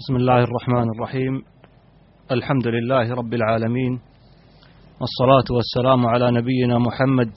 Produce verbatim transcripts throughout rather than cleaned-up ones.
بسم الله الرحمن الرحيم. الحمد لله رب العالمين، والصلاة والسلام على نبينا محمد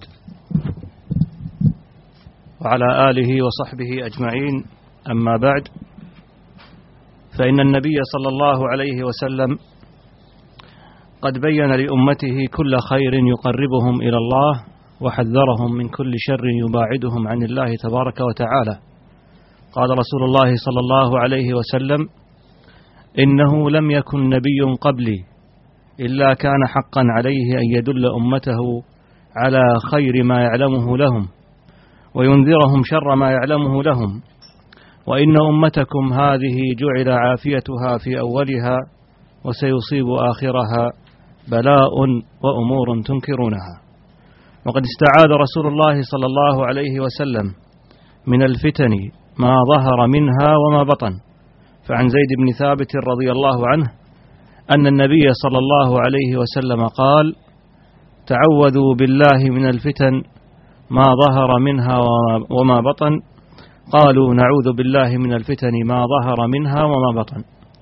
وعلى آله وصحبه أجمعين. أما بعد، فإن النبي صلى الله عليه وسلم قد بين لأمته كل خير يقربهم إلى الله، وحذرهم من كل شر يباعدهم عن الله تبارك وتعالى. قال رسول الله صلى الله عليه وسلم: إنه لم يكن نبي قبلي إلا كان حقا عليه أن يدل أمته على خير ما يعلمه لهم وينذرهم شر ما يعلمه لهم، وإن أمتكم هذه جعل عافيتها في أولها وسيصيب آخرها بلاء وأمور تنكرونها. وقد استعاذ رسول الله صلى الله عليه وسلم من الفتن ما ظهر منها وما بطن. فعن زيد بن ثابت رضي الله عنه أن النبي صلى الله عليه وسلم قال: تعوذوا بالله من الفتن ما ظهر منها وما بطن. قالوا: نعوذ بالله من الفتن ما ظهر منها وما بطن.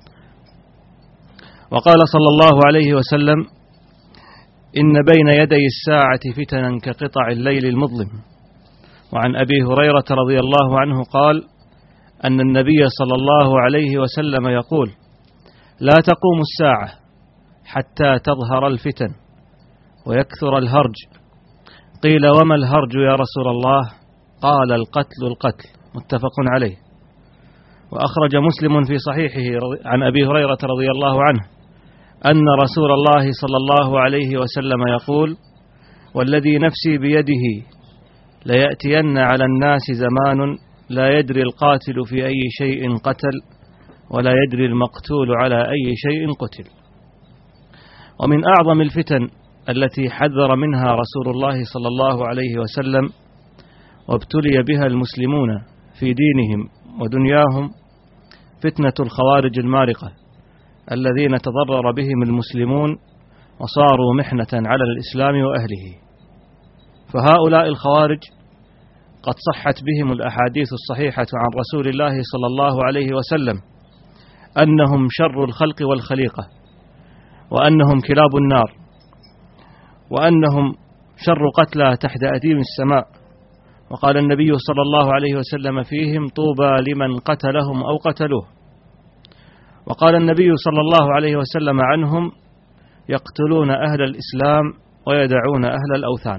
وقال صلى الله عليه وسلم: إن بين يدي الساعة فتنا كقطع الليل المظلم. وعن أبي هريرة رضي الله عنه قال أن النبي صلى الله عليه وسلم يقول: لا تقوم الساعة حتى تظهر الفتن ويكثر الهرج. قيل: وما الهرج يا رسول الله؟ قال: القتل القتل. متفق عليه. وأخرج مسلم في صحيحه عن أبي هريرة رضي الله عنه أن رسول الله صلى الله عليه وسلم يقول: والذي نفسي بيده ليأتين على الناس زمان لا يدري القاتل في أي شيء قتل ولا يدري المقتول على أي شيء قتل. ومن أعظم الفتن التي حذر منها رسول الله صلى الله عليه وسلم وابتلي بها المسلمون في دينهم ودنياهم فتنة الخوارج المارقة، الذين تضرر بهم المسلمون وصاروا محنة على الإسلام وأهله. فهؤلاء الخوارج قد صحت بهم الأحاديث الصحيحة عن رسول الله صلى الله عليه وسلم أنهم شر الخلق والخليقة، وأنهم كلاب النار، وأنهم شر قتلى تحت أديم السماء. وقال النبي صلى الله عليه وسلم فيهم: طوبى لمن قتلهم أو قتلوه. وقال النبي صلى الله عليه وسلم عنهم: يقتلون أهل الإسلام ويدعون أهل الأوثان.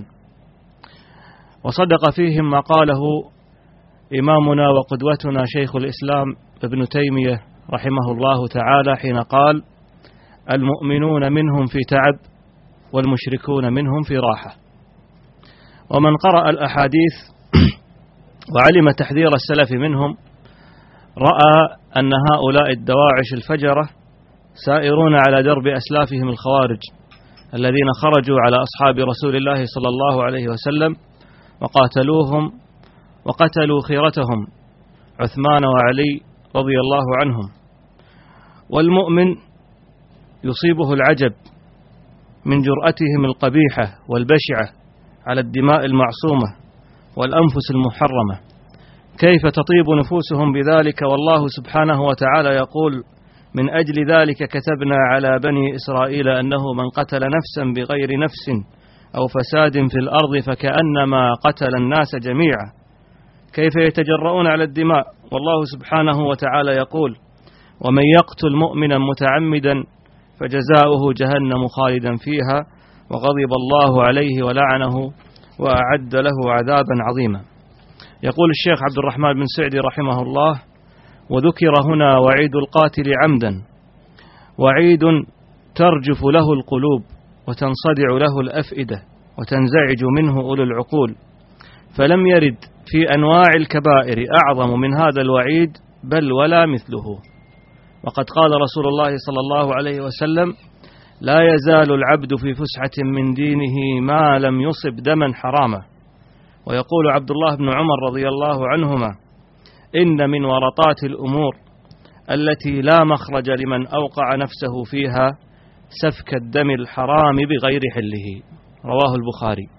وصدق فيهم ما قاله إمامنا وقدوتنا شيخ الإسلام ابن تيمية رحمه الله تعالى حين قال: المؤمنون منهم في تعب والمشركون منهم في راحة. ومن قرأ الأحاديث وعلم تحذير السلف منهم رأى أن هؤلاء الدواعش الفجرة سائرون على درب أسلافهم الخوارج الذين خرجوا على أصحاب رسول الله صلى الله عليه وسلم وقاتلوهم وقتلوا خيرتهم عثمان وعلي رضي الله عنهم. والمؤمن يصيبه العجب من جرأتهم القبيحة والبشعة على الدماء المعصومة والأنفس المحرمة، كيف تطيب نفوسهم بذلك. والله سبحانه وتعالى يقول: من أجل ذلك كتبنا على بني إسرائيل أنه من قتل نفسا بغير نفس أو فساد في الأرض فكأنما قتل الناس جميعا. كيف يتجرؤون على الدماء؟ والله سبحانه وتعالى يقول: ومن يقتل مؤمنا متعمدا فجزاؤه جهنم خالدا فيها وغضب الله عليه ولعنه وأعد له عذابا عظيما. يقول الشيخ عبد الرحمن بن سعدي رحمه الله: وذكر هنا وعيد القاتل عمدا، وعيد ترجف له القلوب وتنصدع له الأفئدة وتنزعج منه أولو العقول، فلم يرد في أنواع الكبائر أعظم من هذا الوعيد بل ولا مثله. وقد قال رسول الله صلى الله عليه وسلم: لا يزال العبد في فسحة من دينه ما لم يصب دما حراما. ويقول عبد الله بن عمر رضي الله عنهما: إن من ورطات الأمور التي لا مخرج لمن أوقع نفسه فيها سفك الدم الحرام بغير حله. رواه البخاري.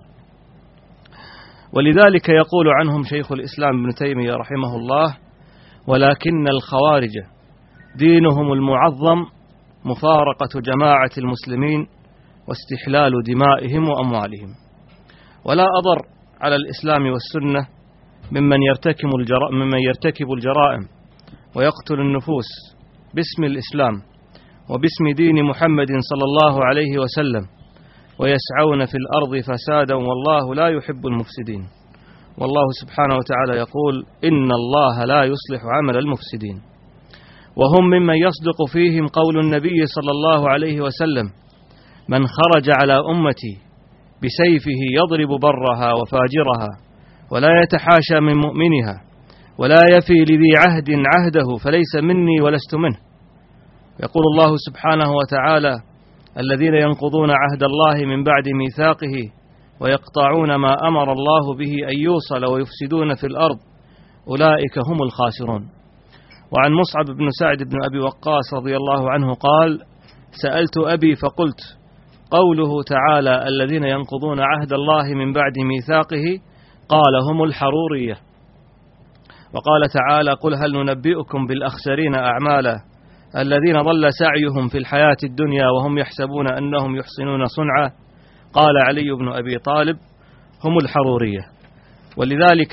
ولذلك يقول عنهم شيخ الإسلام ابن تيمية رحمه الله: ولكن الخوارج دينهم المعظم مفارقة جماعة المسلمين واستحلال دمائهم وأموالهم. ولا أضر على الإسلام والسنة ممن يرتكب الجرائم, ممن يرتكب الجرائم ويقتل النفوس باسم الإسلام وباسم دين محمد صلى الله عليه وسلم، ويسعون في الأرض فسادا والله لا يحب المفسدين. والله سبحانه وتعالى يقول: إن الله لا يصلح عمل المفسدين. وهم ممن يصدق فيهم قول النبي صلى الله عليه وسلم: من خرج على أمتي بسيفه يضرب برها وفاجرها ولا يتحاشى من مؤمنها ولا يفي لذي عهد عهده فليس مني ولست منه. يقول الله سبحانه وتعالى: الذين ينقضون عهد الله من بعد ميثاقه ويقطعون ما أمر الله به أن يوصل ويفسدون في الأرض أولئك هم الخاسرون. وعن مصعب بن سعد بن أبي وقاص رضي الله عنه قال: سألت أبي فقلت: قوله تعالى الذين ينقضون عهد الله من بعد ميثاقه قال: هم الحرورية. وقال تعالى: قل هل ننبئكم بالأخسرين أعمالا الذين ضل سعيهم في الحياة الدنيا وهم يحسبون أنهم يحسنون صنعا قال علي بن أبي طالب: هم الحرورية. ولذلك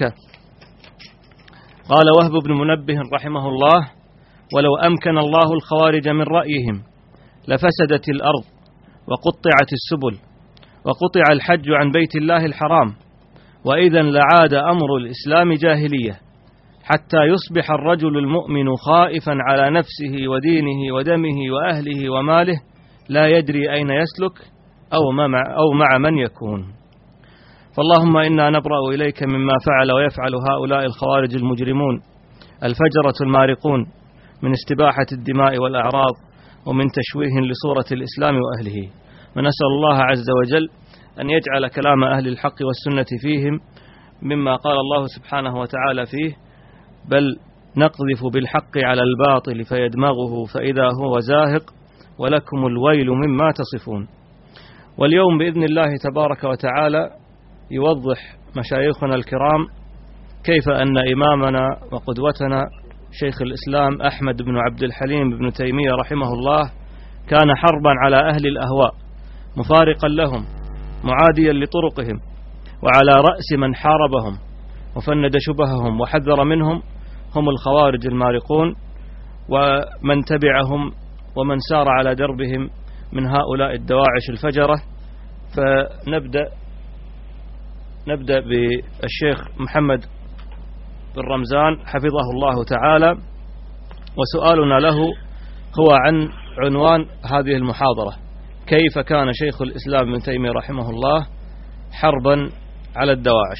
قال وهب بن منبه رحمه الله: ولو أمكن الله الخوارج من رأيهم لفسدت الأرض وقطعت السبل وقطع الحج عن بيت الله الحرام، وإذا لعاد أمر الإسلام جاهلية، حتى يصبح الرجل المؤمن خائفا على نفسه ودينه ودمه وأهله وماله لا يدري أين يسلك أو مع, أو مع من يكون. فاللهم إنا نبرأ إليك مما فعل ويفعل هؤلاء الخوارج المجرمون الفجرة المارقون من استباحة الدماء والأعراض ومن تشويه لصورة الإسلام وأهله. ونسأل الله عز وجل أن يجعل كلام أهل الحق والسنة فيهم مما قال الله سبحانه وتعالى فيه: بل نقذف بالحق على الباطل فيدمغه فإذا هو زاهق ولكم الويل مما تصفون. واليوم بإذن الله تبارك وتعالى يوضح مشايخنا الكرام كيف أن إمامنا وقدوتنا شيخ الإسلام أحمد بن عبد الحليم بن تيمية رحمه الله كان حربا على أهل الأهواء، مفارقا لهم، معاديا لطرقهم، وعلى رأس من حاربهم وفند شبههم وحذر منهم هم الخوارج المارقون ومن تبعهم ومن سار على دربهم من هؤلاء الدواعش الفجرة. فنبدأ نبدأ بالشيخ محمد بن رمزان حفظه الله تعالى، وسؤالنا له هو عن عنوان هذه المحاضرة: كيف كان شيخ الإسلام ابن تيمية رحمه الله حربا على الدواعش؟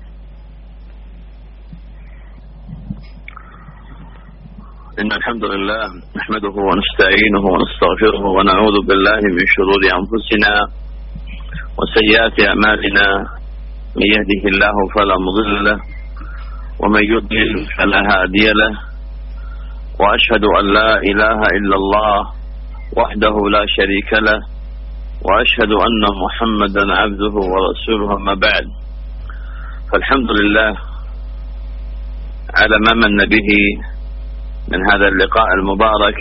إن الحمد لله نحمده ونستعينه ونستغفره ونعوذ بالله من شرور أنفسنا وسيئات أعمالنا، من يهده الله فلا مضل له ومن يضلل فلا هادي له، وأشهد أن لا إله إلا الله وحده لا شريك له، وأشهد أن محمدا عبده ورسوله. ما بعد، فالحمد لله على ما من به من هذا اللقاء المبارك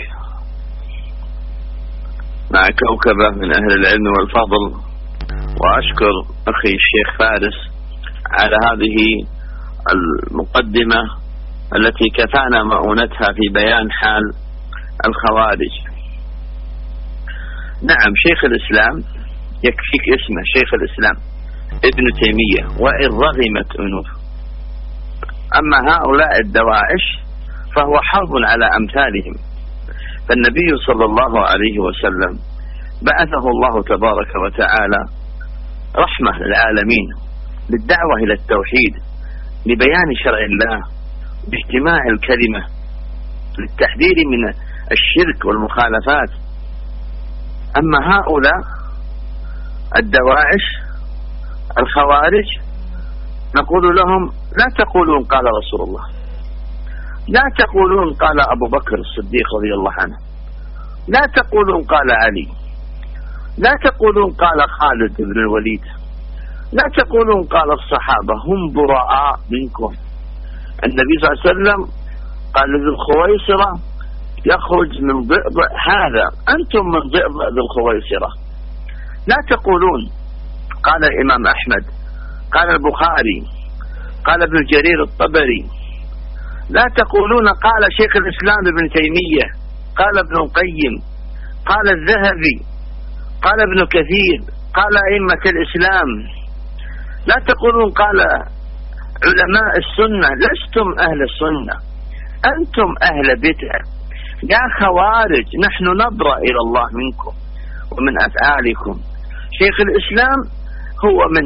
مع كوكبة من أهل العلم والفضل. وأشكر أخي الشيخ فارس على هذه المقدمة التي كفانا مؤونتها في بيان حال الخوارج. نعم، شيخ الإسلام يكفيك اسمه شيخ الإسلام ابن تيمية وإن رغمت أنوف. أما هؤلاء الدواعش فهو حرب على أمثالهم. فالنبي صلى الله عليه وسلم بعثه الله تبارك وتعالى رحمة للعالمين بالدعوة إلى التوحيد، لبيان شرع الله، باجتماع الكلمة، للتحذير من الشرك والمخالفات. أما هؤلاء الدواعش الخوارج نقول لهم: لا تقولون قال رسول الله، لا تقولون قال أبو بكر الصديق رضي الله عنه، لا تقولون قال علي، لا تقولون قال خالد بن الوليد، لا تقولون قال الصحابة، هم براء منكم. النبي صلى الله عليه وسلم قال لذي الخويصرة: يخرج من ضئضئ هذا. أنتم من ضئضئ ذي الخويصرة. لا تقولون قال الإمام أحمد، قال البخاري، قال ابن جرير الطبري. لا تقولون قال شيخ الإسلام ابن تيمية، قال ابن القيم، قال الذهبي، قال ابن كثير، قال أئمة الإسلام. لا تقولون قال علماء السنة. لستم أهل السنة، أنتم أهل بدعة. يا خوارج، نحن نبرأ إلى الله منكم ومن أفعالكم. شيخ الإسلام هو من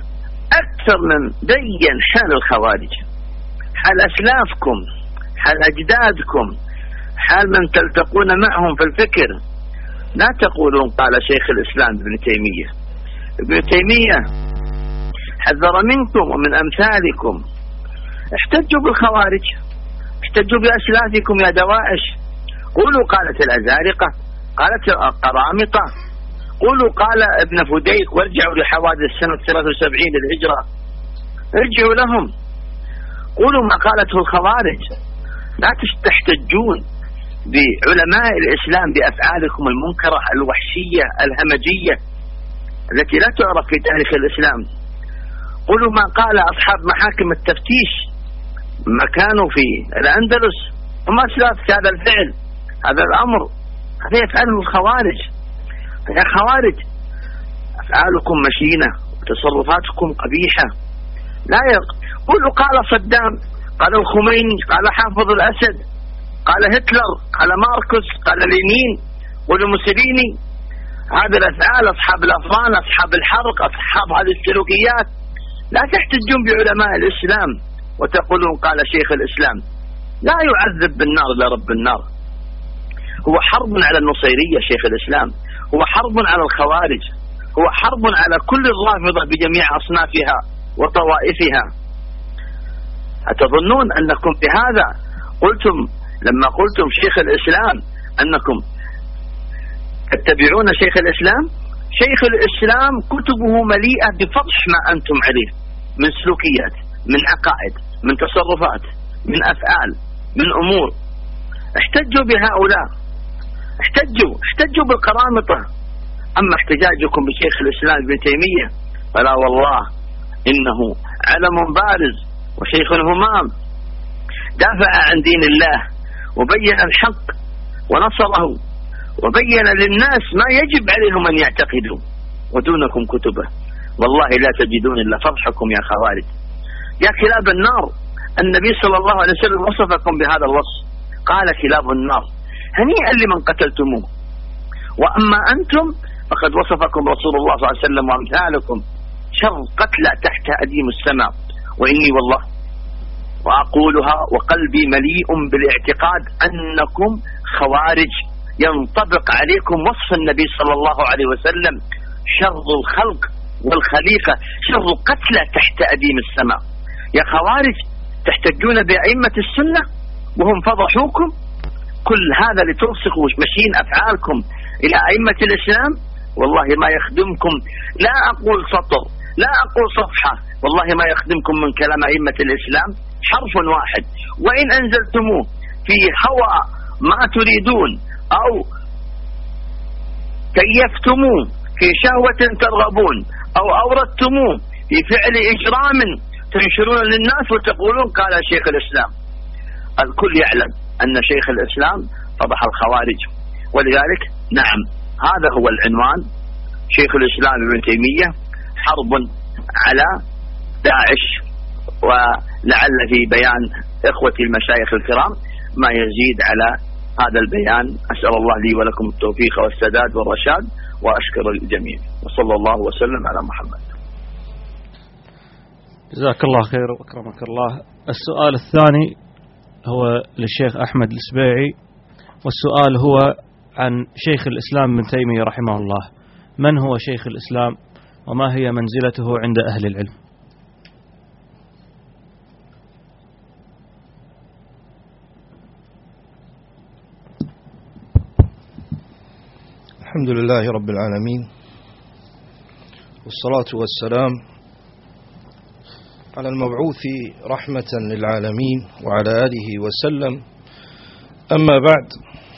أكثر من بين حال الخوارج، حال أسلافكم، حال أجدادكم، حال من تلتقون معهم في الفكر. لا تقولون قال شيخ الإسلام ابن تيمية. ابن تيمية حذر منكم ومن أمثالكم. احتجوا بالخوارج، احتجوا بأسلافكم يا دواعش. قولوا قالت الأزارقة، قالت القرامطة، قولوا قال ابن فديك، وارجعوا لحوادث سنة ثلاثة وسبعين للهجرة، ارجعوا لهم. قولوا ما قالته الخوارج. لا تحتجون بعلماء الإسلام بأفعالكم المنكرة الوحشية الهمجية التي لا تعرف في تاريخ الإسلام. قولوا ما قال أصحاب محاكم التفتيش ما كانوا في الأندلس وما سلف هذا الفعل، هذا الأمر، هذا يفعله الخوارج. يا خوارج، أفعالكم مشينة وتصرفاتكم قبيحة. لا يق... قولوا قال صدام، قال الخميني، قال حافظ الأسد، قال هتلر، قال ماركوس، قال لينين، قولوا موسوليني. هذه الأفعال أصحاب الأفران، أصحاب الحرق، أصحاب هذه السلوكيات. لا تحتجون بعلماء الإسلام وتقولون قال شيخ الإسلام. لا يعذب بالنار إلا رب النار. هو حرب على النصيرية شيخ الإسلام، هو حرب على الخوارج، هو حرب على كل الرافضة بجميع أصنافها وطوائفها. أتظنون أنكم بهذا قلتم لما قلتم شيخ الإسلام أنكم تتبعون شيخ الإسلام؟ شيخ الإسلام كتبه مليئة بفضح ما أنتم عليه من سلوكيات، من عقائد، من تصرفات، من أفعال، من أمور. احتجوا بهؤلاء، احتجوا احتجوا بالقرامطة. أما احتجاجكم بشيخ الإسلام ابن تيمية فلا والله إنه علم بارز وشيخ همام، دافع عن دين الله وبين الحق ونصره وبين للناس ما يجب عليهم أن يعتقدوا، ودونكم كتبه. والله لا تجدون إلا فضحكم يا خوارج، يا كلاب النار. النبي صلى الله عليه وسلم وصفكم بهذا الوصف، قال كلاب النار هنيئا لمن قتلتموه. وأما أنتم فقد وصفكم رسول الله صلى الله عليه وسلم وأمثالكم شر قتلى تحت أديم السماء. وإني والله وأقولها وقلبي مليء بالاعتقاد أنكم خوارج ينطبق عليكم وصف النبي صلى الله عليه وسلم شر الخلق والخليقة، شر قتلى تحت أديم السماء. يا خوارج تحتجون بأئمة السنة وهم فضحوكم. كل هذا لتلصقوا مشين أفعالكم إلى أئمة الإسلام. والله ما يخدمكم، لا أقول سطر، لا أقول صفحة، والله ما يخدمكم من كلام أئمة الإسلام حرف واحد. وإن أنزلتموه في هوى ما تريدون أو كيفتموه في شهوة ترغبون أو أوردتموه في فعل إجرام تنشرون للناس وتقولون قال شيخ الإسلام. الكل يعلم أن شيخ الإسلام فضح الخوارج. ولذلك نعم، هذا هو العنوان، شيخ الإسلام ابن تيمية حرب على داعش. ولعل في بيان إخوتي المشايخ الكرام ما يزيد على هذا البيان. أسأل الله لي ولكم التوفيق والسداد والرشاد، وأشكر الجميع، وصلى الله وسلم على محمد. جزاك الله خير وأكرمك الله. السؤال الثاني هو للشيخ أحمد السبيعي، والسؤال هو عن شيخ الإسلام ابن تيمية رحمه الله. من هو شيخ الإسلام وما هي منزلته عند أهل العلم؟ الحمد لله رب العالمين، والصلاة والسلام على المبعوث رحمة للعالمين وعلى آله وسلم. أما بعد،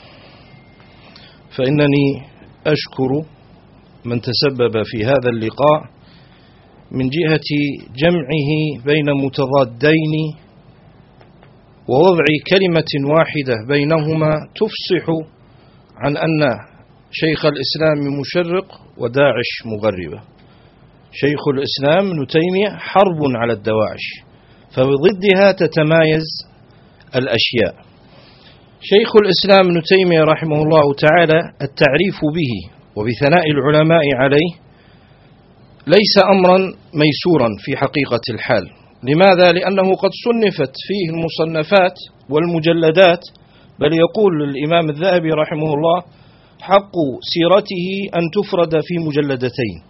فإنني أشكر من تسبب في هذا اللقاء من جهة جمعه بين متضادين ووضع كلمة واحدة بينهما تفصح عن أن شيخ الإسلام مشرق وداعش مغربة. شيخ الإسلام ابن تيمية حرب على الدواعش، فبضدها تتمايز الأشياء. شيخ الإسلام ابن تيمية رحمه الله تعالى التعريف به وبثناء العلماء عليه ليس أمرا ميسورا في حقيقة الحال. لماذا؟ لأنه قد صنفت فيه المصنفات والمجلدات، بل يقول الإمام الذهبي رحمه الله حق سيرته أن تفرد في مجلدتين.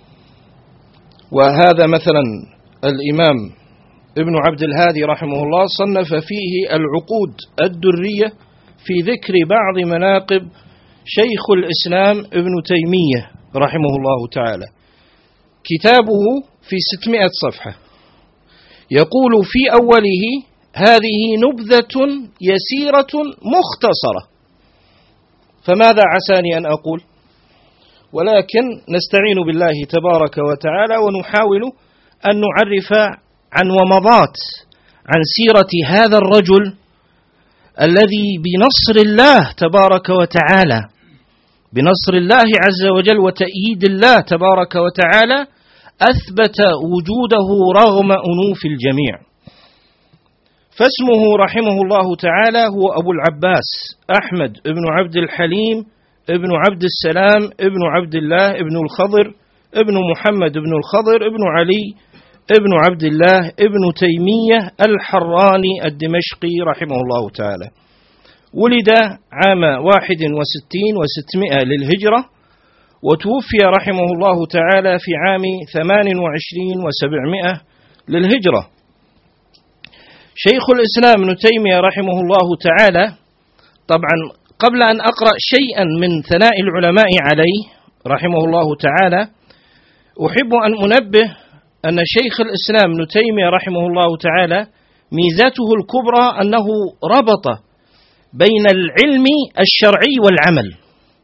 وهذا مثلا الإمام ابن عبد الهادي رحمه الله صنف فيه العقود الدرية في ذكر بعض مناقب شيخ الإسلام ابن تيمية رحمه الله تعالى. كتابه في ستمائة صفحة، يقول في أوله: هذه نبذة يسيرة مختصرة. فماذا عساني أن أقول؟ ولكن نستعين بالله تبارك وتعالى ونحاول أن نعرف عن ومضات عن سيرة هذا الرجل الذي بنصر الله تبارك وتعالى بنصر الله عز وجل وتأييد الله تبارك وتعالى أثبت وجوده رغم أنوف الجميع. فاسمه رحمه الله تعالى هو أبو العباس أحمد ابن عبد الحليم ابن عبد السلام ابن عبد الله ابن الخضر ابن محمد ابن الخضر ابن علي ابن عبد الله ابن تيمية الحراني الدمشقي رحمه الله تعالى. ولد عام واحد وستين وستمائة للهجرة، وتوفي رحمه الله تعالى في عام ثمان وعشرين وسبعمائة للهجرة. شيخ الإسلام ابن تيمية رحمه الله تعالى، طبعا قبل أن أقرأ شيئا من ثناء العلماء عليه رحمه الله تعالى، أحب أن أنبه أن شيخ الإسلام ابن تيمية رحمه الله تعالى ميزاته الكبرى أنه ربط بين العلم الشرعي والعمل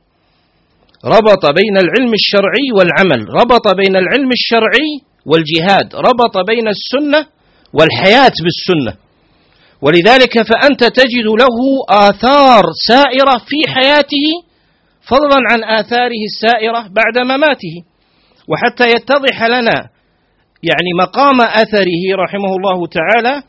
ربط بين العلم الشرعي والعمل ربط بين العلم الشرعي والجهاد، ربط بين السنة والحياة بالسنة. ولذلك فأنت تجد له آثار سائرة في حياته فضلا عن آثاره السائرة بعد مماته. وحتى يتضح لنا يعني مقام أثره رحمه الله تعالى،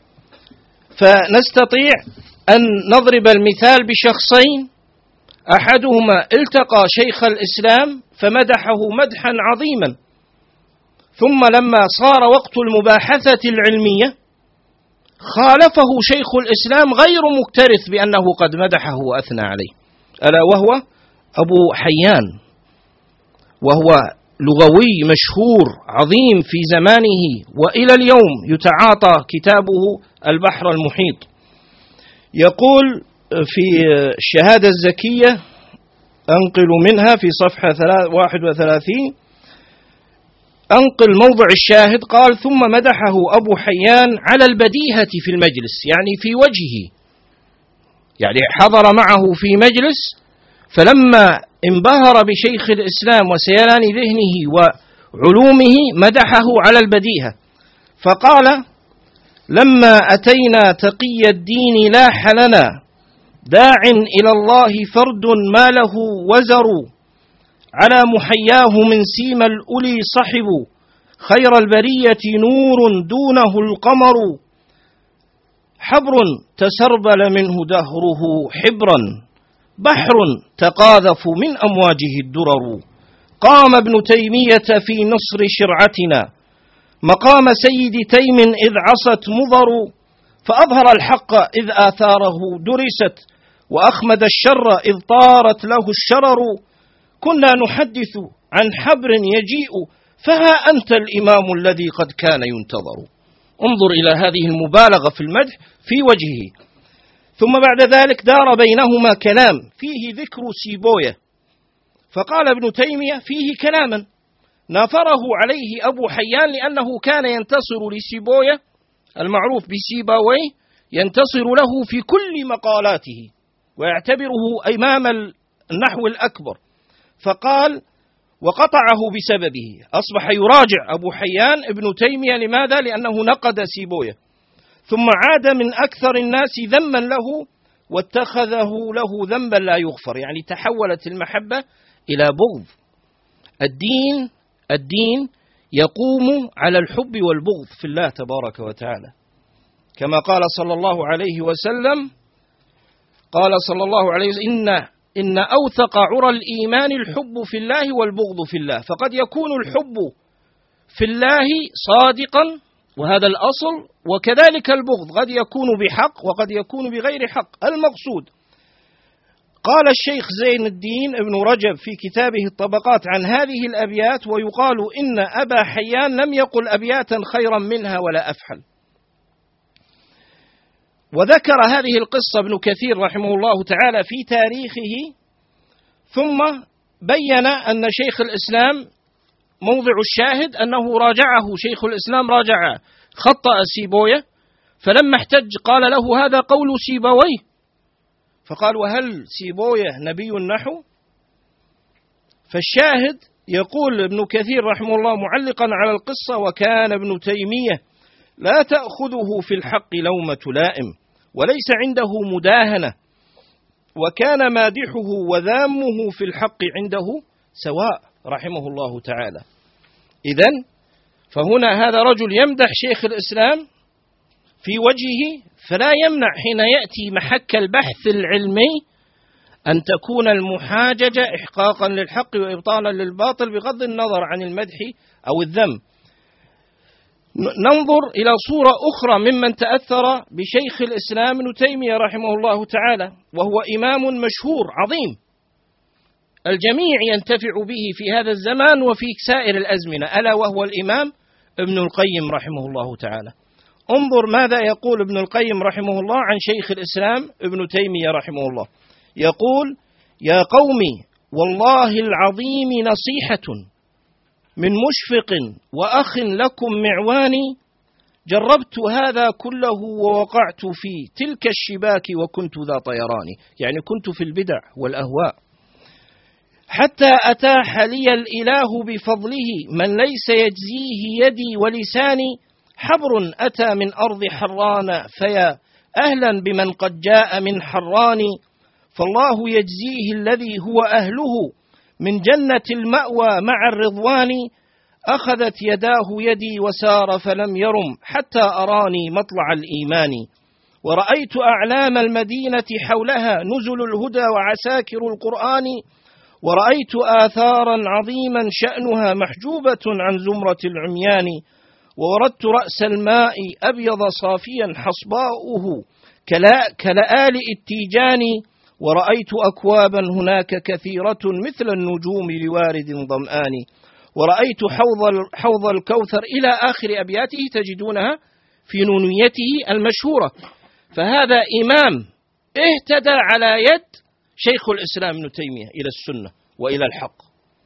فنستطيع أن نضرب المثال بشخصين، أحدهما التقى شيخ الإسلام فمدحه مدحا عظيما، ثم لما صار وقت المباحثة العلمية خالفه شيخ الإسلام غير مكترث بأنه قد مدحه وأثنى عليه، ألا وهو أبو حيان، وهو لغوي مشهور عظيم في زمانه، وإلى اليوم يتعاطى كتابه البحر المحيط. يقول في الشهادة الزكية، أنقل منها في صفحة واحد وثلاثين، أنقل موضع الشاهد، قال: ثم مدحه أبو حيان على البديهة في المجلس، يعني في وجهه، يعني حضر معه في مجلس، فلما انبهر بشيخ الإسلام وسيلان ذهنه وعلومه مدحه على البديهة، فقال: لما أتينا تقي الدين لاح لنا داع إلى الله فرد ما له وزر، على محياه من سيم الأولي صحب، خير البرية نور دونه القمر، حبر تسربل منه دهره حبرا، بحر تقاذف من أمواجه الدرر. قام ابن تيمية في نصر شرعتنا مقام سيد تيم إذ عصت مضر، فأظهر الحق إذ آثاره درست، وأخمد الشر إذ طارت له الشرر. كنا نحدث عن حبر يجيء، فها أنت الإمام الذي قد كان ينتظر. انظر إلى هذه المبالغة في المدح في وجهه. ثم بعد ذلك دار بينهما كلام فيه ذكر سيبويه، فقال ابن تيمية فيه كلاما نافره عليه أبو حيان، لأنه كان ينتصر لسيبويه المعروف بسيباويه، ينتصر له في كل مقالاته ويعتبره إمام النحو الأكبر، فقال وقطعه بسببه. أصبح يراجع أبو حيان ابن تيمية. لماذا؟ لأنه نقد سيبويه، ثم عاد من أكثر الناس ذما له واتخذه له ذنبا لا يغفر، يعني تحولت المحبة إلى بغض. الدين الدين يقوم على الحب والبغض في الله تبارك وتعالى، كما قال صلى الله عليه وسلم قال صلى الله عليه وسلم إن, إن أوثق عرى الإيمان الحب في الله والبغض في الله. فقد يكون الحب في الله صادقا وهذا الأصل، وكذلك البغض قد يكون بحق وقد يكون بغير حق. المقصود قال الشيخ زين الدين ابن رجب في كتابه الطبقات عن هذه الأبيات، ويقال إن أبا حيان لم يقل أبياتا خيرا منها ولا أفحل. وذكر هذه القصة ابن كثير رحمه الله تعالى في تاريخه، ثم بين أن شيخ الإسلام موضع الشاهد أنه راجعه شيخ الإسلام، راجع خطأ سيبويه، فلما احتج قال له هذا قول سيبويه، فقال وهل سيبويه نبي النحو؟ فالشاهد يقول ابن كثير رحمه الله معلقا على القصة: وكان ابن تيمية لا تأخذه في الحق لومة لائم، وليس عنده مداهنة، وكان مادحه وذامه في الحق عنده سواء رحمه الله تعالى. إذن فهنا هذا رجل يمدح شيخ الإسلام في وجهه، فلا يمنع حين يأتي محك البحث العلمي أن تكون المحاججة إحقاقا للحق وإبطالا للباطل بغض النظر عن المدح أو الذم. ننظر إلى صورة أخرى ممن تأثر بشيخ الإسلام ابن تيمية رحمه الله تعالى، وهو إمام مشهور عظيم الجميع ينتفع به في هذا الزمان وفي سائر الأزمنة، ألا وهو الإمام ابن القيم رحمه الله تعالى. انظر ماذا يقول ابن القيم رحمه الله عن شيخ الإسلام ابن تيمية رحمه الله. يقول: يا قومي والله العظيم نصيحة من مشفق وأخ لكم معواني، جربت هذا كله ووقعت في تلك الشباك وكنت ذا طيران، يعني كنت في البدع والأهواء، حتى أتاح لي الإله بفضله من ليس يجزيه يدي ولساني، حبر أتى من أرض حران فيا أهلا بمن قد جاء من حران، فالله يجزيه الذي هو أهله من جنة المأوى مع الرضوان، أخذت يداه يدي وسار فلم يرم حتى أراني مطلع الإيمان، ورأيت أعلام المدينة حولها نزل الهدى وعساكر القرآن، ورأيت آثارا عظيما شأنها محجوبة عن زمرة العميان، ووردت رأس الماء أبيض صافيا حصباؤه كلآلئ التيجان، ورأيت أكوابا هناك كثيرة مثل النجوم لوارد ظمآن، ورأيت حوض, حوض الكوثر إلى آخر أبياته تجدونها في نونيته المشهورة. فهذا إمام اهتدى على يد شيخ الإسلام ابن تيمية إلى السنة وإلى الحق.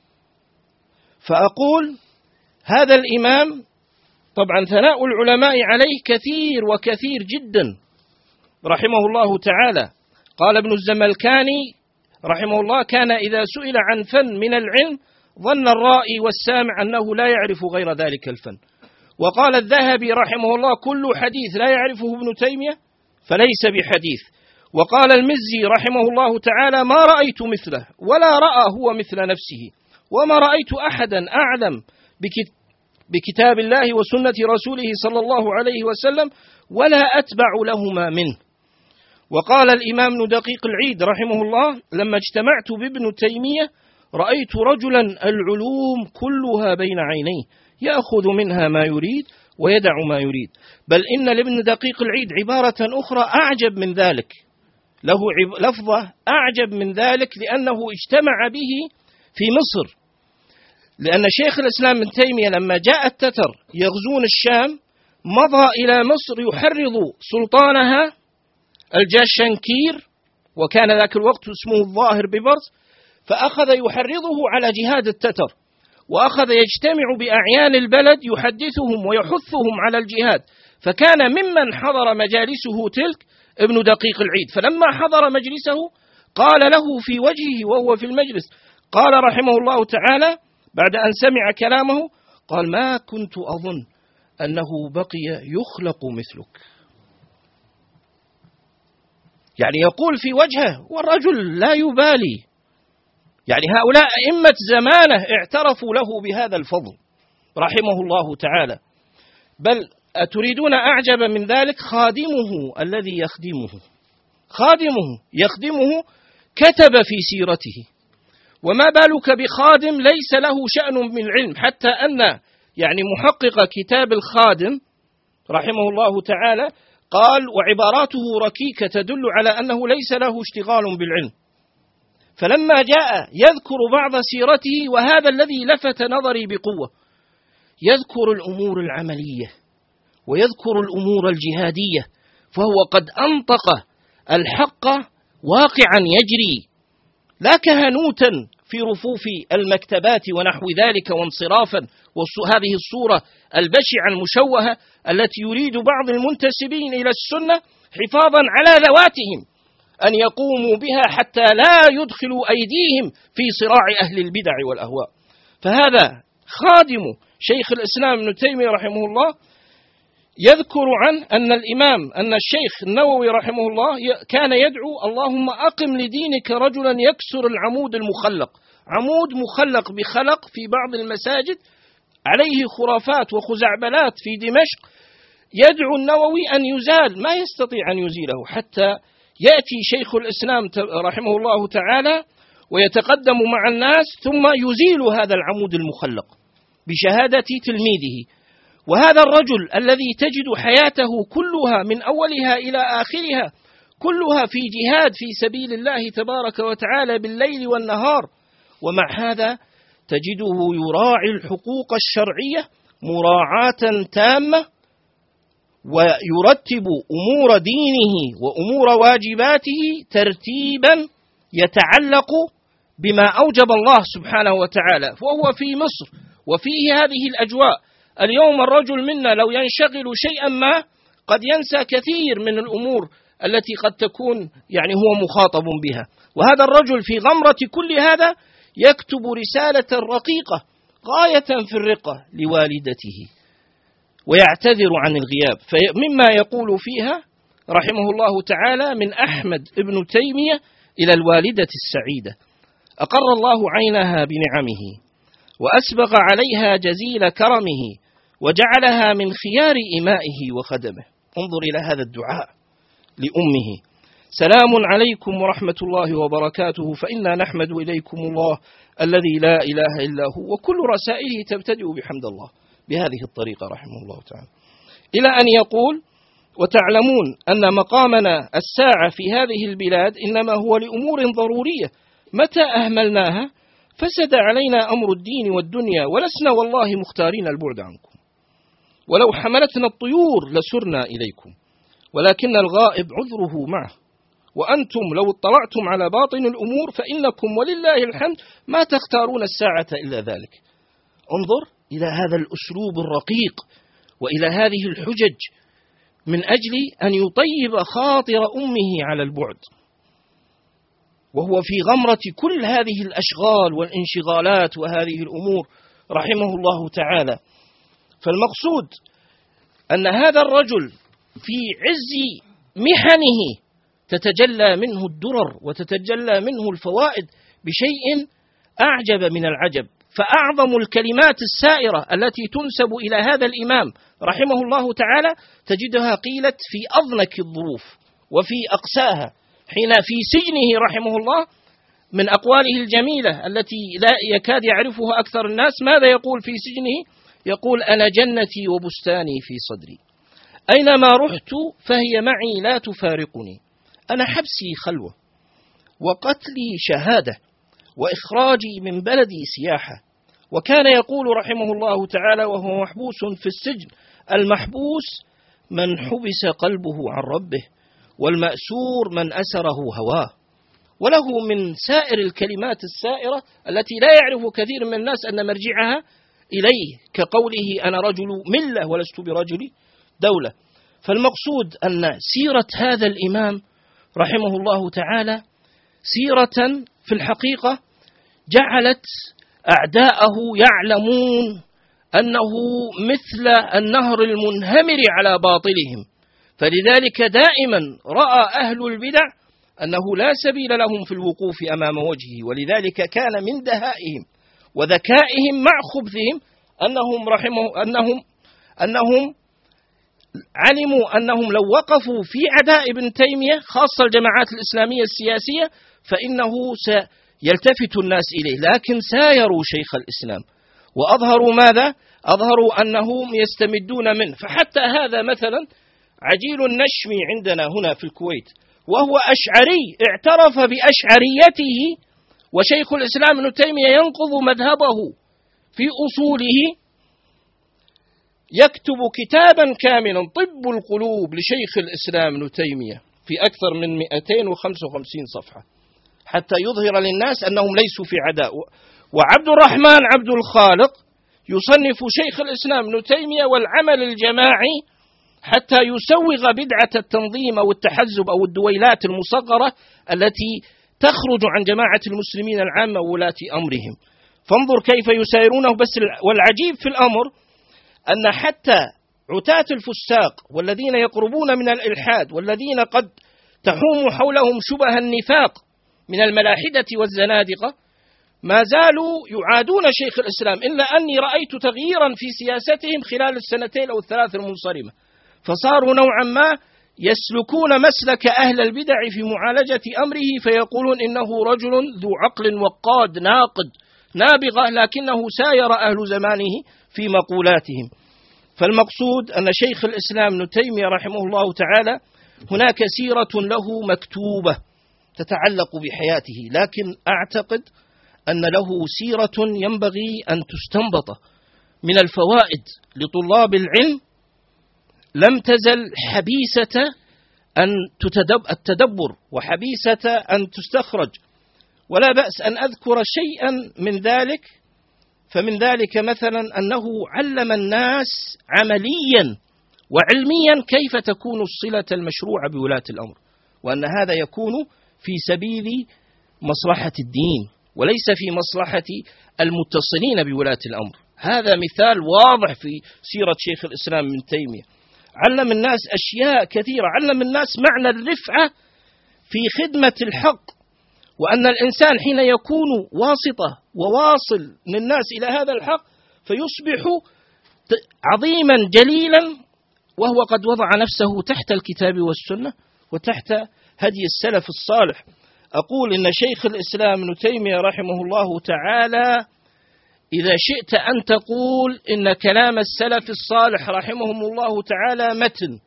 فأقول هذا الإمام طبعا ثناء العلماء عليه كثير وكثير جدا رحمه الله تعالى. قال ابن الزملكاني رحمه الله: كان إذا سئل عن فن من العلم ظن الرائي والسامع أنه لا يعرف غير ذلك الفن. وقال الذهبي رحمه الله: كل حديث لا يعرفه ابن تيمية فليس بحديث. وقال المزي رحمه الله تعالى: ما رأيت مثله ولا رأى هو مثل نفسه، وما رأيت أحدا أعلم بكتاب الله وسنة رسوله صلى الله عليه وسلم ولا أتبع لهما منه. وقال الإمام ابن دقيق العيد رحمه الله: لما اجتمعت بابن تيمية رأيت رجلا العلوم كلها بين عينيه، يأخذ منها ما يريد ويدع ما يريد. بل إن لابن دقيق العيد عبارة أخرى أعجب من ذلك، له لفظة أعجب من ذلك، لأنه اجتمع به في مصر. لأن شيخ الإسلام ابن تيمية لما جاء التتر يغزون الشام مضى إلى مصر يحرض سلطانها الجاشنكير، وكان ذاك الوقت اسمه الظاهر ببرز، فأخذ يحرضه على جهاد التتر، وأخذ يجتمع بأعيان البلد يحدثهم ويحثهم على الجهاد. فكان ممن حضر مجالسه تلك ابن دقيق العيد، فلما حضر مجلسه قال له في وجهه وهو في المجلس، قال رحمه الله تعالى بعد أن سمع كلامه، قال: ما كنت أظن أنه بقي يخلق مثلك. يعني يقول في وجهه والرجل لا يبالي. يعني هؤلاء أئمة زمانه اعترفوا له بهذا الفضل رحمه الله تعالى. بل أتريدون أعجب من ذلك؟ خادمه الذي يخدمه خادمه يخدمه كتب في سيرته. وما بالك بخادم ليس له شأن بالعلم، حتى أن يعني محقق كتاب الخادم رحمه الله تعالى قال: وعباراته ركيكة تدل على أنه ليس له اشتغال بالعلم. فلما جاء يذكر بعض سيرته، وهذا الذي لفت نظري بقوة، يذكر الأمور العملية ويذكر الأمور الجهادية، فهو قد أنطق الحق واقعا يجري، لا كهنوتا في رفوف المكتبات ونحو ذلك وانصرافا، وهذه الصورة البشعة المشوهة التي يريد بعض المنتسبين إلى السنة حفاظا على ذواتهم أن يقوموا بها حتى لا يدخلوا أيديهم في صراع أهل البدع والأهواء. فهذا خادم شيخ الإسلام ابن تيمية رحمه الله يذكر عنه أن الإمام أن الشيخ النووي رحمه الله كان يدعو: اللهم أقم لدينك رجلا يكسر العمود المخلق. عمود مخلق بخلق في بعض المساجد عليه خرافات وخزعبلات في دمشق، يدعو النووي أن يزال، ما يستطيع أن يزيله، حتى يأتي شيخ الإسلام رحمه الله تعالى ويتقدم مع الناس ثم يزيل هذا العمود المخلق بشهادة تلميذه. وهذا الرجل الذي تجد حياته كلها من أولها إلى آخرها كلها في جهاد في سبيل الله تبارك وتعالى بالليل والنهار، ومع هذا تجده يراعي الحقوق الشرعية مراعاة تامة، ويرتب أمور دينه وأمور واجباته ترتيبا يتعلق بما أوجب الله سبحانه وتعالى. وهو في مصر وفيه هذه الأجواء. اليوم الرجل منا لو ينشغل شيئا ما قد ينسى كثير من الأمور التي قد تكون يعني هو مخاطب بها. وهذا الرجل في غمرة كل هذا يكتب رسالة رقيقة غاية في الرقة لوالدته ويعتذر عن الغياب. فمما يقول فيها رحمه الله تعالى: من أحمد ابن تيمية إلى الوالدة السعيدة، أقر الله عينها بنعمه وأسبغ عليها جزيل كرمه وجعلها من خيار إمائه وخدمه. انظر إلى هذا الدعاء لأمه: سلام عليكم ورحمة الله وبركاته، فإنا نحمد إليكم الله الذي لا إله إلا هو. وكل رسائله تبتدئ بحمد الله بهذه الطريقة رحمه الله تعالى، إلى أن يقول: وتعلمون أن مقامنا الساعة في هذه البلاد إنما هو لأمور ضرورية، متى أهملناها فسد علينا أمر الدين والدنيا، ولسنا والله مختارين البعد عنكم، ولو حملتنا الطيور لسرنا إليكم، ولكن الغائب عذره معه، وأنتم لو اطلعتم على باطن الأمور فإنكم ولله الحمد ما تختارون الساعة إلا ذلك. انظر إلى هذا الأسلوب الرقيق وإلى هذه الحجج من أجل أن يطيب خاطر أمه على البعد، وهو في غمرة كل هذه الأشغال والانشغالات وهذه الأمور رحمه الله تعالى. فالمقصود أن هذا الرجل في عز محنه تتجلى منه الدرر وتتجلى منه الفوائد بشيء أعجب من العجب. فأعظم الكلمات السائرة التي تنسب إلى هذا الإمام رحمه الله تعالى تجدها قيلت في أضنك الظروف وفي أقساها، حين في سجنه رحمه الله من أقواله الجميلة التي لا يكاد يعرفها أكثر الناس. ماذا يقول في سجنه؟ يقول: أنا جنتي وبستاني في صدري، أينما رحت فهي معي لا تفارقني، أنا حبسي خلوة وقتلي شهادة وإخراجي من بلدي سياحة. وكان يقول رحمه الله تعالى وهو محبوس في السجن: المحبوس من حبس قلبه عن ربه، والمأسور من أسره هواه. وله من سائر الكلمات السائرة التي لا يعرف كثير من الناس أن مرجعها إليه، كقوله: أنا رجل ملة ولست برجل دولة. فالمقصود أن سيرة هذا الإمام رحمه الله تعالى سيرة في الحقيقة جعلت أعداءه يعلمون أنه مثل النهر المنهمر على باطلهم، فلذلك دائما رأى أهل البدع أنه لا سبيل لهم في الوقوف أمام وجهه، ولذلك كان من دهائهم وذكائهم مع خبثهم أنهم رحمه أنهم أنهم علموا أنهم لو وقفوا في عداء ابن تيمية خاصة الجماعات الإسلامية السياسية فإنه سيلتفت الناس إليه، لكن سايروا شيخ الإسلام وأظهروا ماذا؟ أظهروا أنهم يستمدون منه. فحتى هذا مثلا عجيل النشم عندنا هنا في الكويت وهو أشعري اعترف بأشعريته، وشيخ الإسلام ابن تيمية ينقض مذهبه في أصوله، يكتب كتابا كاملا طب القلوب لشيخ الإسلام ابن تيمية في أكثر من مئتين وخمسة وخمسين صفحة حتى يظهر للناس أنهم ليسوا في عداء. وعبد الرحمن عبد الخالق يصنف شيخ الإسلام ابن تيمية والعمل الجماعي حتى يسوغ بدعة التنظيم أو التحزب أو الدويلات المصغرة التي تخرج عن جماعة المسلمين العامة وولاة أمرهم. فانظر كيف يسايرونه. بس والعجيب في الأمر أن حتى عتاة الفساق والذين يقربون من الإلحاد والذين قد تحوم حولهم شبه النفاق من الملاحدة والزنادقة ما زالوا يعادون شيخ الإسلام، إلا أني رأيت تغييرا في سياستهم خلال السنتين أو الثلاث المنصرمة، فصاروا نوعا ما يسلكون مسلك أهل البدع في معالجة أمره، فيقولون إنه رجل ذو عقل وقاد ناقد نابغة، لكنه ساير أهل زمانه في مقولاتهم. فالمقصود أن شيخ الإسلام ابن تيمية رحمه الله تعالى هناك سيرة له مكتوبة تتعلق بحياته، لكن أعتقد أن له سيرة ينبغي أن تستنبط من الفوائد لطلاب العلم لم تزل حبيسة أن تتدب التدبر وحبيسة أن تستخرج، ولا بأس أن أذكر شيئا من ذلك. فمن ذلك مثلا أنه علم الناس عمليا وعلميا كيف تكون الصلة المشروعة بولاة الأمر، وأن هذا يكون في سبيل مصلحة الدين وليس في مصلحة المتصلين بولاة الأمر. هذا مثال واضح في سيرة شيخ الإسلام ابن تيمية. علم الناس أشياء كثيرة، علم الناس معنى الرفعة في خدمة الحق، وأن الإنسان حين يكون واسطة وواصل للناس إلى هذا الحق فيصبح عظيما جليلا، وهو قد وضع نفسه تحت الكتاب والسنة وتحت هدي السلف الصالح. أقول إن شيخ الإسلام ابن تيمية رحمه الله تعالى إذا شئت أن تقول إن كلام السلف الصالح رحمهم الله تعالى متن،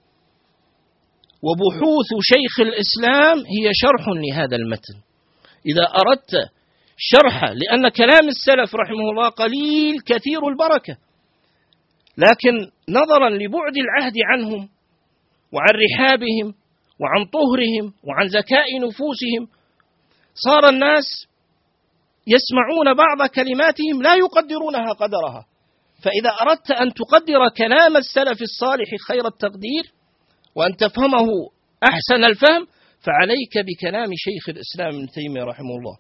وبحوث شيخ الإسلام هي شرح لهذا المتن. إذا أردت شرحه، لأن كلام السلف رحمه الله قليل كثير البركة، لكن نظرا لبعد العهد عنهم وعن رحابهم وعن طهرهم وعن زكاء نفوسهم صار الناس يسمعون بعض كلماتهم لا يقدرونها قدرها. فإذا أردت أن تقدر كلام السلف الصالح خير التقدير وأن تفهمه أحسن الفهم فعليك بكلام شيخ الإسلام ابن تيمية رحمه الله.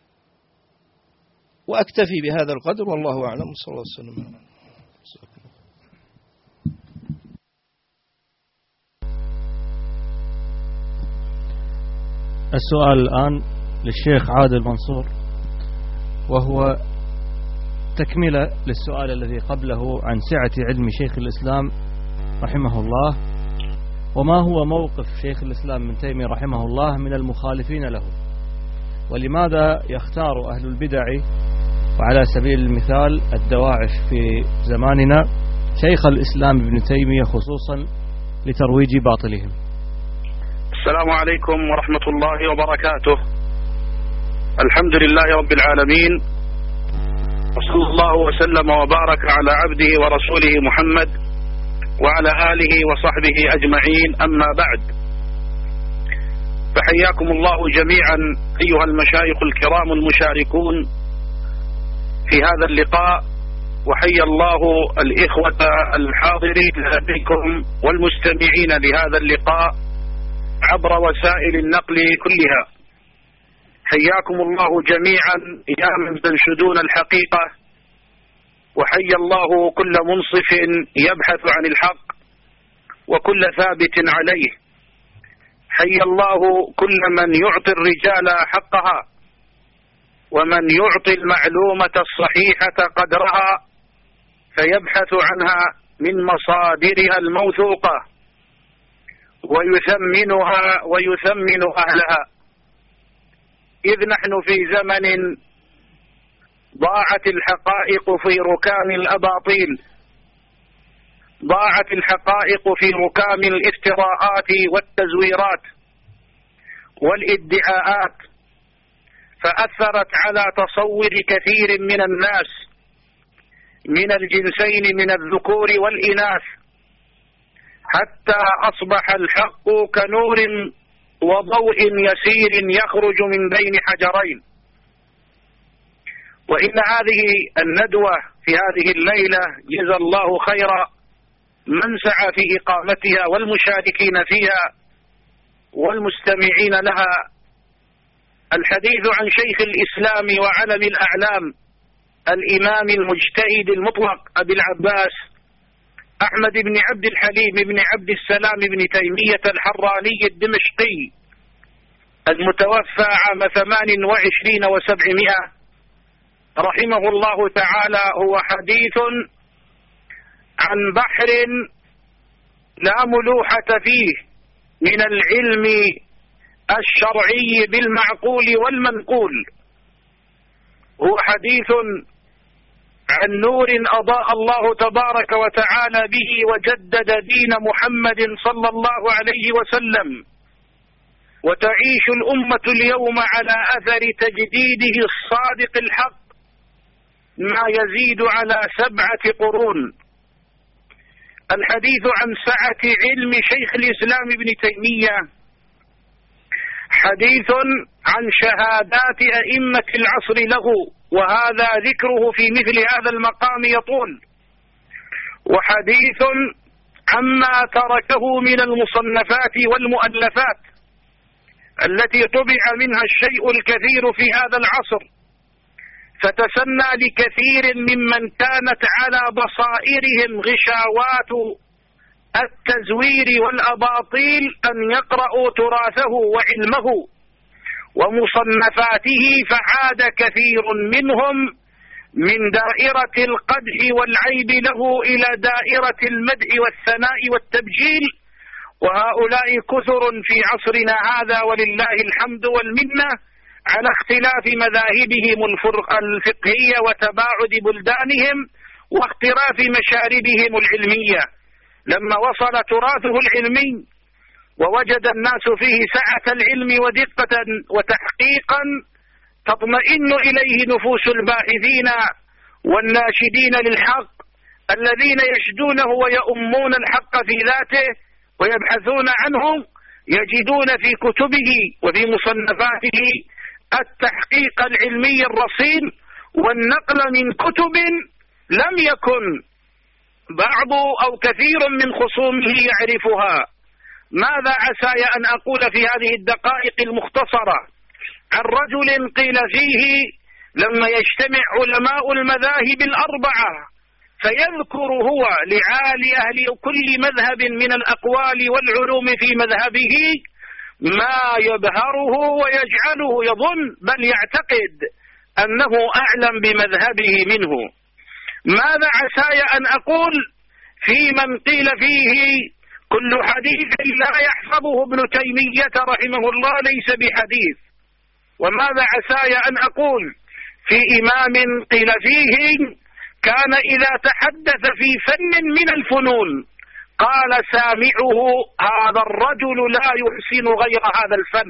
وأكتفي بهذا القدر والله أعلم. صلى الله عليه وسلم. السؤال الآن للشيخ عادل منصور، وهو تكملة للسؤال الذي قبله عن سعة علم شيخ الإسلام رحمه الله، وما هو موقف شيخ الإسلام ابن تيمية رحمه الله من المخالفين له، ولماذا يختار أهل البدع وعلى سبيل المثال الدواعش في زماننا شيخ الإسلام ابن تيمية خصوصا لترويج باطلهم. السلام عليكم ورحمة الله وبركاته. الحمد لله رب العالمين، وصلى الله وسلم وبارك على عبده ورسوله محمد وعلى آله وصحبه أجمعين، أما بعد، فحياكم الله جميعا أيها المشايخ الكرام المشاركون في هذا اللقاء، وحيا الله الإخوة الحاضرين لديكم والمستمعين لهذا اللقاء عبر وسائل النقل كلها. حياكم الله جميعا يا من تنشدون الحقيقة، وحيا الله كل منصف يبحث عن الحق وكل ثابت عليه. حيا الله كل من يعطي الرجال حقها ومن يعطي المعلومة الصحيحة قدرها فيبحث عنها من مصادرها الموثوقة ويثمنها ويثمن أهلها، إذ نحن في زمن ضاعت الحقائق في ركام الأباطيل، ضاعت الحقائق في ركام الافتراءات والتزويرات والادعاءات، فأثرت على تصور كثير من الناس من الجنسين من الذكور والإناث، حتى أصبح الحق كنور وضوء يسير يخرج من بين حجرين. وإن هذه الندوة في هذه الليلة جزا الله خيرا من سعى في إقامتها والمشاركين فيها والمستمعين لها، الحديث عن شيخ الإسلام وعلم الأعلام الإمام المجتهد المطلق أبي العباس أحمد بن عبد الحليم بن عبد السلام بن تيمية الحراني الدمشقي المتوفى عام ثمان وعشرين وسبعمائة رحمه الله تعالى، هو حديث عن بحر لا ملوحة فيه من العلم الشرعي بالمعقول والمنقول، هو حديث عن نور أضاء الله تبارك وتعالى به وجدد دين محمد صلى الله عليه وسلم، وتعيش الأمة اليوم على أثر تجديده الصادق الحق ما يزيد على سبعة قرون. الحديث عن سعة علم شيخ الإسلام ابن تيمية، حديث عن شهادات أئمة العصر له، وهذا ذكره في مثل هذا المقام يطول، وحديث عما تركه من المصنفات والمؤلفات التي طبع منها الشيء الكثير في هذا العصر، فتسنى لكثير ممن كانت على بصائرهم غشاوات التزوير والأباطيل أن يقرأوا تراثه وعلمه ومصنفاته، فعاد كثير منهم من دائرة القدح والعيب له إلى دائرة المدح والثناء والتبجيل، وهؤلاء كثر في عصرنا هذا ولله الحمد والمنة، على اختلاف مذاهبهم الفقهية وتباعد بلدانهم واختلاف مشاربهم العلمية. لما وصل تراثه العلمي ووجد الناس فيه سعة العلم ودقة وتحقيقا تطمئن إليه نفوس الباحثين والناشدين للحق الذين يشدونه ويؤمون الحق في ذاته ويبحثون عنه، يجدون في كتبه وفي مصنفاته التحقيق العلمي الرصين والنقل من كتب لم يكن بعض أو كثير من خصومه يعرفها. ماذا عساي أن أقول في هذه الدقائق المختصرة عن رجل قيل فيه لما يجتمع علماء المذاهب الأربعة فيذكر هو لعالي أهل كل مذهب من الأقوال والعلوم في مذهبه ما يبهره ويجعله يظن بل يعتقد أنه أعلم بمذهبه منه. ماذا عساي أن أقول في من قيل فيه كل حديث لا يحفظه ابن تيمية رحمه الله ليس بحديث. وماذا عساي أن أقول في إمام قيل فيه كان إذا تحدث في فن من الفنون قال سامعه هذا الرجل لا يحسن غير هذا الفن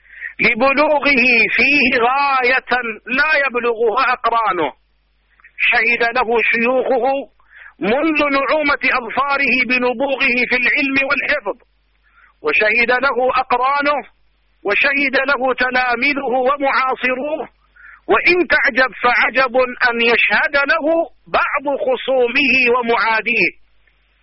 لبلوغه فيه غاية لا يبلغها أقرانه، شهد له شيوخه منذ نعومة أظفاره بنبوغه في العلم والحفظ، وشهد له أقرانه وشهد له تلاميذه ومعاصروه، وإن تعجب فعجب أن يشهد له بعض خصومه ومعاديه.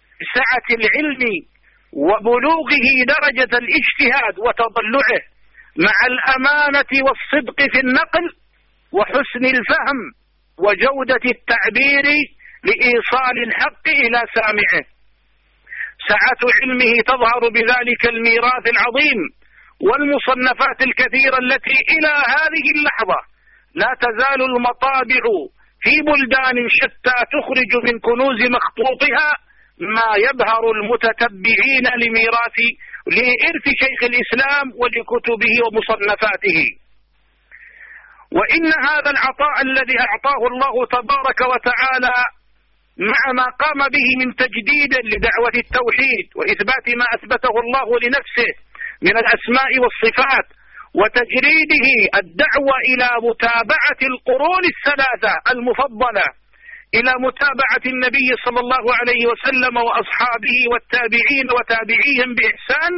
سعة العلم وبلوغه درجة الاجتهاد وتضلعه مع الأمانة والصدق في النقل وحسن الفهم وجودة التعبير لإيصال الحق إلى سامعه. سعة علمه تظهر بذلك الميراث العظيم والمصنفات الكثيرة التي إلى هذه اللحظة لا تزال المطابع في بلدان شتى تخرج من كنوز مخطوطها ما يبهر المتتبعين لميراث لإرث شيخ الإسلام ولكتبه ومصنفاته. وإن هذا العطاء الذي أعطاه الله تبارك وتعالى مع ما قام به من تجديد لدعوة التوحيد وإثبات ما أثبته الله لنفسه من الأسماء والصفات وتجريده الدعوة إلى متابعة القرون الثلاثة المفضلة، إلى متابعة النبي صلى الله عليه وسلم وأصحابه والتابعين وتابعيهم بإحسان،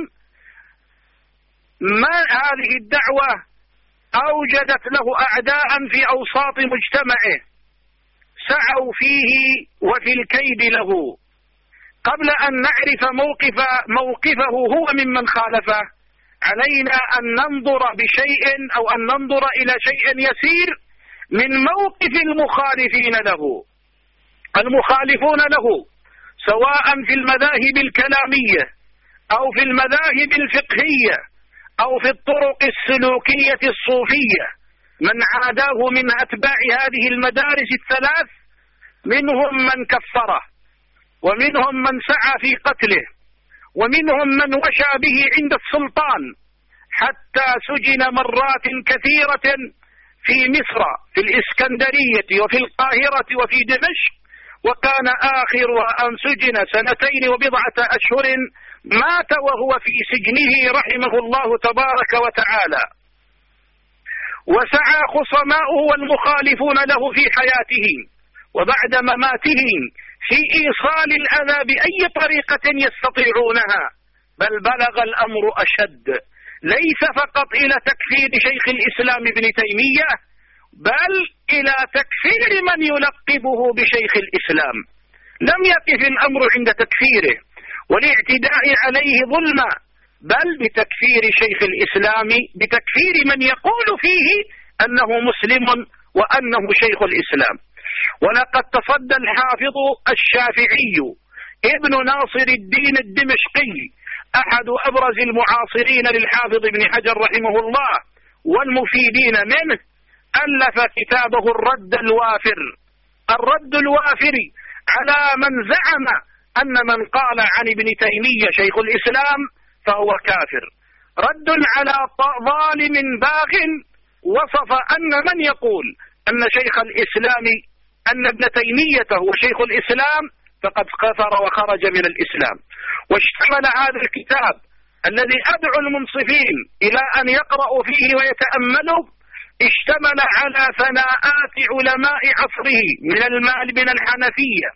ما هذه الدعوة أوجدت له أعداء في أوساط مجتمعه سعوا فيه وفي الكيد له. قبل أن نعرف موقف موقفه هو ممن خالفه علينا أن ننظر بشيء أو أن ننظر إلى شيء يسير من موقف المخالفين له. المخالفون له سواء في المذاهب الكلامية أو في المذاهب الفقهية أو في الطرق السلوكية الصوفية، من عاداه من أتباع هذه المدارس الثلاث منهم من كفره، ومنهم من سعى في قتله، ومنهم من وشى به عند السلطان حتى سجن مرات كثيرة في مصر في الإسكندرية وفي القاهرة وفي دمشق، وكان آخرها أن سجن سنتين وبضعة أشهر مات وهو في سجنه رحمه الله تبارك وتعالى. وسعى خصماؤه والمخالفون له في حياته وبعد مماته في إيصال الأذى بأي طريقة يستطيعونها، بل بلغ الأمر أشد، ليس فقط إلى تكفير شيخ الإسلام ابن تيمية بل إلى تكفير من يلقبه بشيخ الإسلام. لم يقف الأمر عند تكفيره والاعتداء عليه ظلما، بل بتكفير شيخ الإسلام، بتكفير من يقول فيه أنه مسلم وأنه شيخ الإسلام. ولقد تصدى الحافظ الشافعي ابن ناصر الدين الدمشقي أحد أبرز المعاصرين للحافظ ابن حجر رحمه الله والمفيدين منه، ألف كتابه الرد الوافر الرد الوافر على من زعم أن من قال عن ابن تيمية شيخ الإسلام فهو كافر، رد على ظالم باغ وصف أن من يقول أن شيخ الإسلام أن ابن تيمية هو شيخ الإسلام فقد كفر وخرج من الإسلام. واشتمل هذا الكتاب الذي أدعو المنصفين إلى أن يقرأوا فيه ويتأملوا، اشتمل على ثناءات علماء عصره من المال من الحنفية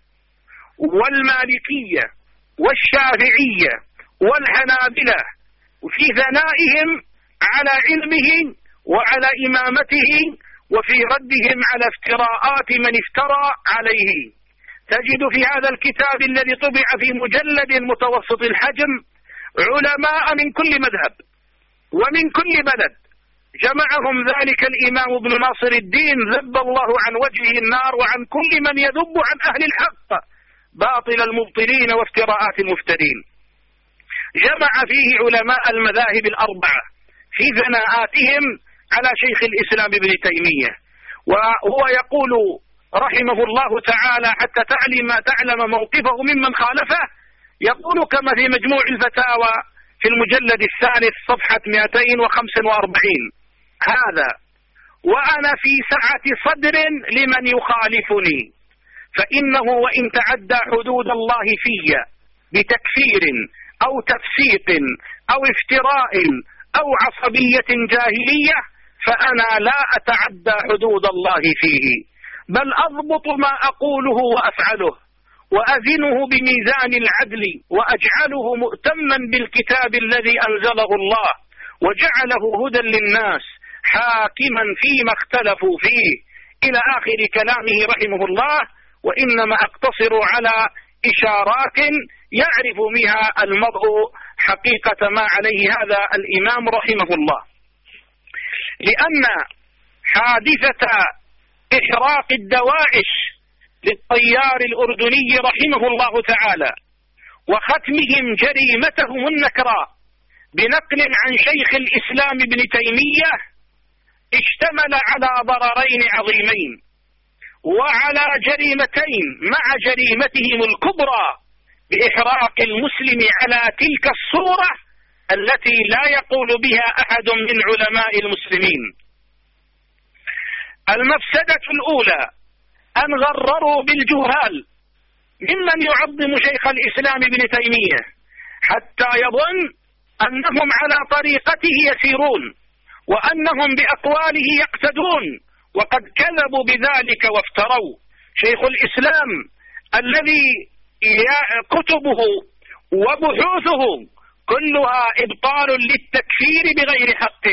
والمالكية والشافعية والحنابلة، وفي ثنائهم على علمه وعلى إمامته وفي ردهم على افتراءات من افترى عليه. تجد في هذا الكتاب الذي طبع في مجلد متوسط الحجم علماء من كل مذهب ومن كل بلد، جمعهم ذلك الإمام ابن ناصر الدين ذب الله عن وجهه النار وعن كل من يذب عن أهل الحق باطل المبطلين وافتراءات المفترين. جمع فيه علماء المذاهب الأربعة في ثناءاتهم على شيخ الإسلام ابن تيمية، وهو يقول رحمه الله تعالى حتى تعلم تعلم موقفه ممن خالفه، يقول كما في مجموع الفتاوى في المجلد الثالث صفحة مئتين وخمسة وأربعين: هذا وأنا في سعة صدر لمن يخالفني، فإنه وإن تعدى حدود الله في بتكفير أو تفسيق أو افتراء أو عصبية جاهلية فأنا لا أتعدى حدود الله فيه، بل أضبط ما أقوله وأفعله وأزنه بميزان العدل وأجعله مؤتما بالكتاب الذي أنزله الله وجعله هدى للناس حاكما فيما اختلفوا فيه إلى آخر كلامه رحمه الله. وإنما أقتصر على إشارات يعرف بها المرء حقيقة ما عليه هذا الإمام رحمه الله. لأن حادثة إحراق الدواعش للطيار الأردني رحمه الله تعالى وختمهم جريمتهم النكراء بنقل عن شيخ الإسلام ابن تيمية اشتمل على ضررين عظيمين وعلى جريمتين مع جريمتهم الكبرى بإحراق المسلم على تلك الصورة التي لا يقول بها أحد من علماء المسلمين. المفسدة الأولى أن غرروا بالجهال ممن يعظم شيخ الإسلام ابن تيمية حتى يظن أنهم على طريقته يسيرون وأنهم بأقواله يقتدون، وقد كذبوا بذلك وافتروا. شيخ الإسلام الذي كتبه وبحوثه كلها إبطال للتكفير بغير حق،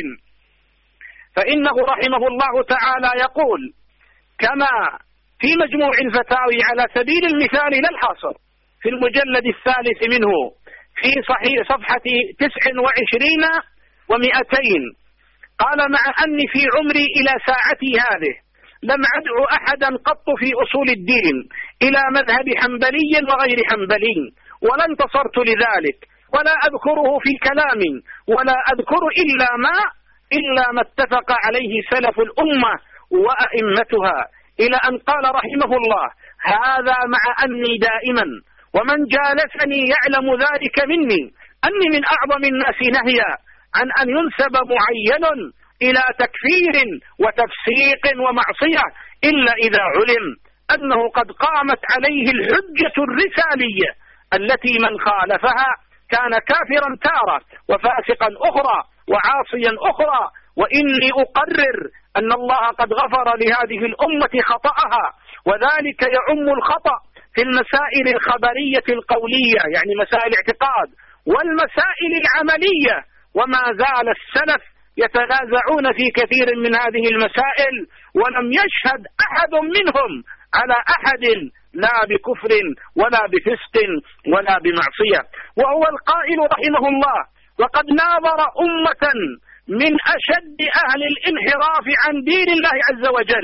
فإنه رحمه الله تعالى يقول كما في مجموع الفتاوي على سبيل المثال لا الحصر في المجلد الثالث منه في صحيح صفحة تسع وعشرين ومئتين، قال: مع أني في عمري إلى ساعتي هذه لم أدعو أحدا قط في أصول الدين إلى مذهب حنبلي وغير حنبلي، ولا انتصرت لذلك، ولا أذكره في كلام، ولا أذكر إلا ما إلا ما اتفق عليه سلف الأمة وأئمتها، إلى أن قال رحمه الله: هذا مع أني دائما ومن جالسني يعلم ذلك مني أني من أعظم الناس نهيا عن أن ينسب معين إلى تكفير وتفسيق ومعصية إلا إذا علم أنه قد قامت عليه الحجة الرسالية التي من خالفها كان كافرا تارة وفاسقا أخرى وعاصيا أخرى. وإني أقرر أن الله قد غفر لهذه الأمة خطأها، وذلك يعم الخطأ في المسائل الخبرية القولية يعني مسائل الاعتقاد والمسائل العملية، وما زال السلف يتنازعون في كثير من هذه المسائل ولم يشهد أحد منهم على أحد لا بكفر ولا بفسق ولا بمعصية. وهو القائل رحمه الله: وقد ناظر أمة من أشد أهل الانحراف عن دين الله عز وجل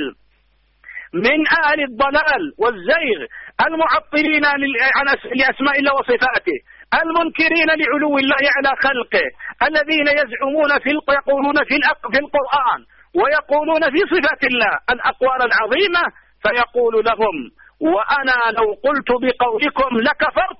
من أهل الضلال والزيغ المعطلين لأسماء الله وصفاته، المنكرين لعلو الله على خلقه، الذين يزعمون في يقولون في في القرآن ويقولون في صفات الله الأقوال العظيمة، فيقول لهم: وأنا لو قلت بقولكم لكفرت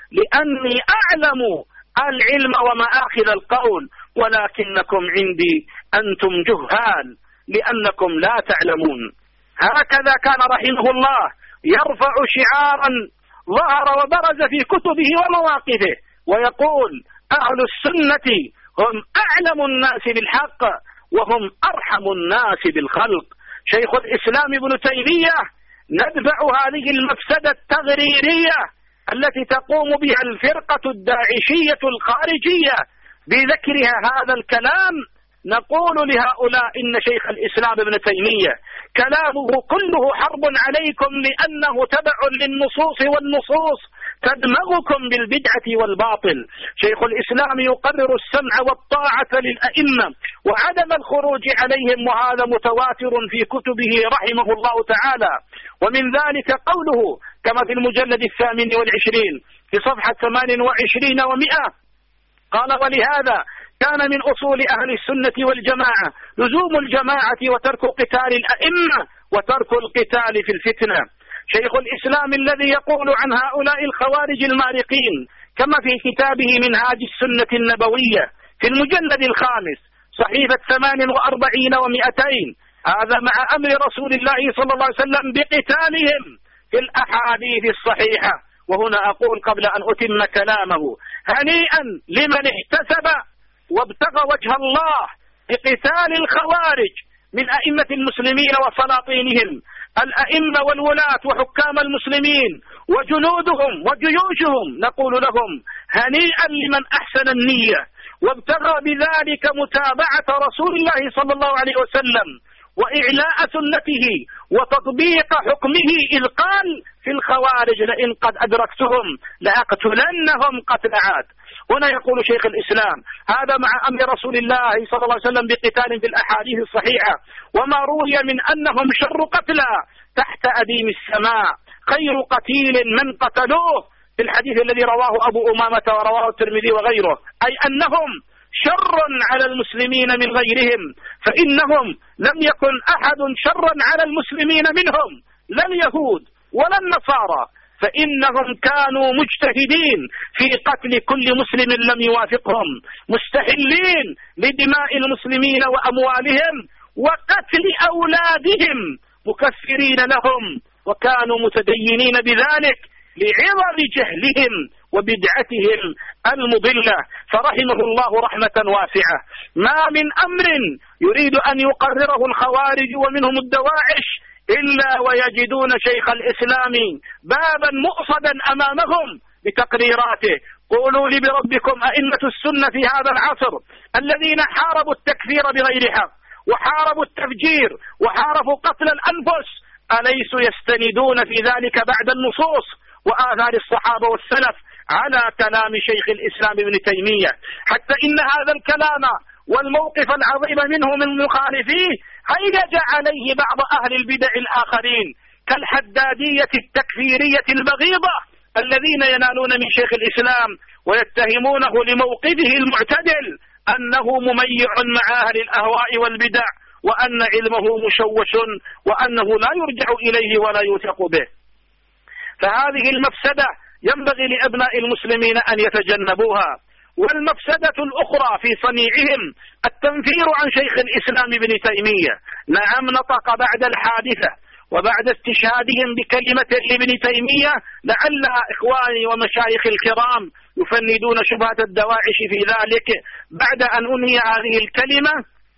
لأني أعلم العلم ومآخذ القول، ولكنكم عندي أنتم جهال لأنكم لا تعلمون. هكذا كان رحمه الله يرفع شعارا ظهر وبرز في كتبه ومواقفه ويقول: أهل السنة هم أعلم الناس بالحق وهم أرحم الناس بالخلق. شيخ الإسلام ابن تيمية ندفع هذه المفسدة التغريرية التي تقوم بها الفرقة الداعشية الخارجية بذكرها هذا الكلام، نقول لهؤلاء إن شيخ الإسلام ابن تيمية كلامه كله حرب عليكم لأنه تبع للنصوص، والنصوص تدمغكم بالبدعة والباطل. شيخ الإسلام يقرر السمع والطاعة للأئمة وعدم الخروج عليهم، وهذا متواتر في كتبه رحمه الله تعالى. ومن ذلك قوله كما في المجلد الثامن والعشرين في صفحة ثمان وعشرين ومئة، قال: ولهذا كان من أصول أهل السنة والجماعة لزوم الجماعة وترك قتال الأئمة وترك القتال في الفتنة. شيخ الإسلام الذي يقول عن هؤلاء الخوارج المارقين كما في كتابه منهاج السنة النبوية في المجلد الخامس صحيفة ثمان وأربعين ومئتين: هذا مع أمر رسول الله صلى الله عليه وسلم بقتالهم في الأحاديث الصحيحة. وهنا أقول قبل أن أتم كلامه: هنيئا لمن احتسب وابتغى وجه الله بقتال الخوارج من أئمة المسلمين وسلاطينهم، الأئمة والولاة وحكام المسلمين وجنودهم وجيوشهم، نقول لهم: هنيئا لمن أحسن النية وابتغى بذلك متابعة رسول الله صلى الله عليه وسلم وإعلاء سنته وتطبيق حكمه، إذ قال في الخوارج: لئن قد أدركتهم لأقتلنهم قتل عاد. هنا يقول شيخ الإسلام هذا مع أمر رسول الله صلى الله عليه وسلم بقتال في الأحاديث الصحيحة، وما روي من أنهم شر قتلى تحت أديم السماء، خير قتيل من قتلوه في الحديث الذي رواه أبو أمامة ورواه الترمذي وغيره، أي أنهم شر على المسلمين من غيرهم، فإنهم لم يكن أحد شرا على المسلمين منهم، لا اليهود ولا النصارى، فإنهم كانوا مجتهدين في قتل كل مسلم لم يوافقهم، مستحلين لدماء المسلمين وأموالهم وقتل أولادهم، مكفرين لهم، وكانوا متدينين بذلك لعظم جهلهم وبدعتهم المضلة، فرحمه الله رحمة واسعة. ما من أمر يريد أن يقرره الخوارج ومنهم الدواعش إلا ويجدون شيخ الإسلام بابا مؤصدا أمامهم بتقريراته. قولوا لي بربكم أئمة السنة في هذا العصر الذين حاربوا التكفير بغير حق وحاربوا التفجير وحاربوا قتل الأنفس، أليسوا يستندون في ذلك بعد النصوص وآثار الصحابة والسلف على كلام شيخ الإسلام ابن تيمية؟ حتى إن هذا الكلام والموقف العظيم منه من مخالفيه هيج عليه بعض أهل البدع الآخرين كالحدادية التكفيرية البغيضة الذين ينالون من شيخ الإسلام ويتهمونه لموقفه المعتدل أنه مميع مع أهل الأهواء والبدع، وأن علمه مشوش، وأنه لا يرجع إليه ولا يوثق به. فهذه المفسدة ينبغي لأبناء المسلمين أن يتجنبوها. والمفسدة الأخرى في صنيعهم التنفير عن شيخ الإسلام ابن تيمية. نعم، نطق بعد الحادثة وبعد استشهادهم بكلمة لابن تيمية لعل إخواني ومشايخ الكرام يفندون شبهة الدواعش في ذلك. بعد أن أنهي هذه الكلمة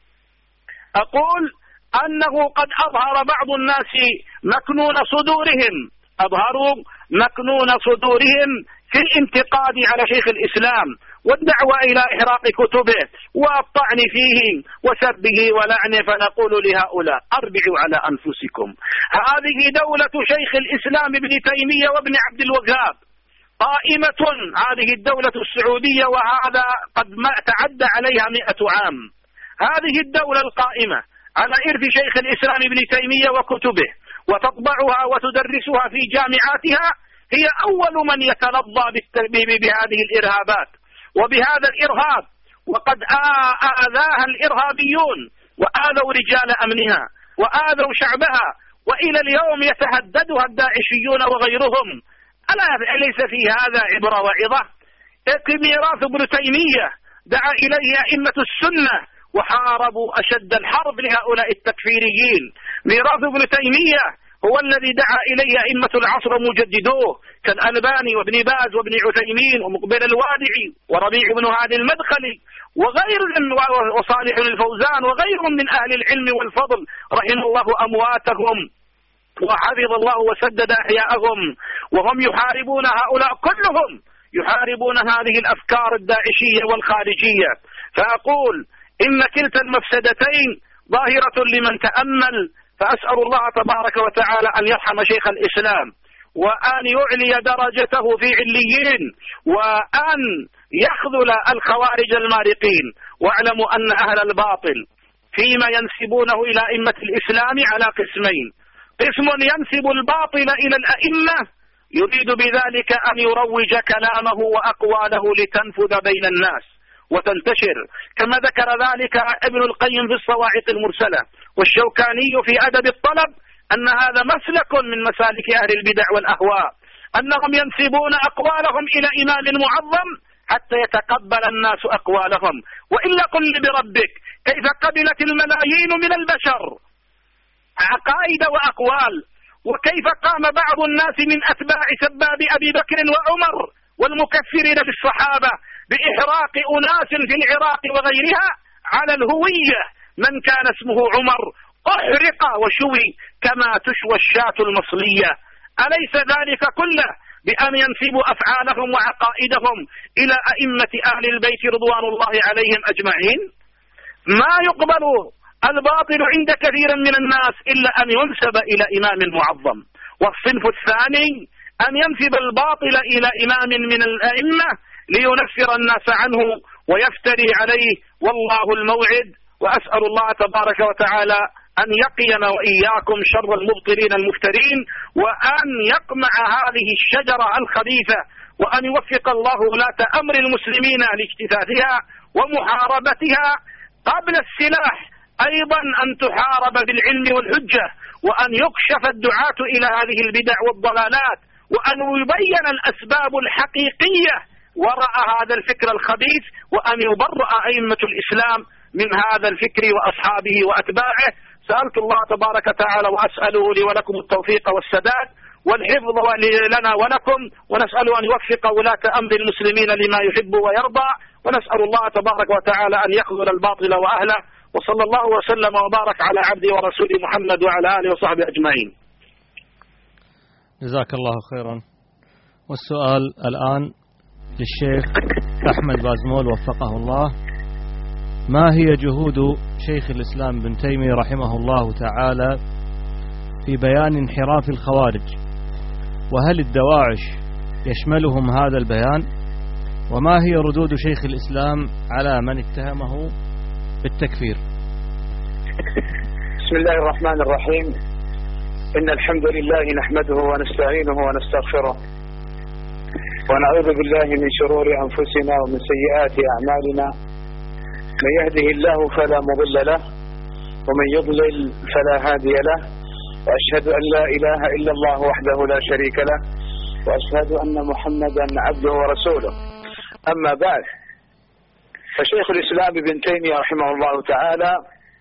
أقول أنه قد أظهر بعض الناس مكنون صدورهم أظهروا مكنون صدورهم في الانتقاد على شيخ الإسلام والدعوة إلى إحراق كتبه والطعن فيه وسبه ولعنه، فنقول لهؤلاء أربعوا على أنفسكم. هذه دولة شيخ الإسلام ابن تيمية وابن عبد الوهاب قائمة، هذه الدولة السعودية وهذا قد ما تعدى عليها مئة عام. هذه الدولة القائمة على إرث شيخ الإسلام ابن تيمية وكتبه وتطبعها وتدرسها في جامعاتها هي أول من يتلظى بهذه الإرهابات وبهذا الإرهاب، وقد آذاها الإرهابيون وآذوا رجال أمنها وآذوا شعبها، وإلى اليوم يتهددها الداعشيون وغيرهم. ألا أليس في هذا عبرة وعظة؟ ميراث ابن تيمية دعا إليه أئمة السنة وحاربوا أشد الحرب لهؤلاء التكفيريين. ميراث ابن تيمية هو الذي دعا إليه أئمة العصر مجددوه كالألباني وابن باز وابن عثيمين ومقبل الوادعي وربيع بن هادي المدخلي وغيرهم وصالح الفوزان وغيرهم من أهل العلم والفضل رحم الله أمواتهم وحفظ الله وسدد أحياءهم، وهم يحاربون هؤلاء كلهم يحاربون هذه الأفكار الداعشية والخارجية. فأقول إن كلتا المفسدتين ظاهرة لمن تأمل، فأسأل الله تبارك وتعالى أن يرحم شيخ الإسلام وأن يعلي درجته في عليين وأن يخذل الخوارج المارقين. واعلموا أن أهل الباطل فيما ينسبونه إلى أئمة الإسلام على قسمين: قسم ينسب الباطل إلى الأئمة يريد بذلك أن يروج كلامه وأقواله لتنفذ بين الناس وتنتشر، كما ذكر ذلك ابن القيم في الصواعق المرسلة والشوكاني في أدب الطلب أن هذا مسلك من مسالك أهل البدع والأهواء، أنهم ينسبون أقوالهم إلى إمام معظم حتى يتقبل الناس أقوالهم. وإلا قل بربك كيف قبلت الملايين من البشر عقائد وأقوال، وكيف قام بعض الناس من أتباع سباب أبي بكر وعمر والمكفرين في الصحابة بإحراق أناس في العراق وغيرها على الهوية. من كان اسمه عمر أحرق وشوي كما تشوى الشاة المصلية. أليس ذلك كله بأن ينسبوا أفعالهم وعقائدهم إلى أئمة أهل البيت رضوان الله عليهم أجمعين؟ ما يقبل الباطل عند كثير من الناس إلا أن ينسب إلى إمام معظم. والصنف الثاني أن ينسب الباطل إلى إمام من الأئمة لينفر الناس عنه ويفتري عليه، والله الموعد. وأسأل الله تبارك وتعالى أن يقينا وإياكم شر المبطلين المفترين، وأن يقمع هذه الشجرة الخبيثة، وأن يوفق الله ولاة أمر المسلمين لاجتثاثها ومحاربتها قبل السلاح، أيضا أن تحارب بالعلم والحجة، وأن يكشف الدعاة إلى هذه البدع والضلالات، وأن يبين الأسباب الحقيقية وراء هذا الفكر الخبيث، وأن يبرأ أئمة الإسلام من هذا الفكر وأصحابه وأتباعه. سألت الله تبارك وتعالى وأسأله لي ولكم التوفيق والسداد والحفظ لنا ولكم، ونسأل أن يوفق ولاة أمر المسلمين لما يحب ويرضى، ونسأل الله تبارك وتعالى أن يخذل الباطل وأهله. وصلى الله وسلم وبارك على عبده ورسوله محمد وعلى آله وصحبه أجمعين. جزاك الله خيرا. والسؤال الآن للشيخ أحمد بازمول وفقه الله: ما هي جهود شيخ الإسلام ابن تيمية رحمه الله تعالى في بيان انحراف الخوارج، وهل الدواعش يشملهم هذا البيان، وما هي ردود شيخ الإسلام على من اتهمه بالتكفير؟ بسم الله الرحمن الرحيم. إن الحمد لله نحمده ونستعينه ونستغفره، ونعوذ بالله من شرور أنفسنا ومن سيئات أعمالنا. من يهده الله فلا مضل له، ومن يضلل فلا هادي له، وأشهد أن لا إله إلا الله وحده لا شريك له، وأشهد أن محمدا عبده ورسوله. أما بعد، فشيخ الإسلام ابن تيمية رحمه الله تعالى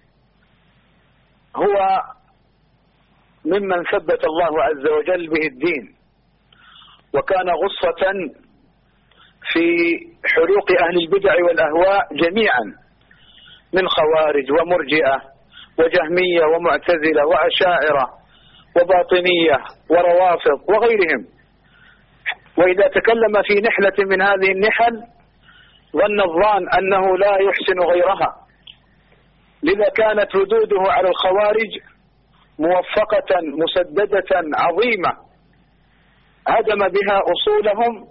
هو ممن ثبت الله عز وجل به الدين، وكان غصة في حلوق أهل البدع والأهواء جميعا، من خوارج ومرجئة وجهمية ومعتزلة وأشاعرة وباطنية وروافض وغيرهم. وإذا تكلم في نحلة من هذه النحل ظن الظان أنه لا يحسن غيرها، لذا كانت ردوده على الخوارج موفقة مسددة عظيمة، هدم بها أصولهم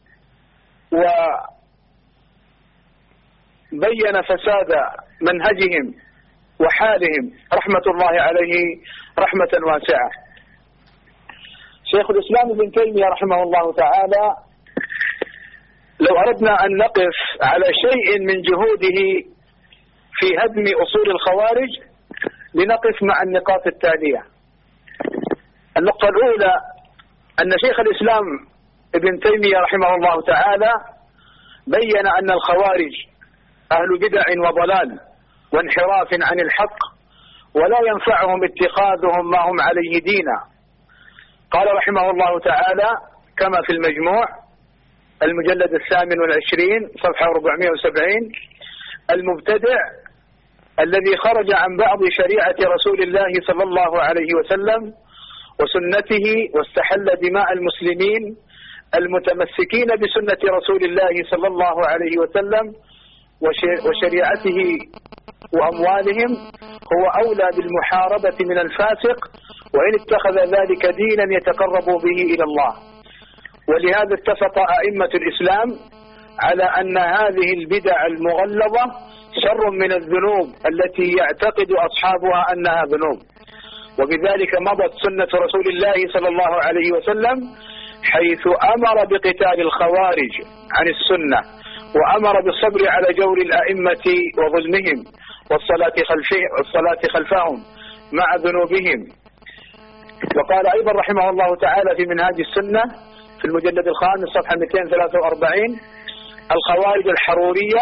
وبين فساد منهجهم وحالهم رحمة الله عليه رحمة واسعة. شيخ الإسلام ابن تيمية رحمه الله تعالى لو أردنا أن نقف على شيء من جهوده في هدم أصول الخوارج لنقف مع النقاط التالية. النقطة الأولى أن شيخ الإسلام ابن تيمية رحمه الله تعالى بين أن الخوارج أهل بدع وضلال وانحراف عن الحق، ولا ينفعهم اتخاذهم ما هم عليه دينا. قال رحمه الله تعالى كما في المجموع المجلد الثامن والعشرين صفحة أربعمائة وسبعين: المبتدع الذي خرج عن بعض شريعة رسول الله صلى الله عليه وسلم وسنته واستحل دماء المسلمين المتمسكين بسنة رسول الله صلى الله عليه وسلم وشريعته وأموالهم هو أولى بالمحاربة من الفاسق، وإن اتخذ ذلك دينا يتقرب به إلى الله. ولهذا اتفق أئمة الإسلام على أن هذه البدع المغلظة شر من الذنوب التي يعتقد أصحابها أنها ذنوب. وبذلك مضت سنة رسول الله صلى الله عليه وسلم حيث أمر بقتال الخوارج عن السنة، وأمر بالصبر على جور الأئمة وظلمهم والصلاة والصلاة خلفهم مع ذنوبهم. وقال أيضا رحمه الله تعالى في منهاج السنة في المجلد الخامس صفحة مئتين وثلاثة وأربعين: الخوارج الحرورية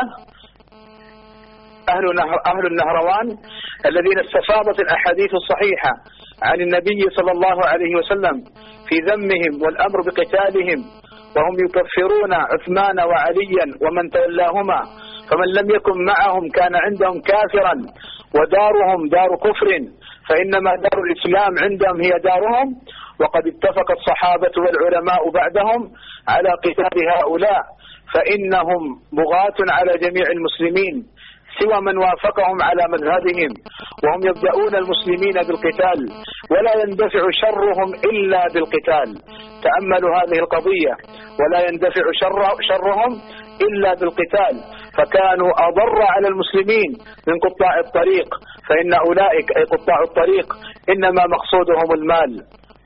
أهل أهل النهروان الذين استفاضت الأحاديث الصحيحة عن النبي صلى الله عليه وسلم في ذمهم والأمر بقتالهم، وهم يكفرون عثمان وعليا ومن تولاهما، فمن لم يكن معهم كان عندهم كافرا، ودارهم دار كفر، فإنما دار الإسلام عندهم هي دارهم. وقد اتفق الصحابة والعلماء بعدهم على قتال هؤلاء، فإنهم بغاة على جميع المسلمين سوى من وافقهم على مذهبهم، وهم يبدأون المسلمين بالقتال ولا يندفع شرهم إلا بالقتال. تأملوا هذه القضية: ولا يندفع شر شرهم إلا بالقتال، فكانوا أضر على المسلمين من قطاع الطريق، فإن أولئك أي قطاع الطريق إنما مقصودهم المال،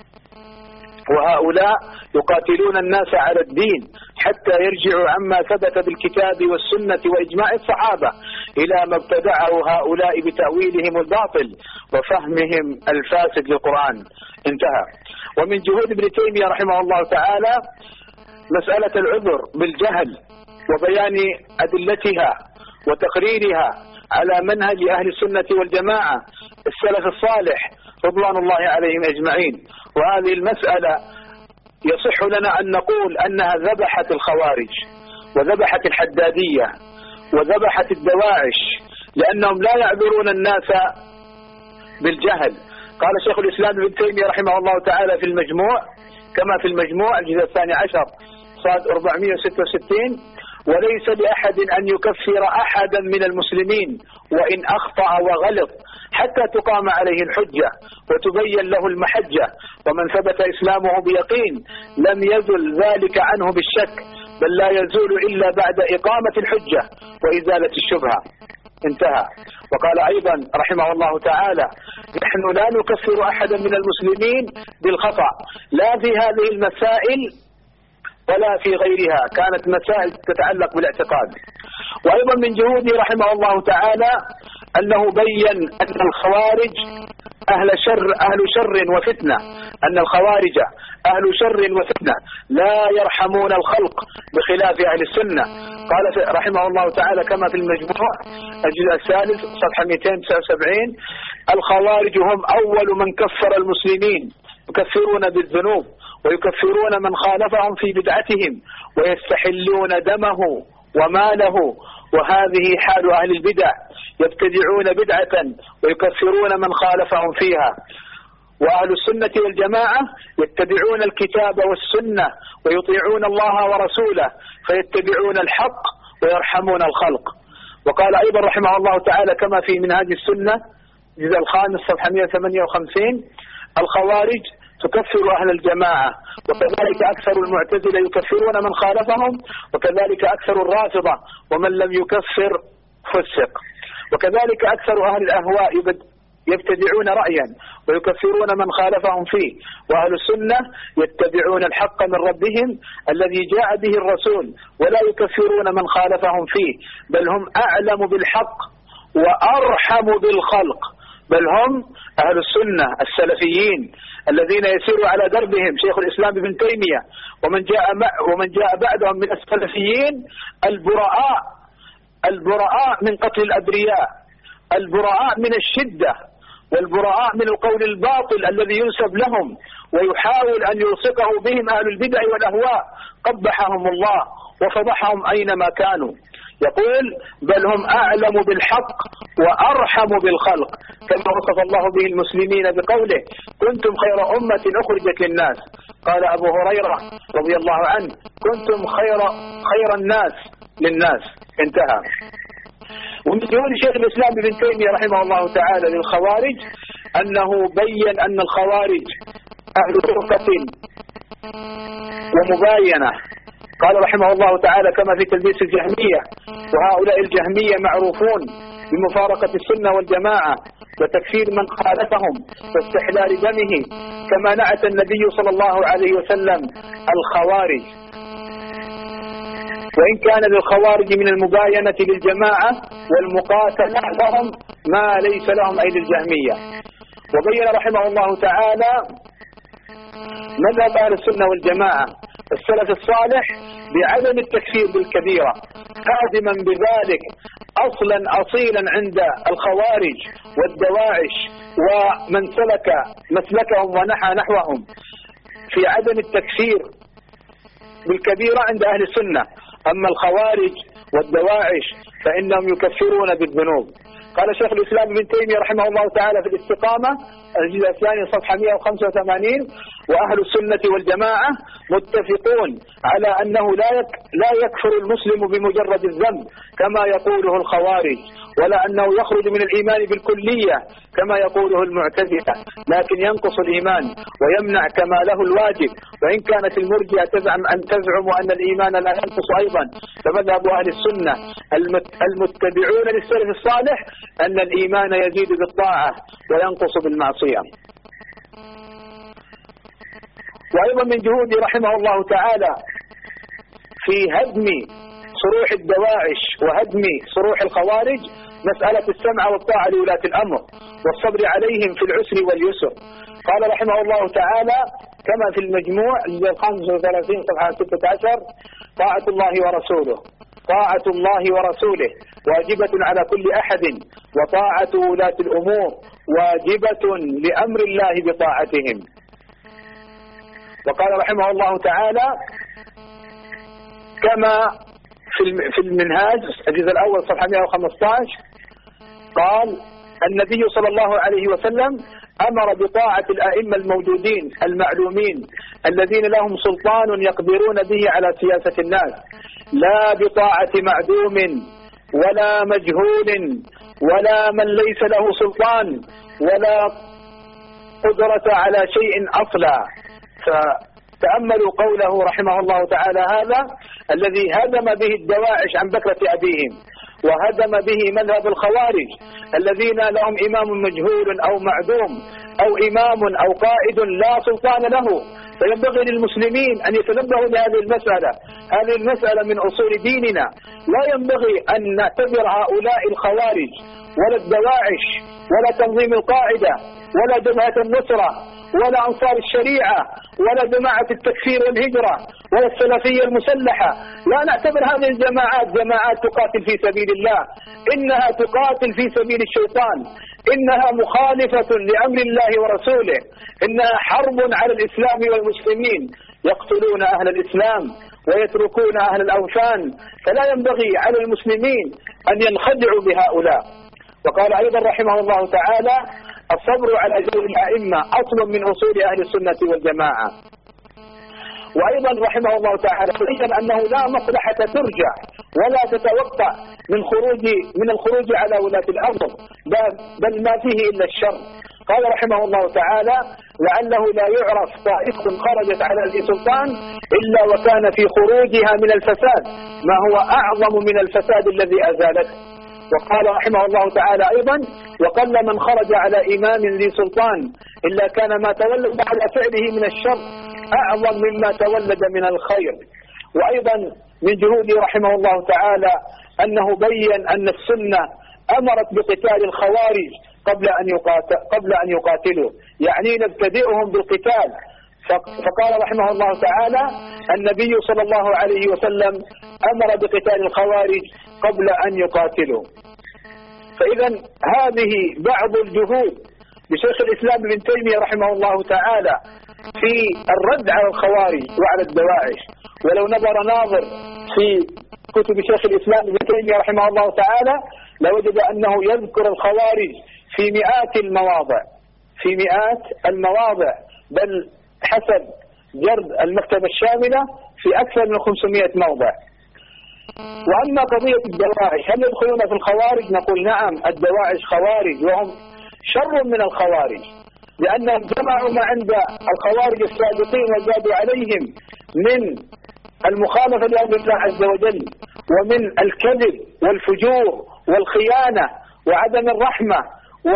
وهؤلاء يقاتلون الناس على الدين حتى يرجعوا عما ثبت بالكتاب والسنة وإجماع الصحابة إلى ما ابتدعه هؤلاء بتأويلهم الباطل وفهمهم الفاسد للقرآن. انتهى. ومن جهود ابن تيمية رحمه الله تعالى مسألة العذر بالجهل وبيان أدلتها وتقريرها على منهج أهل السنة والجماعة السلف الصالح رضوان الله عليهم أجمعين. وهذه المسألة يصح لنا أن نقول أنها ذبحت الخوارج وذبحت الحدادية وذبحت الدواعش، لأنهم لا يعذرون الناس بالجهل. قال شيخ الإسلام ابن تيمية رحمه الله تعالى في المجموع، كما في المجموع الجزء الثاني عشر صاد أربعمائة وستة وستين: وليس لأحد أن يكفر أحدا من المسلمين وإن أخطأ وغلط حتى تقام عليه الحجة وتبين له المحجة، ومن ثبت إسلامه بيقين لم يزل ذلك عنه بالشك، بل لا يزول إلا بعد إقامة الحجة وإزالة الشبهة. انتهى. وقال أيضا رحمه الله تعالى: نحن لا نكفر أحدا من المسلمين بالخطأ، لا في هذه المسائل ولا في غيرها، كانت مسائل تتعلق بالاعتقاد. وأيضا من جهوده رحمه الله تعالى أنه بين أن الخوارج أهل شر أهل شر وفتنة، أن الخوارج أهل شر وفتنة لا يرحمون الخلق بخلاف أهل السنة. قال رحمه الله تعالى كما في المجموع الجزء الثالث صفحة مئتين وتسعة وسبعين: الخوارج هم أول من كفر المسلمين، يكفرون بالذنوب ويكفرون من خالفهم في بدعتهم ويستحلون دمه وماله، وهذه حال أهل البدع، يبتدعون بدعة ويكفرون من خالفهم فيها. وأهل السنة والجماعة يتبعون الكتاب والسنة ويطيعون الله ورسوله، فيتبعون الحق ويرحمون الخلق. وقال أيضا رحمه الله تعالى كما في منهاج السنة الجزء الخامس صفحة مئة وثمانية وخمسين: الخوارج تكفر أهل الجماعة، وكذلك أكثر المعتزلة يكفرون من خالفهم، وكذلك أكثر الرافضة، ومن لم يكفر فسق، وكذلك أكثر أهل الأهواء يبتدعون رأيا ويكفرون من خالفهم فيه. وأهل السنة يتبعون الحق من ربهم الذي جاء به الرسول ولا يكفرون من خالفهم فيه، بل هم أعلم بالحق وأرحم بالخلق، بل هم أهل السنة السلفيين الذين يسير على دربهم شيخ الإسلام ابن تيمية ومن جاء ومن جاء بعدهم من السلفيين البراء البراء من قتل الأبرياء، البراء من الشدة، والبراء من القول الباطل الذي ينسب لهم ويحاول أن يلصقه بهم أهل البدع والأهواء، قبحهم الله وفضحهم أينما كانوا. يقول: بل هم أعلم بالحق وأرحم بالخلق، كما وصف الله به المسلمين بقوله: كنتم خير أمة أخرجت للناس. قال أبو هريرة رضي الله عنه: كنتم خير خير الناس للناس. انتهى. ومن جهود شيخ الإسلام ابن تيمية رحمه الله تعالى للخوارج أنه بين أن الخوارج أهل فرقة ومباينة. قال رحمه الله تعالى كما في تلبيس الجهمية: وهؤلاء الجهمية معروفون بمفارقة السنة والجماعة وتكفير من خالفهم واستحلال دمه، كما نعت النبي صلى الله عليه وسلم الخوارج، وإن كان للخوارج من المباينة للجماعة والمقاتلة لهم ما ليس لهم أي للجهمية. وبين رحمه الله تعالى مذهب أهل السنة والجماعة السلف الصالح بعدم التكفير بالكبيرة، خادما بذلك أصلا أصيلا عند الخوارج والدواعش ومن سلك مسلكهم ونحى نحوهم في عدم التكفير بالكبيرة عند أهل السنة. أما الخوارج والدواعش فإنهم يكفرون بالذنوب. قال شيخ الإسلام ابن تيمية رحمه الله تعالى في الاستقامة الجزء الثاني صفحة مئة وخمسة وثمانين: وأهل السنة والجماعة متفقون على أنه لا لا يكفر المسلم بمجرد الذنب كما يقوله الخوارج، ولا أنه يخرج من الإيمان بالكلية كما يقوله المعتزلة، لكن ينقص الإيمان ويمنع كماله الواجب. وإن كانت المرجئة تزعم أن تزعم أن الإيمان لا ينقص أيضا، فمذهب أهل السنة المتبعون للسلف الصالح أن الإيمان يزيد بالطاعة وينقص بالمعصية. وأيضا من جهود رحمه الله تعالى في هدم صروح الدواعش وهدم صروح الخوارج مسألة السمع والطاعة لولاة الأمر والصبر عليهم في العسر واليسر. قال رحمه الله تعالى كما في المجموع الخامسة وثلاثين صفحة ستة عشر: طاعة الله ورسوله طاعة الله ورسوله واجبة على كل أحد، وطاعة ولاة الأمور واجبة لأمر الله بطاعتهم. وقال رحمه الله تعالى كما في المنهاج الجزء الأول صفحة مئة وخمسة عشر قال: النبي صلى الله عليه وسلم أمر بطاعة الأئمة الموجودين المعلومين الذين لهم سلطان يقدرون به على سياسة الناس، لا بطاعة معدوم ولا مجهول ولا من ليس له سلطان ولا قدرة على شيء أصلا. فتأملوا قوله رحمه الله تعالى هذا الذي هدم به الدواعش عن بكرة أبيهم، وهدم به مذهب الخوارج الذين لهم إمام مجهول أو معدوم أو إمام أو قائد لا سلطان له. فينبغي للمسلمين أن يتنبهوا لهذه المسألة. هذه المسألة من أصول ديننا، لا ينبغي أن نعتبر هؤلاء الخوارج ولا الدواعش ولا تنظيم القاعدة ولا جبهة النصرة ولا أنصار الشريعة ولا جماعة التكفير والهجرة ولا السلفية المسلحة، لا نعتبر هذه الجماعات جماعات تقاتل في سبيل الله، إنها تقاتل في سبيل الشيطان، إنها مخالفة لأمر الله ورسوله، إنها حرب على الإسلام والمسلمين، يقتلون أهل الإسلام ويتركون أهل الأوثان. فلا ينبغي على المسلمين أن ينخدعوا بهؤلاء. وقال أيضا رحمه الله تعالى: الصبر على جور الأئمة أصل من أصول أهل السنة والجماعة. وأيضا رحمه الله تعالى بين أنه لا مصلحة ترجع ولا تتوقع من خروج من الخروج على ولاة الأمر، بل ما فيه إلا الشر. قال رحمه الله تعالى: لعله لا يعرف طائفة خرجت على ذي سلطان إلا وكان في خروجها من الفساد ما هو أعظم من الفساد الذي أزالته. وقال رحمه الله تعالى أيضا: وقل من خرج على إمام ذي سلطان إلا كان ما تولد على فعله من الشر أعظم مما تولد من الخير. وأيضا من جهوده رحمه الله تعالى أنه بين أن السنة أمرت بقتال الخوارج قبل أن يقاتل قبل أن يقاتلوا، يعني نبتدئهم بالقتال. فقال رحمه الله تعالى: النبي صلى الله عليه وسلم أمر بقتال الخوارج قبل أن يقاتلوا. فإذا هذه بعض الجهود لشيخ الإسلام ابن تيمية رحمه الله تعالى في الرد على الخوارج وعلى الدواعش. ولو نظر ناظر في كتب شيخ الإسلام ابن تيمية رحمه الله تعالى لوجد أنه يذكر الخوارج في مئات المواضع في مئات المواضع بل حسب جرد المكتبة الشاملة في أكثر من خمسمائة موضع. وأما قضية الدواعش هل يدخلون في الخوارج؟ نقول نعم، الدواعش خوارج وهم شر من الخوارج، لأنهم جمعوا ما عند الخوارج السابقين وزادوا عليهم من المخالفة لأمر الله عز وجل ومن الكذب والفجور والخيانة وعدم الرحمة و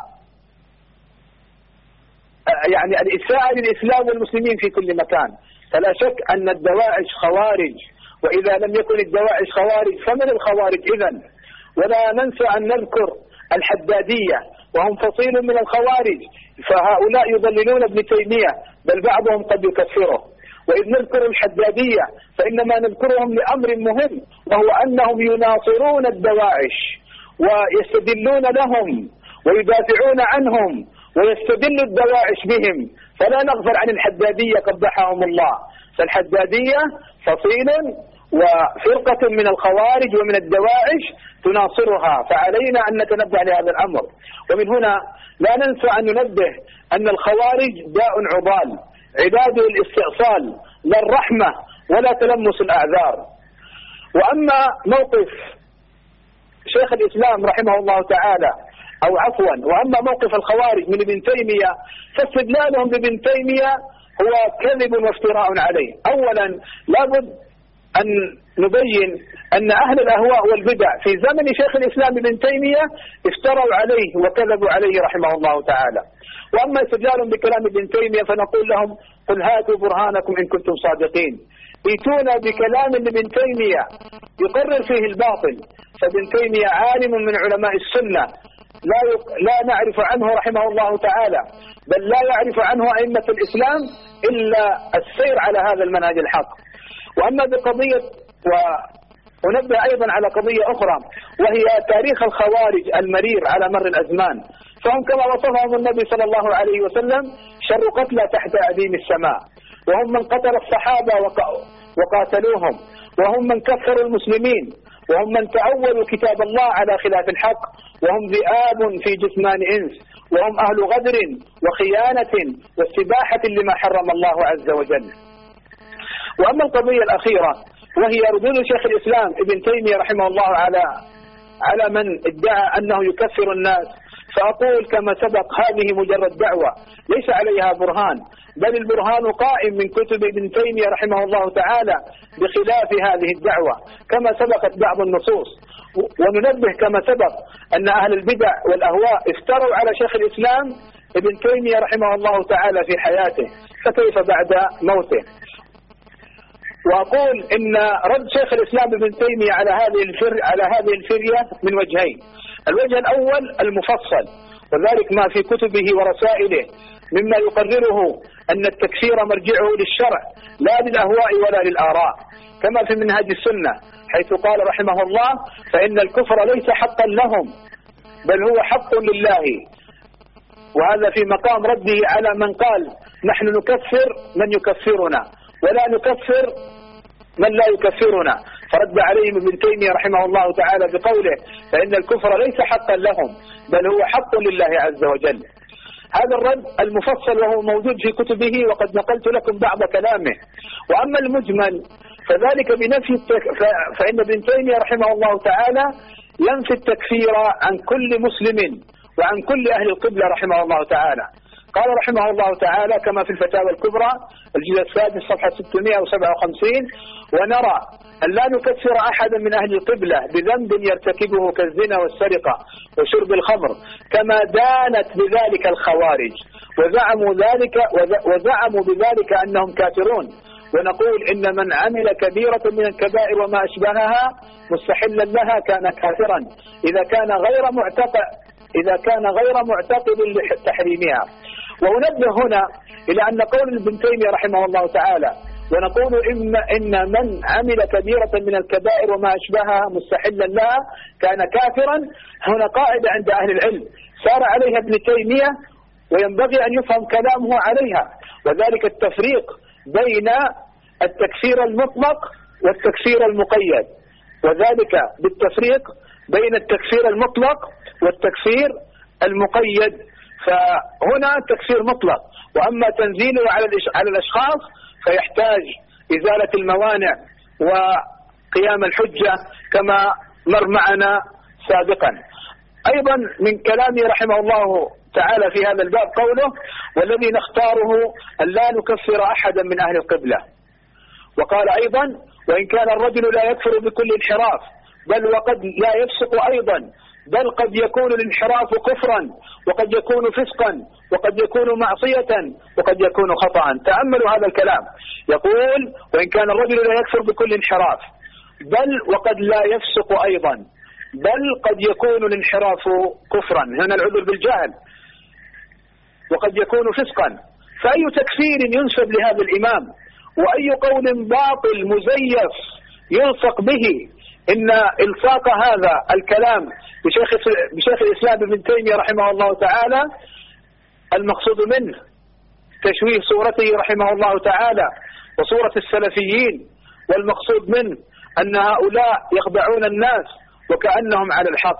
يعني الإساءة للإسلام والمسلمين في كل مكان. فلا شك أن الدواعش خوارج، وإذا لم يكن الدواعش خوارج فمن الخوارج إذن؟ ولا ننسى أن نذكر الحدادية وهم فصيل من الخوارج، فهؤلاء يضللون ابن تيمية بل بعضهم قد يكفره. وإذ نذكر الحدادية فإنما نذكرهم لأمر مهم، وهو أنهم يناصرون الدواعش ويستدلون لهم ويدافعون عنهم ويستدل الدواعش بهم. فلا نغفل عن الحدادية قبحهم الله، فالحدادية فصيل وفرقة من الخوارج ومن الدواعش تناصرها، فعلينا أن نتنبه لهذا الأمر. ومن هنا لا ننسى أن ننبه أن الخوارج داء عضال عباده الاستئصال لا الرحمة ولا تلمس الأعذار. وأما موقف شيخ الإسلام رحمه الله تعالى أو عفوا وأما موقف الخوارج من ابن تيمية فاستدلالهم بابن تيمية هو كذب وافتراء عليه. أولا لابد أن نبين أن أهل الأهواء والبدع في زمن شيخ الإسلام ابن تيمية افتروا عليه وكذبوا عليه رحمه الله تعالى. وأما استدلالهم بكلام ابن تيمية فنقول لهم قل هاتوا برهانكم إن كنتم صادقين، ائتونا بكلام ابن تيمية يقرر فيه الباطل، فابن تيمية عالم من علماء السنة لا لا نعرف عنه رحمه الله تعالى، بل لا يعرف عنه أئمة الإسلام إلا السير على هذا المنهج الحق. وأما بقضية ونبدأ أيضا على قضية أخرى وهي تاريخ الخوارج المرير على مر الأزمان، فهم كما وصفهم النبي صلى الله عليه وسلم شر قتلى تحت أديم السماء، وهم من قتل الصحابة وقاتلوهم، وهم من كفروا المسلمين، وهم من تأولوا كتاب الله على خلاف الحق، وهم ذئاب في جثمان إنس، وهم أهل غدر وخيانة واستباحة لما حرم الله عز وجل. وأما القضية الأخيرة وهي ردود شيخ الإسلام ابن تيمية رحمه الله على على من ادعى أنه يكفر الناس، فأقول كما سبق هذه مجرد دعوة ليس عليها برهان، بل البرهان قائم من كتب ابن تيمية رحمه الله تعالى بخلاف هذه الدعوة كما سبقت بعض النصوص. وننبه كما سبق أن أهل البدع والأهواء افتروا على شيخ الإسلام ابن تيمية رحمه الله تعالى في حياته، فكيف بعد موته؟ وأقول إن رد شيخ الإسلام ابن تيمية على هذه الفر على هذه الفرية من وجهين. الوجه الأول المفصل، وذلك ما في كتبه ورسائله مما يقرره أن التكفير مرجعه للشرع لا للأهواء ولا للآراء، كما في منهاج السنة حيث قال رحمه الله فإن الكفر ليس حقا لهم بل هو حق لله، وهذا في مقام رده على من قال نحن نكفر من يكفرنا ولا نكفر من لا يكفرنا، فرد عليهم ابن تيمية رحمه الله تعالى بقوله فإن الكفر ليس حقا لهم بل هو حق لله عز وجل. هذا الرد المفصل وهو موجود في كتبه وقد نقلت لكم بعض كلامه. وأما المجمل فذلك بنفي التك... فإن ابن تيمية رحمه الله تعالى ينفي التكفير عن كل مسلم وعن كل أهل القبلة رحمه الله تعالى. قال رحمه الله تعالى كما في الفتاوى الكبرى الجزء السادس صفحة ستمائة وسبعة وخمسين ونرى أن لا نكفر أحدا من أهل القبلة بذنب يرتكبه كالزنا والسرقة وشرب الخمر كما دانت بذلك الخوارج وزعموا ذلك وزعموا بذلك أنهم كافرون، ونقول إن من عمل كبيرة من الكبائر وما أشبهها مستحلا لها كان كافرا إذا كان غير معتقد إذا كان غير معتقد لتحريمها. وننبه هنا إلى أن قول ابن تيمية رحمه الله تعالى ونقول إن, إن من عمل كبيرة من الكبائر وما أشبهها مستحلا لها كان كافرا، هنا قاعدة عند أهل العلم سار عليها ابن تيمية وينبغي أن يفهم كلامه عليها، وذلك التفريق بين التكفير المطلق والتكفير المقيد، وذلك بالتفريق بين التكفير المطلق والتكفير المقيد. فهنا تكفير مطلق، وأما تنزيله على الأشخاص فيحتاج إزالة الموانع وقيام الحجة كما مر معنا سابقا. أيضا من كلامه رحمه الله تعالى في هذا الباب قوله والذي نختاره أن لا نكفر أحدا من أهل القبلة، وقال أيضا وإن كان الرجل لا يكفر بكل انحراف بل وقد لا يفسق أيضا، بل قد يكون الانحراف كفرا وقد يكون فسقا وقد يكون معصية وقد يكون خطأ. تأملوا هذا الكلام، يقول وإن كان الرجل لا يكفر بكل انحراف بل وقد لا يفسق أيضا، بل قد يكون الانحراف كفرا، هنا العذر بالجهل، وقد يكون فسقا. فأي تكفير ينسب لهذا الإمام وأي قول باطل مزيف يلصق به إن إلصاق هذا الكلام بشيخ, بشيخ الإسلام ابن تيمية رحمه الله تعالى المقصود منه تشويه صورته رحمه الله تعالى وصورة السلفيين، والمقصود منه أن هؤلاء يخدعون الناس وكأنهم على الحق.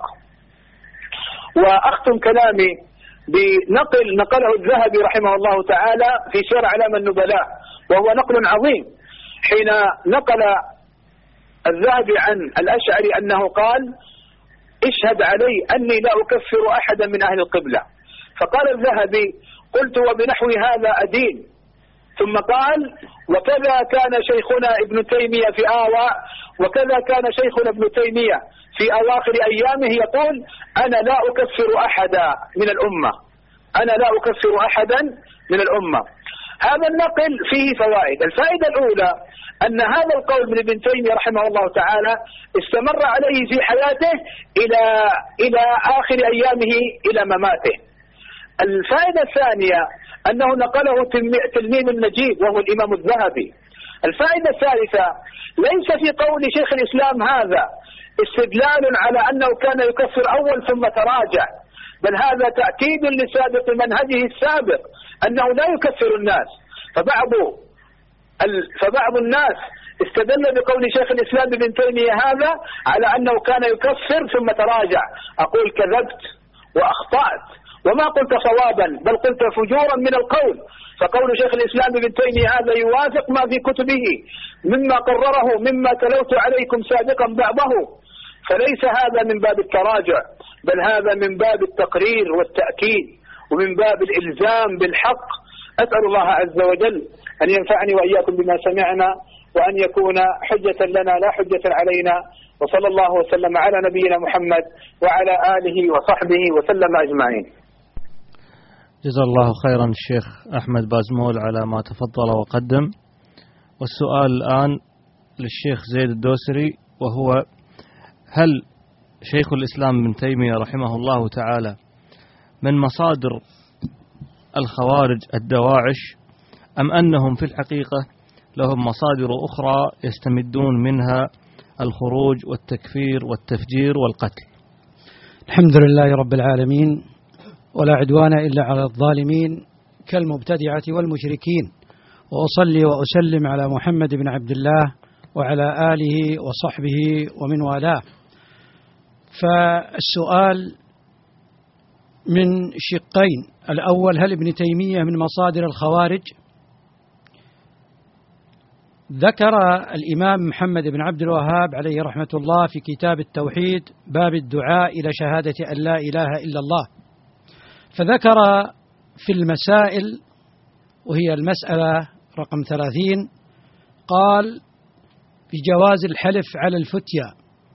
وأختم كلامي بنقل نقله الذهبي رحمه الله تعالى في سير أعلام النبلاء، وهو نقل عظيم، حين نقل الذهبي عن الأشعري أنه قال اشهد علي أني لا أكفر أحدا من أهل القبلة. فقال الذهبي: قلت وبنحو هذا أدين. ثم قال: وكذا كان شيخنا ابن تيمية في آواء وكذا كان شيخنا ابن تيمية في أواخر أيامه يقول: أنا لا أكفر أحدا من الأمة أنا لا أكفر أحدا من الأمة. هذا النقل فيه فوائد. الفائدة الأولى أن هذا القول من ابن تيمية رحمه الله تعالى استمر عليه في حياته إلى إلى آخر أيامه إلى مماته. الفائدة الثانية أنه نقله تلميذ النجيب وهو الإمام الذهبي. الفائدة الثالثة: ليس في قول شيخ الإسلام هذا استدلال على أنه كان يكفر أول ثم تراجع، بل هذا تأكيد لسابق منهجه السابق أنه لا يكفر الناس. فبعض فبعض الناس استدل بقول شيخ الإسلام ابن تيمية هذا على أنه كان يكفر ثم تراجع. أقول كذبت وأخطأت وما قلت صوابا، بل قلت فجورا من القول. فقول شيخ الإسلام ابن تيمية هذا يوافق ما في كتبه مما قرره مما تلوت عليكم سابقا بعضه، فليس هذا من باب التراجع، بل هذا من باب التقرير والتأكيد ومن باب الإلزام بالحق. أسأل الله عز وجل أن ينفعني وإياكم بما سمعنا وأن يكون حجة لنا لا حجة علينا، وصلى الله وسلم على نبينا محمد وعلى آله وصحبه وسلم أجمعين. جزا الله خيرا الشيخ أحمد بازمول على ما تفضل وقدم. والسؤال الآن للشيخ زيد الدوسري، وهو: هل شيخ الإسلام ابن تيمية رحمه الله تعالى من مصادر الخوارج الدواعش، أم أنهم في الحقيقة لهم مصادر أخرى يستمدون منها الخروج والتكفير والتفجير والقتل؟ الحمد لله رب العالمين، ولا عدوان إلا على الظالمين كالمبتدعة والمشركين، وأصلي وأسلم على محمد بن عبد الله وعلى آله وصحبه ومن والاه. فالسؤال من شقين: الأول: هل ابن تيمية من مصادر الخوارج؟ ذكر الإمام محمد بن عبد الوهاب عليه رحمة الله في كتاب التوحيد باب الدعاء إلى شهادة أن لا إله إلا الله، فذكر في المسائل وهي المسألة رقم ثلاثين قال: في جواز الحلف على الفتيا،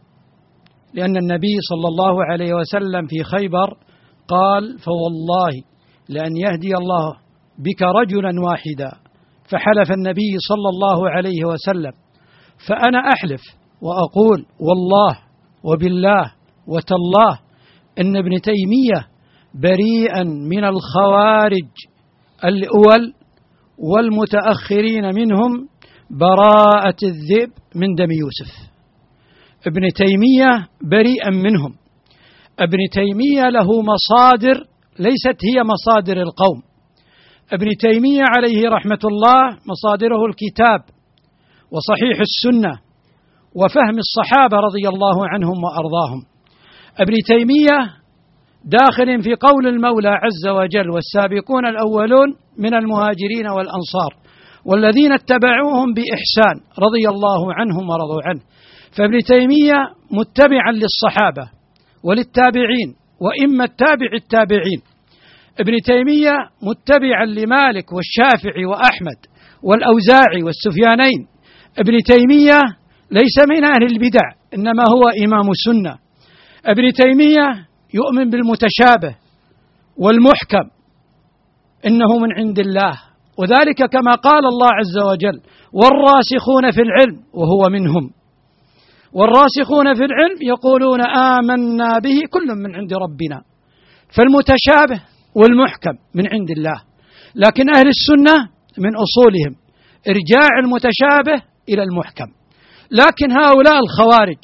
لأن النبي صلى الله عليه وسلم في خيبر قال: فوالله لأن يهدي الله بك رجلا واحدا، فحلف النبي صلى الله عليه وسلم. فأنا أحلف وأقول والله وبالله وتالله إن ابن تيمية بريئا من الخوارج الأول والمتأخرين منهم براءة الذئب من دم يوسف. ابن تيمية بريئا منهم. ابن تيمية له مصادر ليست هي مصادر القوم. ابن تيمية عليه رحمة الله مصادره الكتاب وصحيح السنة وفهم الصحابة رضي الله عنهم وأرضاهم. ابن تيمية داخل في قول المولى عز وجل: والسابقون الأولون من المهاجرين والأنصار والذين اتبعوهم بإحسان رضي الله عنهم ورضوا عنه. فابن تيمية متبعا للصحابة وللتابعين وإما التابع التابعين. ابن تيمية متبعا لمالك والشافعي وأحمد والأوزاعي والسفيانين. ابن تيمية ليس من أهل البدع، إنما هو إمام السنة. ابن تيمية يؤمن بالمتشابه والمحكم إنه من عند الله، وذلك كما قال الله عز وجل: والراسخون في العلم، وهو منهم. والراسخون في العلم يقولون آمنا به كل من عند ربنا. فالمتشابه والمحكم من عند الله، لكن أهل السنة من أصولهم إرجاع المتشابه إلى المحكم. لكن هؤلاء الخوارج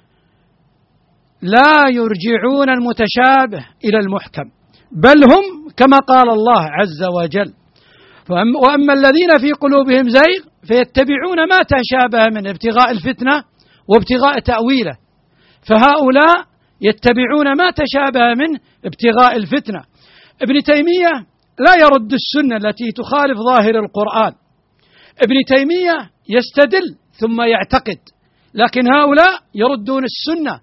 لا يرجعون المتشابه إلى المحكم، بل هم كما قال الله عز وجل: وأما الذين في قلوبهم زيغ فيتبعون ما تشابه من ابتغاء الفتنة وابتغاء تأويله. فهؤلاء يتبعون ما تشابه من ابتغاء الفتنة. ابن تيمية لا يرد السنة التي تخالف ظاهر القرآن. ابن تيمية يستدل ثم يعتقد، لكن هؤلاء يردون السنة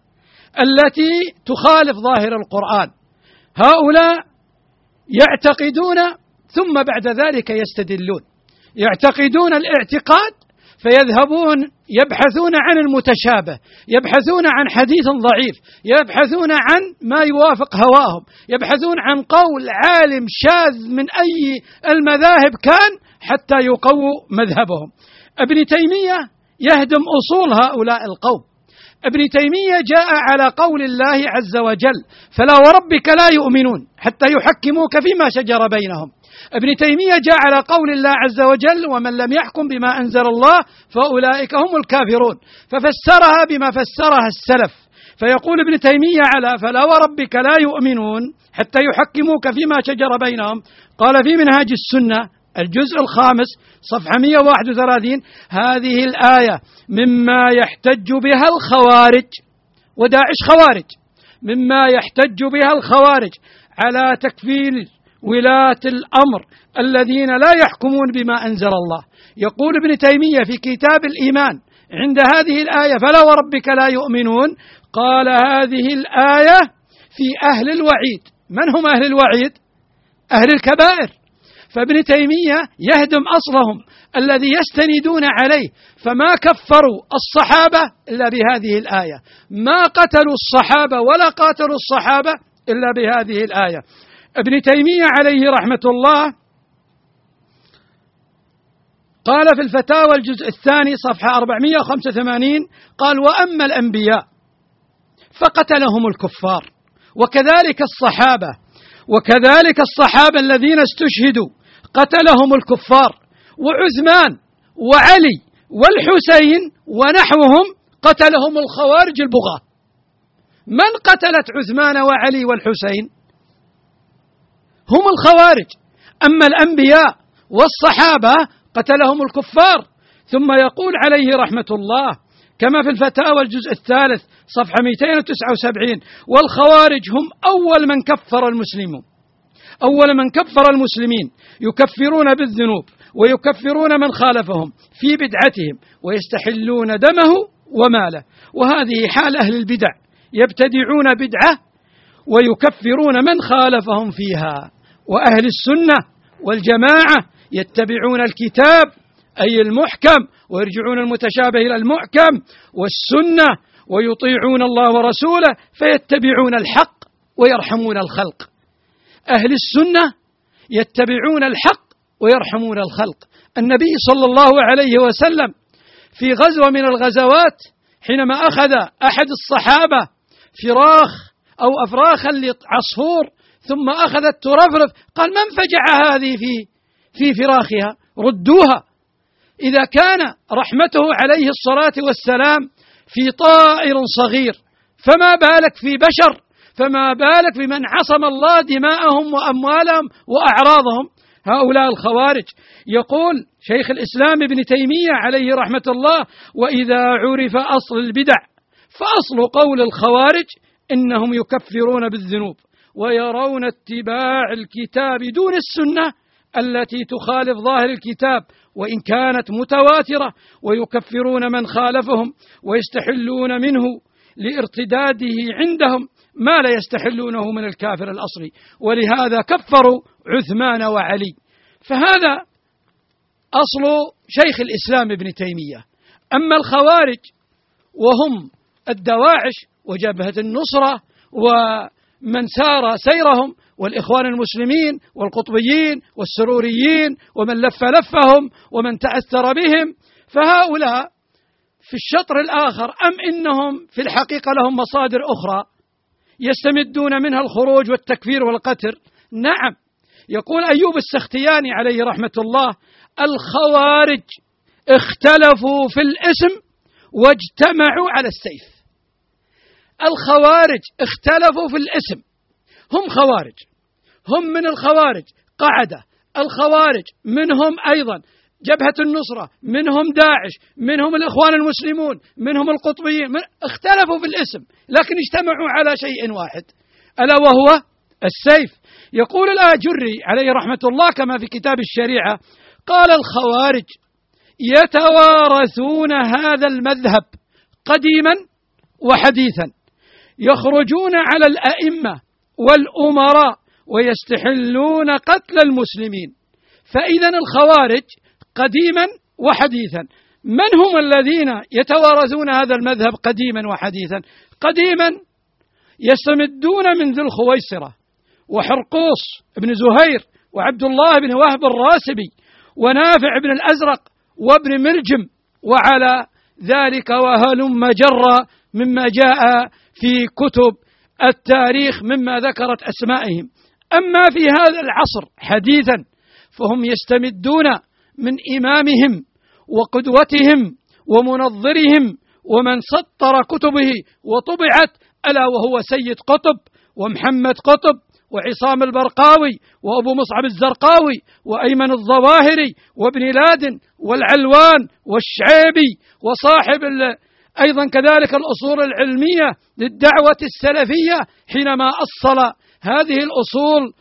التي تخالف ظاهر القرآن. هؤلاء يعتقدون ثم بعد ذلك يستدلون، يعتقدون الاعتقاد فيذهبون يبحثون عن المتشابه، يبحثون عن حديث ضعيف، يبحثون عن ما يوافق هواهم، يبحثون عن قول عالم شاذ من أي المذاهب كان حتى يقووا مذهبهم. ابن تيمية يهدم أصول هؤلاء القوم. ابن تيمية جاء على قول الله عز وجل: فلا وربك لا يؤمنون حتى يحكموك فيما شجر بينهم. ابن تيمية جاء على قول الله عز وجل: ومن لم يحكم بما أنزل الله فأولئك هم الكافرون، ففسرها بما فسرها السلف. فيقول ابن تيمية على فلا وربك لا يؤمنون حتى يحكموك فيما شجر بينهم، قال في منهاج السنة الجزء الخامس صفحة مئة وواحد وثلاثين: هذه الآية مما يحتج بها الخوارج، وداعش خوارج، مما يحتج بها الخوارج على تكفير ولاة الأمر الذين لا يحكمون بما أنزل الله. يقول ابن تيمية في كتاب الإيمان عند هذه الآية فلا وربك لا يؤمنون، قال هذه الآية في أهل الوعيد. من هم أهل الوعيد؟ أهل الكبائر. فابن تيمية يهدم أصلهم الذي يستندون عليه، فما كفروا الصحابة إلا بهذه الآية، ما قتلوا الصحابة ولا قاتلوا الصحابة إلا بهذه الآية. ابن تيمية عليه رحمة الله قال في الفتاوى الجزء الثاني صفحة أربعمئة وخمسة وثمانين قال: وأما الأنبياء فقتلهم الكفار، وكذلك الصحابة وكذلك الصحابة الذين استشهدوا قتلهم الكفار، وعثمان وعلي والحسين ونحوهم قتلهم الخوارج البغاة. من قتلت عثمان وعلي والحسين؟ هم الخوارج. أما الأنبياء والصحابة قتلهم الكفار. ثم يقول عليه رحمة الله كما في الفتاوى الجزء الثالث صفحة مئتين وتسعة وسبعين: والخوارج هم أول من كفر المسلمون، أول من كفر المسلمين، يكفرون بالذنوب ويكفرون من خالفهم في بدعتهم ويستحلون دمه وماله. وهذه حال أهل البدع، يبتدعون بدعة ويكفرون من خالفهم فيها. وأهل السنة والجماعة يتبعون الكتاب أي المحكم ويرجعون المتشابه إلى المحكم والسنة، ويطيعون الله ورسوله فيتبعون الحق ويرحمون الخلق. أهل السنة يتبعون الحق ويرحمون الخلق. النبي صلى الله عليه وسلم في غزوة من الغزوات حينما أخذ أحد الصحابة فراخ أو أفراخا لعصفور ثم أخذت ترفرف، قال: من فجع هذه في في فراخها؟ ردوها. إذا كان رحمته عليه الصلاة والسلام في طائر صغير فما بالك في بشر، فما بالك بمن عصم الله دماءهم وأموالهم وأعراضهم. هؤلاء الخوارج. يقول شيخ الإسلام ابن تيمية عليه رحمة الله: وإذا عرف أصل البدع فأصل قول الخوارج إنهم يكفرون بالذنوب ويرون اتباع الكتاب دون السنة التي تخالف ظاهر الكتاب وإن كانت متواترة، ويكفرون من خالفهم ويستحلون منه لارتداده عندهم ما لا يستحلونه من الكافر الأصلي، ولهذا كفروا عثمان وعلي. فهذا أصل شيخ الإسلام ابن تيمية. أما الخوارج وهم الدواعش وجبهة النصرة ومن سار سيرهم والإخوان المسلمين والقطبيين والسروريين ومن لف لفهم ومن تأثر بهم، فهؤلاء في الشطر الآخر أم إنهم في الحقيقة لهم مصادر أخرى يستمدون منها الخروج والتكفير والقتل؟ نعم. يقول أيوب السختياني عليه رحمة الله: الخوارج اختلفوا في الاسم واجتمعوا على السيف. الخوارج اختلفوا في الاسم، هم خوارج، هم من الخوارج قعدة، الخوارج منهم أيضا جبهة النصرة، منهم داعش، منهم الإخوان المسلمون، منهم القطبيين، من اختلفوا في الاسم لكن اجتمعوا على شيء واحد ألا وهو السيف. يقول الآجري عليه رحمة الله كما في كتاب الشريعة: قال الخوارج يتوارثون هذا المذهب قديما وحديثا، يخرجون على الأئمة والأمراء ويستحلون قتل المسلمين. فإذا الخوارج قديما وحديثا من هم الذين يتوارثون هذا المذهب قديما وحديثا؟ قديما يستمدون من ذي الخويصرة وحرقوس بن زهير وعبد الله بن وهب الراسبي ونافع بن الأزرق وابن ملجم، وعلى ذلك وهلم جرى مما جاء في كتب التاريخ مما ذكرت أسمائهم. أما في هذا العصر حديثا فهم يستمدون من إمامهم وقدوتهم ومنظرهم ومن سطر كتبه وطبعت، ألا وهو سيد قطب ومحمد قطب وعصام البرقاوي وأبو مصعب الزرقاوي وأيمن الظواهري وابن لادن والعلوان والشعيبي وصاحب أيضا كذلك الأصول العلمية للدعوة السلفية، حينما أصل هذه الأصول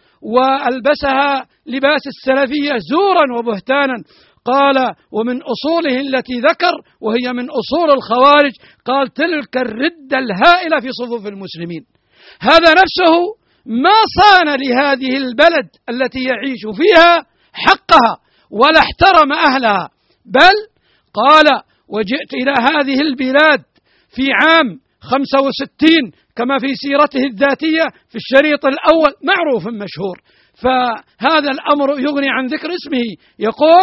وألبسها لباس السلفية زورا وبهتانا قال ومن أصوله التي ذكر وهي من أصول الخوارج قال تلك الردة الهائلة في صفوف المسلمين. هذا نفسه ما صان لهذه البلد التي يعيش فيها حقها ولا احترم أهلها، بل قال وجئت إلى هذه البلاد في عام خمسة وستين كما في سيرته الذاتية في الشريط الأول معروف مشهور، فهذا الأمر يغني عن ذكر اسمه. يقول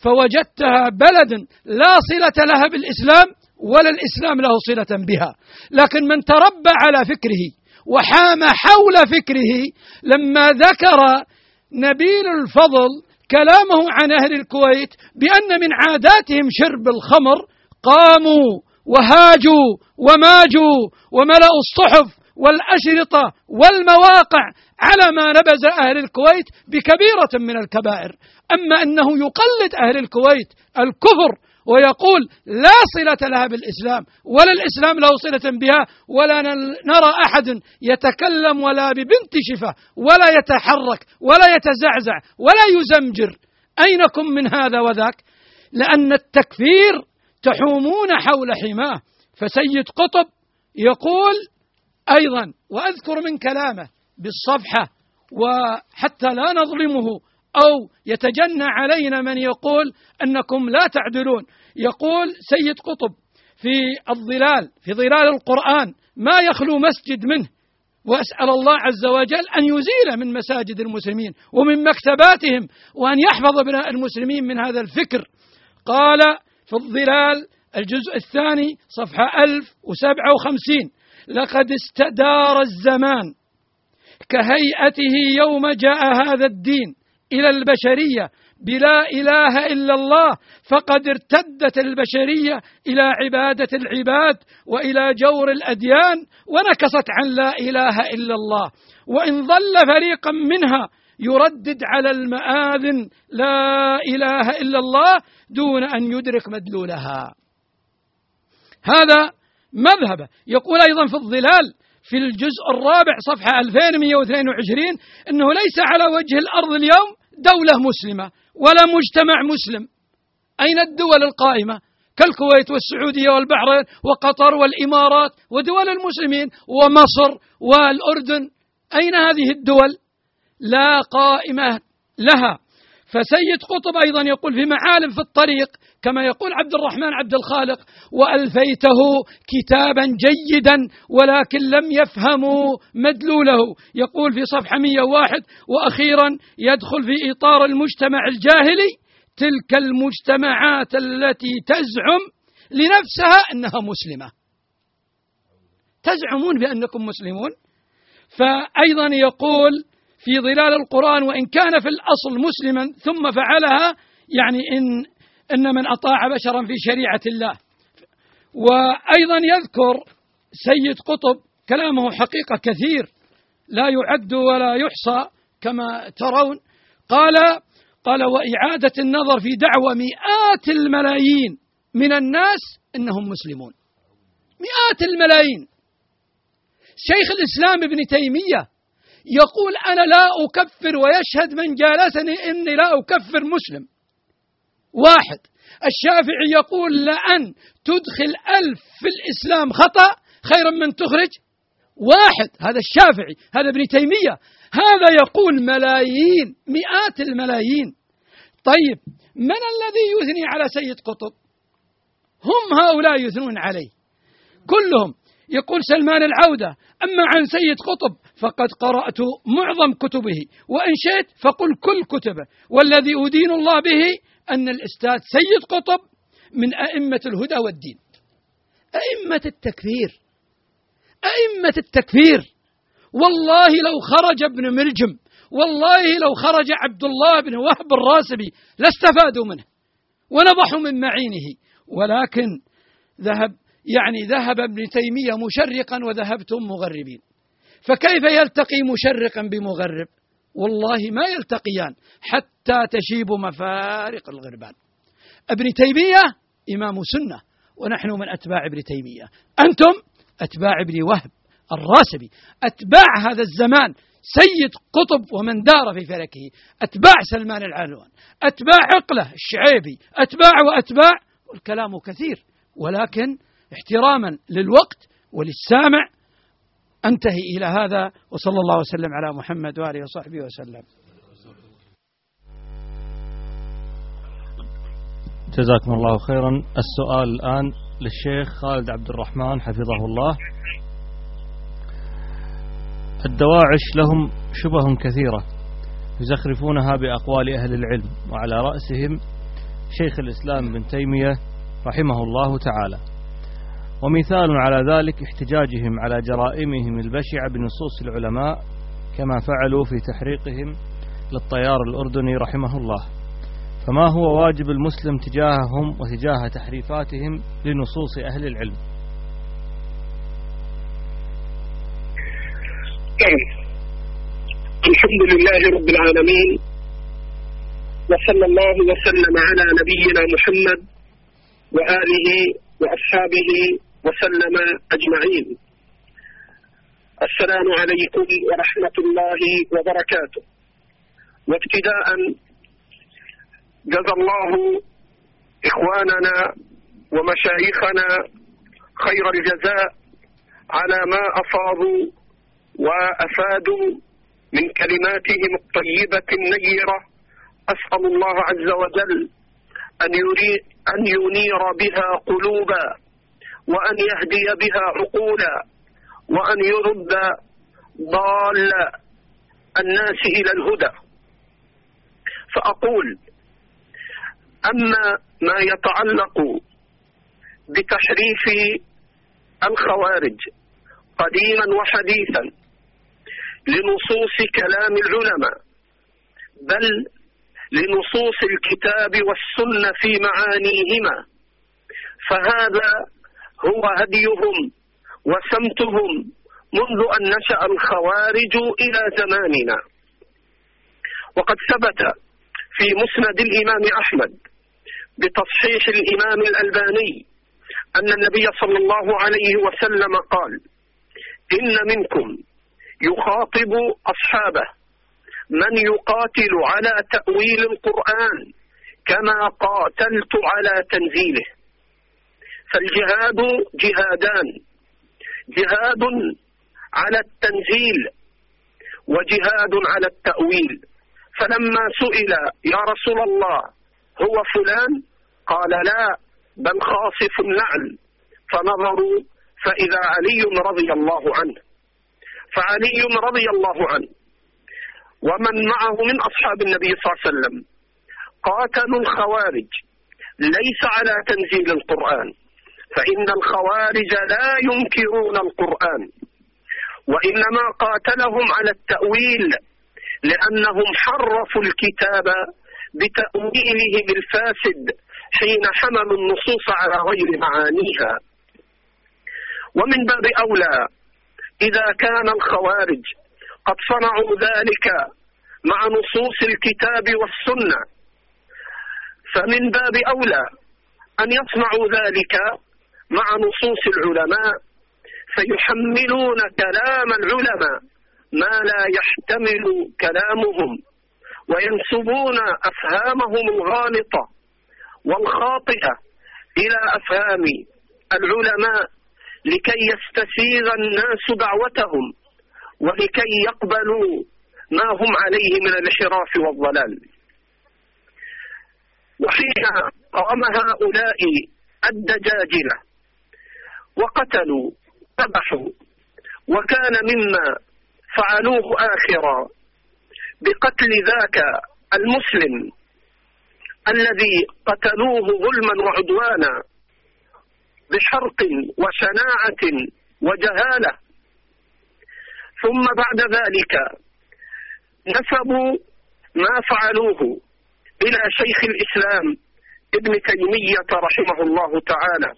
فوجدتها بلد لا صلة لها بالإسلام ولا الإسلام له صلة بها، لكن من تربى على فكره وحام حول فكره لما ذكر نبيل الفضل كلامه عن أهل الكويت بأن من عاداتهم شرب الخمر قاموا وهاجوا وماجوا وملأوا الصحف والأشرطة والمواقع على ما نبذ أهل الكويت بكبيرة من الكبائر. أما أنه يقلد أهل الكويت الكفر ويقول لا صلة لها بالإسلام ولا الإسلام له صلة بها، ولا نرى أحد يتكلم ولا ببنت شفة ولا يتحرك ولا يتزعزع ولا يزمجر. أينكم من هذا وذاك؟ لأن التكفير تحومون حول حماه. فسيد قطب يقول أيضا، وأذكر من كلامه بالصفحة وحتى لا نظلمه أو يتجنى علينا من يقول أنكم لا تعدلون، يقول سيد قطب في الظلال في ظلال القرآن ما يخلو مسجد منه، وأسأل الله عز وجل أن يزيل من مساجد المسلمين ومن مكتباتهم وأن يحفظ ابناء المسلمين من هذا الفكر. قال في الظلال الجزء الثاني صفحة ألف وسبعة وخمسين لقد استدار الزمان كهيئته يوم جاء هذا الدين إلى البشرية بلا إله إلا الله، فقد ارتدت البشرية إلى عبادة العباد وإلى جور الأديان ونكست عن لا إله إلا الله، وإن ظل فريقا منها يردد على المآذن لا إله إلا الله دون أن يدرك مدلولها. هذا مذهبه. يقول أيضا في الظلال في الجزء الرابع صفحة ألفين ومئة واثنين وعشرين أنه ليس على وجه الأرض اليوم دولة مسلمة ولا مجتمع مسلم. أين الدول القائمة كالكويت والسعودية والبحرين وقطر والإمارات ودول المسلمين ومصر والأردن؟ أين هذه الدول؟ لا قائمة لها. فسيد قطب أيضا يقول في معالم في الطريق كما يقول عبد الرحمن عبد الخالق وألفيته كتابا جيدا ولكن لم يفهموا مدلوله. يقول في صفحة مئة وواحد وأخيرا يدخل في إطار المجتمع الجاهلي تلك المجتمعات التي تزعم لنفسها أنها مسلمة. تزعمون بأنكم مسلمون. فأيضا يقول في ظلال القرآن وإن كان في الأصل مسلما ثم فعلها يعني إن إن من أطاع بشرا في شريعة الله. وأيضا يذكر سيد قطب كلامه حقيقة كثير لا يعد ولا يحصى كما ترون. قال قال وإعادة النظر في دعوى مئات الملايين من الناس إنهم مسلمون. مئات الملايين. شيخ الإسلام ابن تيمية يقول أنا لا أكفر ويشهد من جالسني إني لا أكفر مسلم واحد. الشافعي يقول لأن تدخل ألف في الإسلام خطأ خيرا من تخرج واحد، هذا الشافعي، هذا ابن تيمية، هذا يقول ملايين مئات الملايين. طيب من الذي يثني على سيد قطب؟ هم هؤلاء يثنون عليه كلهم. يقول سلمان العودة: أما عن سيد قطب فقد قرأت معظم كتبه، وإن شئت فقل كل كتبه، والذي أدين الله به أن الأستاذ سيد قطب من أئمة الهدى والدين. أئمة التكفير، أئمة التكفير. والله لو خرج ابن ملجم، والله لو خرج عبد الله بن وهب الراسبي لاستفادوا منه ونضحوا من معينه، ولكن ذهب يعني ذهب ابن تيمية مشرقا وذهبتم مغربين. فكيف يلتقي مشرقا بمغرب؟ والله ما يلتقيان حتى تشيب مفارق الغربان. ابن تيمية إمام سنة، ونحن من أتباع ابن تيمية. أنتم أتباع ابن وهب الراسبي، أتباع هذا الزمان، سيد قطب ومن دار في فلكه، أتباع سلمان العلوان، أتباع عقله الشعيبي، أتباع وأتباع، والكلام كثير، ولكن احتراما للوقت وللسامع أنتهي إلى هذا. وصلى الله وسلم على محمد وآله وصحبه وسلم. جزاكم الله خيرا. السؤال الآن للشيخ خالد عبد الرحمن حفظه الله. الدواعش لهم شبه كثيرة يزخرفونها بأقوال أهل العلم، وعلى رأسهم شيخ الإسلام ابن تيمية رحمه الله تعالى، ومثال على ذلك احتجاجهم على جرائمهم البشعة بنصوص العلماء كما فعلوا في تحريقهم للطيار الأردني رحمه الله. فما هو واجب المسلم تجاههم وتجاه تحريفاتهم لنصوص أهل العلم؟ الحمد لله رب العالمين، وصلى الله وسلم على نبينا محمد وآله وأصحابه وسلم أجمعين. السلام عليكم ورحمة الله وبركاته. وابتداء جزا الله إخواننا ومشايخنا خير الجزاء على ما أفاضوا وأفادوا من كلماتهم الطيبة النيرة. أسأل الله عز وجل أن يريد أن ينير بها قلوبا، وأن يهدي بها عقولا، وأن يرد ضال الناس إلى الهدى. فأقول: أما ما يتعلق بتحريف الخوارج قديما وحديثا لنصوص كلام العلماء، بل لنصوص الكتاب والسنة في معانيهما، فهذا هو هديهم وسمتهم منذ أن نشأ الخوارج إلى زماننا. وقد ثبت في مسند الإمام أحمد بتصحيح الإمام الألباني أن النبي صلى الله عليه وسلم قال: إن منكم يخاطب أصحابه من يقاتل على تأويل القرآن كما قاتلت على تنزيله. فالجهاد جهادان: جهاد على التنزيل وجهاد على التأويل. فلما سئل: يا رسول الله هو فلان؟ قال: لا، بل خاصف النعل. فنظروا فإذا علي رضي الله عنه. فعلي رضي الله عنه ومن معه من أصحاب النبي صلى الله عليه وسلم قاتلوا الخوارج ليس على تنزيل القرآن، فإن الخوارج لا ينكرون القرآن، وإنما قاتلهم على التأويل، لأنهم حرفوا الكتاب بتأويلهم الفاسد حين حملوا النصوص على غير معانيها. ومن باب أولى إذا كان الخوارج قد صنعوا ذلك مع نصوص الكتاب والسنة، فمن باب أولى أن يصنعوا ذلك مع نصوص العلماء، فيحملون كلام العلماء ما لا يحتمل كلامهم، وينسبون أفهامهم الغالطة والخاطئة إلى أفهام العلماء لكي يستسيغ الناس دعوتهم ولكي يقبلوا ما هم عليه من الانحراف والضلال. وحين قام هؤلاء الدجاجلة وقتلوا ذبحوا، وكان مما فعلوه آخرا بقتل ذاك المسلم الذي قتلوه ظلما وعدوانا بحرق وشناعة وجهالة، ثم بعد ذلك نسبوا ما فعلوه إلى شيخ الإسلام ابن تيمية رحمه الله تعالى،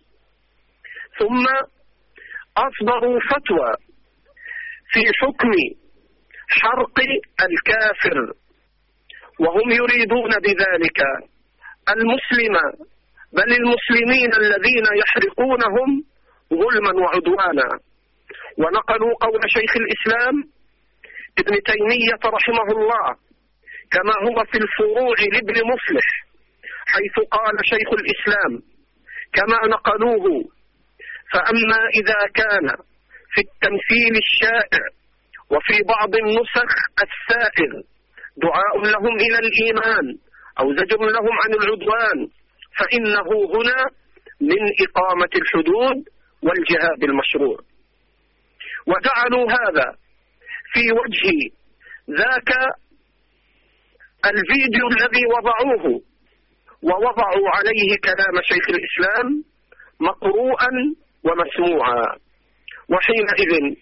ثم أصدروا فتوى في حكم حرق الكافر، وهم يريدون بذلك المسلم بل المسلمين الذين يحرقونهم ظلما وعدوانا. ونقلوا قول شيخ الإسلام ابن تيمية رحمه الله كما هو في الفروع لابن مفلح، حيث قال شيخ الإسلام كما نقلوه: فأما إذا كان في التمثيل الشائع وفي بعض النسخ السائغ دعاء لهم إلى الإيمان أو زجر لهم عن العدوان، فإنه هنا من إقامة الحدود والجهاد المشروع. وجعلوا هذا في وجه ذاك الفيديو الذي وضعوه، ووضعوا عليه كلام شيخ الإسلام مقروءا ومسموعا. وحينئذ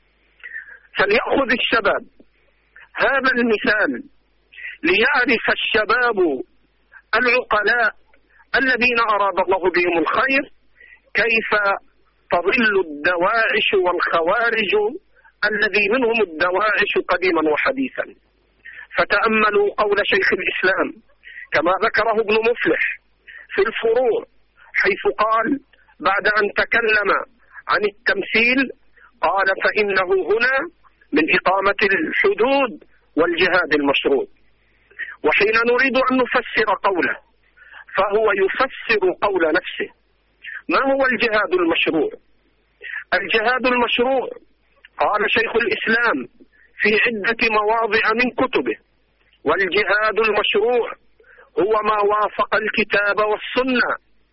فليأخذ الشباب هذا المثال ليعرف الشباب العقلاء الذين أراد الله بهم الخير كيف تظل الدواعش والخوارج الذي منهم الدواعش قديما وحديثا. فتأملوا قول شيخ الإسلام كما ذكره ابن مفلح في الفروع، حيث قال بعد أن تكلم عن التمثيل قال: فإنه هنا من إقامة الحدود والجهاد المشروع. وحين نريد أن نفسر قوله فهو يفسر قول نفسه. ما هو الجهاد المشروع؟ الجهاد المشروع قال شيخ الإسلام في عدة مواضع من كتبه: والجهاد المشروع هو ما وافق الكتاب والسنة،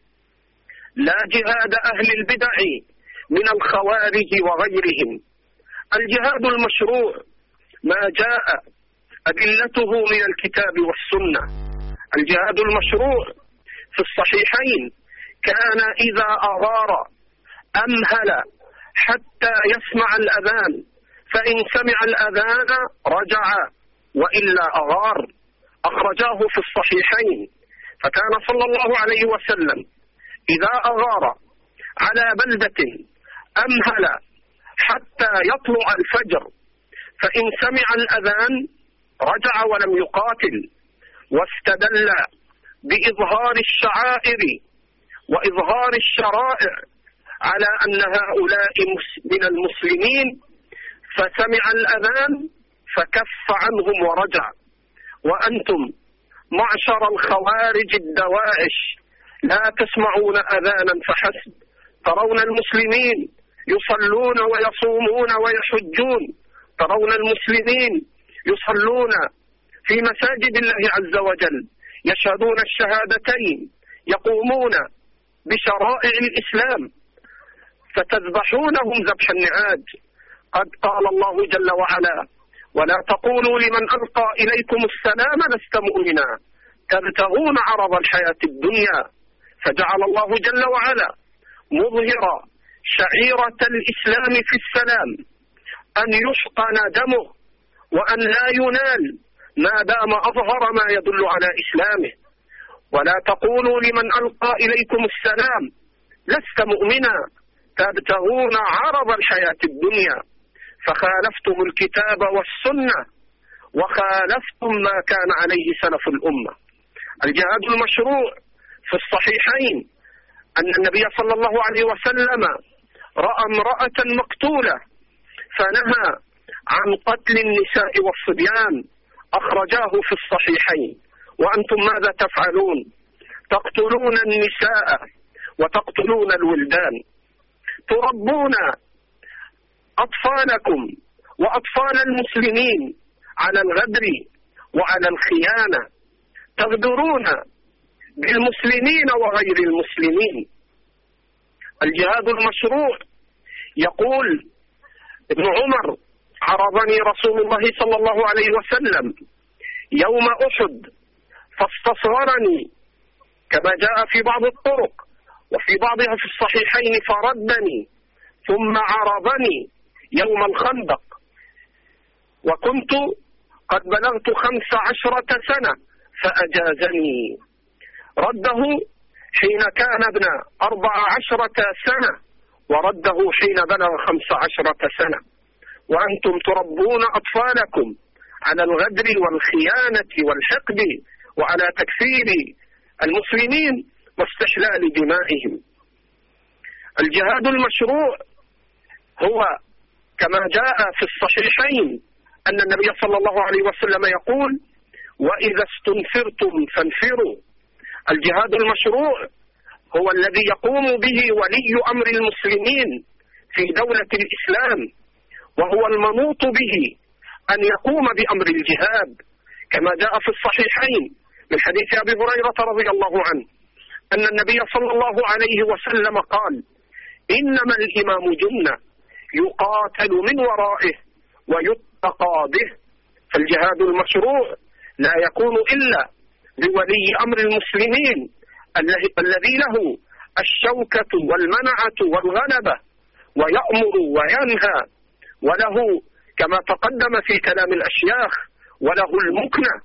لا جهاد أهل البدع من الخوارج وغيرهم. الجهاد المشروع ما جاء أدلته من الكتاب والسنة. الجهاد المشروع في الصحيحين كان إذا أغار أمهل حتى يسمع الأذان، فإن سمع الأذان رجع وإلا أغار، أخرجاه في الصحيحين. فكان صلى الله عليه وسلم إذا أغار على بلدة أمهل حتى يطلع الفجر، فإن سمع الأذان رجع ولم يقاتل، واستدل بإظهار الشعائر وإظهار الشرائع على أن هؤلاء من المسلمين، فسمع الأذان فكف عنهم ورجع. وأنتم معشر الخوارج الدواعش لا تسمعون أذانا فحسب، ترون المسلمين يصلون ويصومون ويحجون، ترون المسلمين يصلون في مساجد الله عز وجل، يشهدون الشهادتين، يقومون بشرائع الإسلام، فتذبحونهم ذبح النعاج. قد قال الله جل وعلا: ولا تقولوا لمن ألقى إليكم السلام لست مؤمنا تبتغون عرض الحياة الدنيا. فجعل الله جل وعلا مظهر شعيرة الإسلام في السلام أن يحقن دمه وأن لا ينال ما دام أظهر ما يدل على إسلامه. ولا تقولوا لمن ألقى إليكم السلام لست مؤمنا تبتغون عرض الحياة الدنيا، فخالفتم الكتاب والسنة وخالفتم ما كان عليه سلف الأمة. الجهاد المشروع في الصحيحين أن النبي صلى الله عليه وسلم رأى امرأة مقتولة فنهى عن قتل النساء والصبيان، أخرجاه في الصحيحين. وأنتم ماذا تفعلون؟ تقتلون النساء وتقتلون الولدان. تربون أطفالكم وأطفال المسلمين على الغدر وعلى الخيانة، تغدرون بالمسلمين وغير المسلمين. الجهاد المشروع، يقول ابن عمر: عرضني رسول الله صلى الله عليه وسلم يوم أحد فاستصغرني، كما جاء في بعض الطرق وفي بعضها في الصحيحين، فردني ثم عرضني يوم الخندق وكنت قد بلغت خمس عشرة سنة فأجازني. رده حين كان ابن أربع عشرة سنة ورده حين بلغ خمس عشرة سنة. وأنتم تربون أطفالكم على الغدر والخيانة والحقد وعلى تكفير المسلمين واستحلال دمائهم. الجهاد المشروع هو كما جاء في الصحيحين أن النبي صلى الله عليه وسلم يقول: وإذا استنفرتم فانفروا. الجهاد المشروع هو الذي يقوم به ولي أمر المسلمين في دولة الإسلام، وهو المنوط به أن يقوم بأمر الجهاد، كما جاء في الصحيحين من حديث أبي هريرة رضي الله عنه أن النبي صلى الله عليه وسلم قال: إنما الإمام جنة يقاتل من ورائه ويتقى به. فالجهاد المشروع لا يكون إلا بولي أمر المسلمين الذي له الشوكة والمنعة والغلبة، ويأمر وينهى، وله كما تقدم في كلام الأشياخ وله المكنة.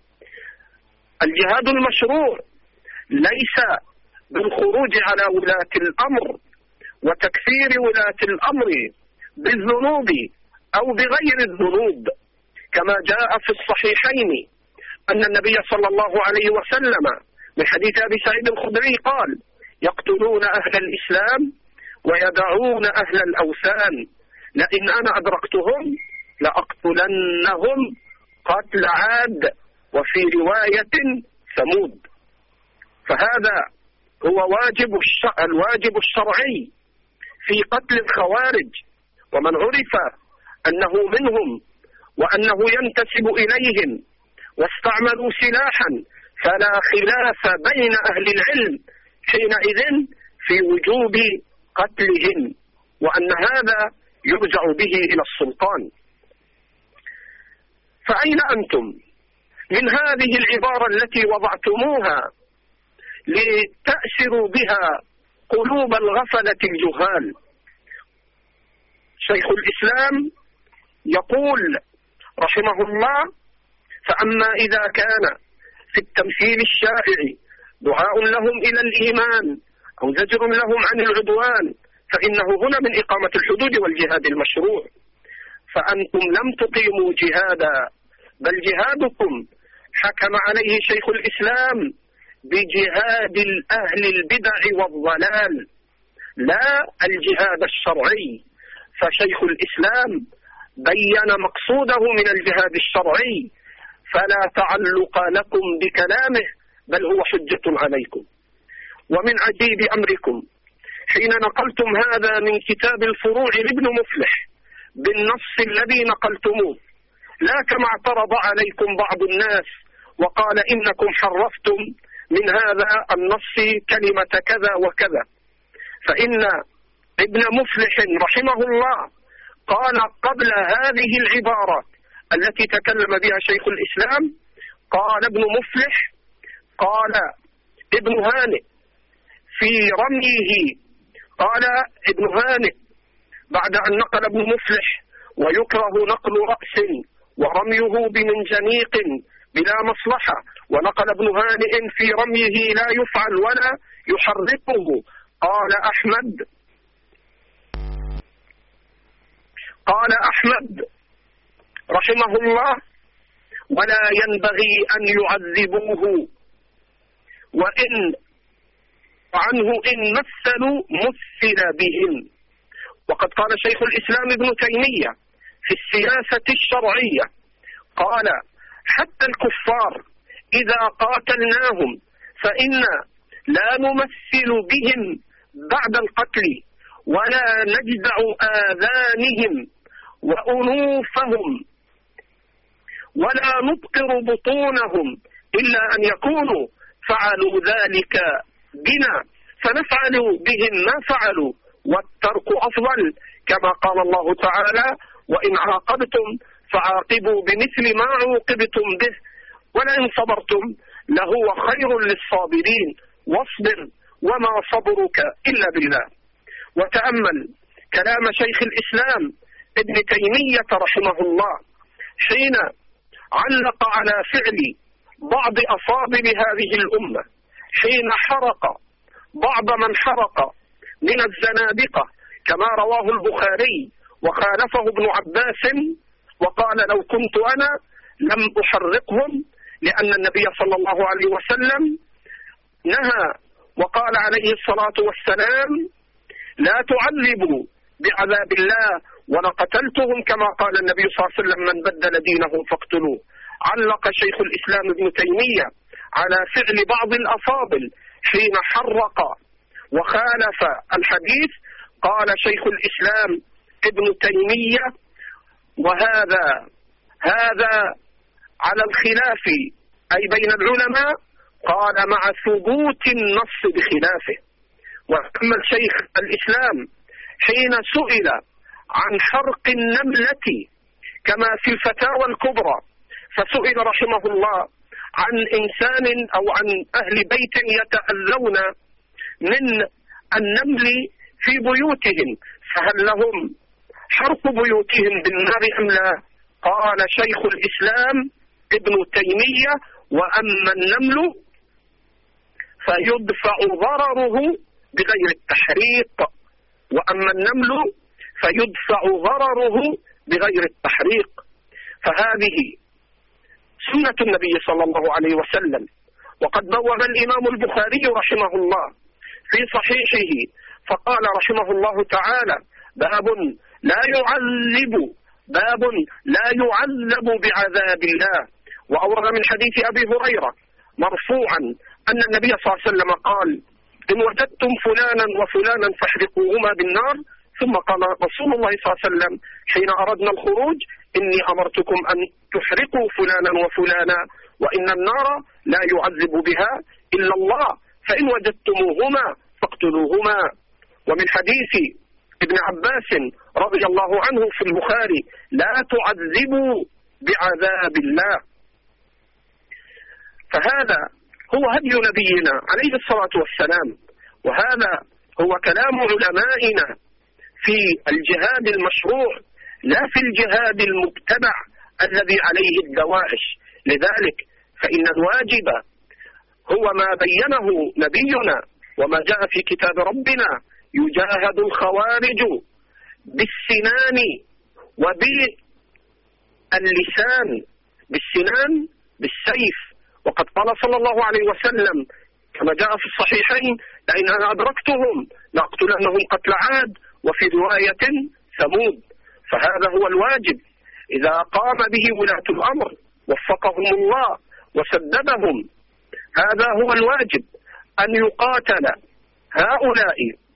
الجهاد المشروع ليس بالخروج على ولاة الأمر وتكفير ولاة الأمر بالذنوب أو بغير الذنوب، كما جاء في الصحيحين أن النبي صلى الله عليه وسلم من حديث أبي سعيد الخدري قال: يقتلون أهل الإسلام ويدعون أهل الأوثان، لئن أنا أدركتهم لأقتلنهم قتل عاد، وفي رواية ثمود. فهذا هو واجب الواجب الشرعي في قتل الخوارج، ومن عرف أنه منهم وأنه ينتسب إليهم واستعملوا سلاحا فلا خلاف بين أهل العلم حينئذ في وجوب قتلهم، وأن هذا يرجع به إلى السلطان. فأين أنتم من هذه العبارة التي وضعتموها لتأسروا بها قلوب الغفلة الجهال؟ شيخ الإسلام يقول رحمه الله: فأما إذا كان في التمثيل الشائع دعاء لهم إلى الإيمان أو زجر لهم عن العدوان فإنه هنا من إقامة الحدود والجهاد المشروع. فأنتم لم تقيموا جهادا، بل جهادكم حكم عليه شيخ الإسلام بجهاد الأهل البدع والضلال، لا الجهاد الشرعي. فشيخ الإسلام بين مقصوده من الجهاد الشرعي، فلا تعلق لكم بكلامه، بل هو حجة عليكم. ومن عجيب أمركم حين نقلتم هذا من كتاب الفروع لابن مفلح بالنص الذي نقلتموه، لا كما اعترض عليكم بعض الناس وقال إنكم حرفتم من هذا النص كلمة كذا وكذا. فإن ابن مفلح رحمه الله قال قبل هذه العبارات التي تكلم بها شيخ الإسلام، قال ابن مفلح قال ابن هانئ في رميه، قال ابن هانئ بعد أن نقل ابن مفلح: ويكره نقل رأس ورميه بمنجنيق بلا مصلحة، ونقل ابن هانئ في رميه لا يفعل ولا يحركه. قال أحمد قال أحمد رحمه الله: ولا ينبغي أن يعذبوه، وإن عنه إن مثلوا مثل بهم. وقد قال شيخ الإسلام ابن تيمية في السياسة الشرعية، قال: حتى الكفار إذا قاتلناهم فإن لا نمثل بهم بعد القتل، ولا نجزع آذانهم وأنوفهم ولا نبقر بطونهم إلا أن يكونوا فعلوا ذلك بنا فنفعل بهم ما فعلوا والترك أفضل، كما قال الله تعالى: وإن عاقبتم فعاقبوا بمثل ما عوقبتم به ولئن صبرتم لهو خير للصابرين واصبر وما صبرك إلا بالله. وتأمل كلام شيخ الإسلام ابن تيمية رحمه الله حين علق على فعل بعض أصابر هذه الأمة حين حرق بعض من حرق من الزنادقة، كما رواه البخاري وخالفه ابن عباس وقال: لو كنت أنا لم أحرقهم، لأن النبي صلى الله عليه وسلم نهى وقال عليه الصلاة والسلام: لا تعذبوا بعذاب الله ولقتلتهم، كما قال النبي صلى الله عليه وسلم: من بدل دينه فاقتلوه. علق شيخ الإسلام ابن تيمية على فعل بعض الأفاضل حين حرق وخالف الحديث، قال شيخ الإسلام ابن تيمية: وهذا هذا على الخلاف أي بين العلماء، قال مع ثبوت النص بخلافه. وأما شيخ الإسلام حين سئل عن حرق النملة كما في الفتاوى الكبرى، فسئل رحمه الله عن إنسان أو عن أهل بيت يتأذون من النمل في بيوتهم، فهل لهم حرق بيوتهم بالنار أم لا؟ قال شيخ الإسلام ابن تيمية: وأما النمل فيدفع ضرره بغير التحريق، وأما النمل فيدفع ضرره بغير التحريق. فهذه سنة النبي صلى الله عليه وسلم. وقد بوّب الإمام البخاري رحمه الله في صحيحه فقال رحمه الله تعالى: باب لا يعذب باب لا يعذب بعذاب الله. وأورد من حديث أبي هريرة مرفوعا أن النبي صلى الله عليه وسلم قال: إن وجدتم فلانا وفلانا فاحرقوهما بالنار. ثم قال رسول الله صلى الله عليه وسلم حين أردنا الخروج: إني أمرتكم أن تحرقوا فلانا وفلانا، وإن النار لا يعذب بها إلا الله، فإن وجدتموهما فاقتلوهما. ومن حديث ابن عباس رضي الله عنه في البخاري: لا تعذبوا بعذاب الله. فهذا هو هدي نبينا عليه الصلاة والسلام، وهذا هو كلام علمائنا في الجهاد المشروع لا في الجهاد المبتدع الذي عليه الدواعش. لذلك فإن الواجب هو ما بينه نبينا وما جاء في كتاب ربنا: يجاهد الخوارج بالسنان وباللسان، بالسنان بالسيف. وقد قال صلى الله عليه وسلم كما جاء في الصحيحين: لئن أنا أدركتهم لأقتلنهم قتل عاد، وفي رواية ثمود. فهذا هو الواجب إذا قام به ولاة الأمر وفقهم الله وسددهم. هذا هو الواجب، أن يقاتل هؤلاء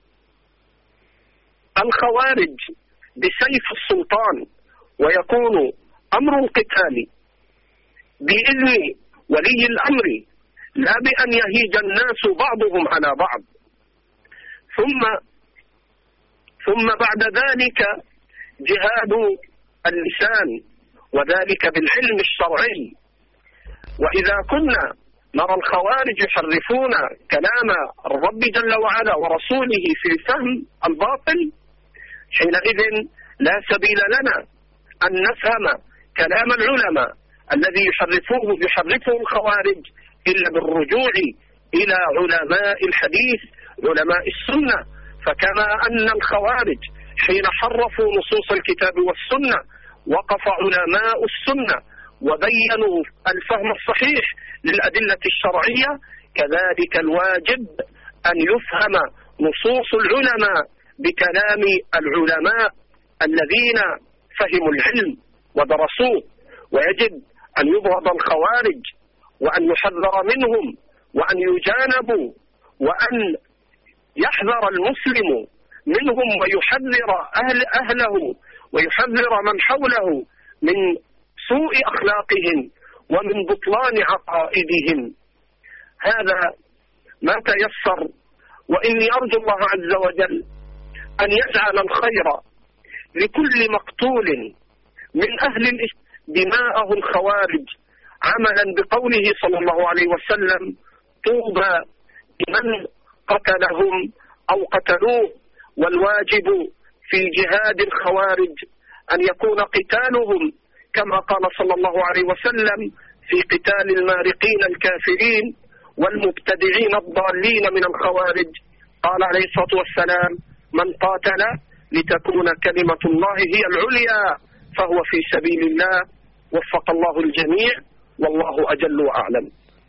الخوارج بسيف السلطان، ويكون أمر القتال بإذن ولي الأمر لا بأن يهيج الناس بعضهم على بعض. ثم ثم بعد ذلك جهاد اللسان، وذلك بالعلم الشرعي. وإذا كنا نرى الخوارج يحرفون كلام الرب جل وعلا ورسوله في فهم الباطل، حينئذ لا سبيل لنا أن نفهم كلام العلماء الذي يحرفوه يحرفه الخوارج إلا بالرجوع إلى علماء الحديث علماء السنة. فكما أن الخوارج حين حرفوا نصوص الكتاب والسنة وقف علماء السنة وبينوا الفهم الصحيح للأدلة الشرعية، كذلك الواجب أن يفهم نصوص العلماء بكلام العلماء الذين فهموا العلم ودرسوه. ويجب أن يبغض الخوارج وأن يحذر منهم وأن يجانبوا، وأن يحذر المسلم منهم ويحذر أهل أهله ويحذر من حوله من سوء أخلاقهم ومن بطلان عقائدهم. هذا ما تيسر، وإني أرجو الله عز وجل أن يجعل الخير لكل مقتول من أهل دماءه الخوارج، عملا بقوله صلى الله عليه وسلم: طوبى لمن قتلهم أو قتلوه. والواجب في جهاد الخوارج أن يكون قتالهم كما قال صلى الله عليه وسلم في قتال المارقين الكافرين والمبتدعين الضالين من الخوارج. قال عليه الصلاة والسلام: من قاتل لتكون كلمة الله هي العليا فهو في سبيل الله. وفق الله الجميع، والله أجل وأعلم.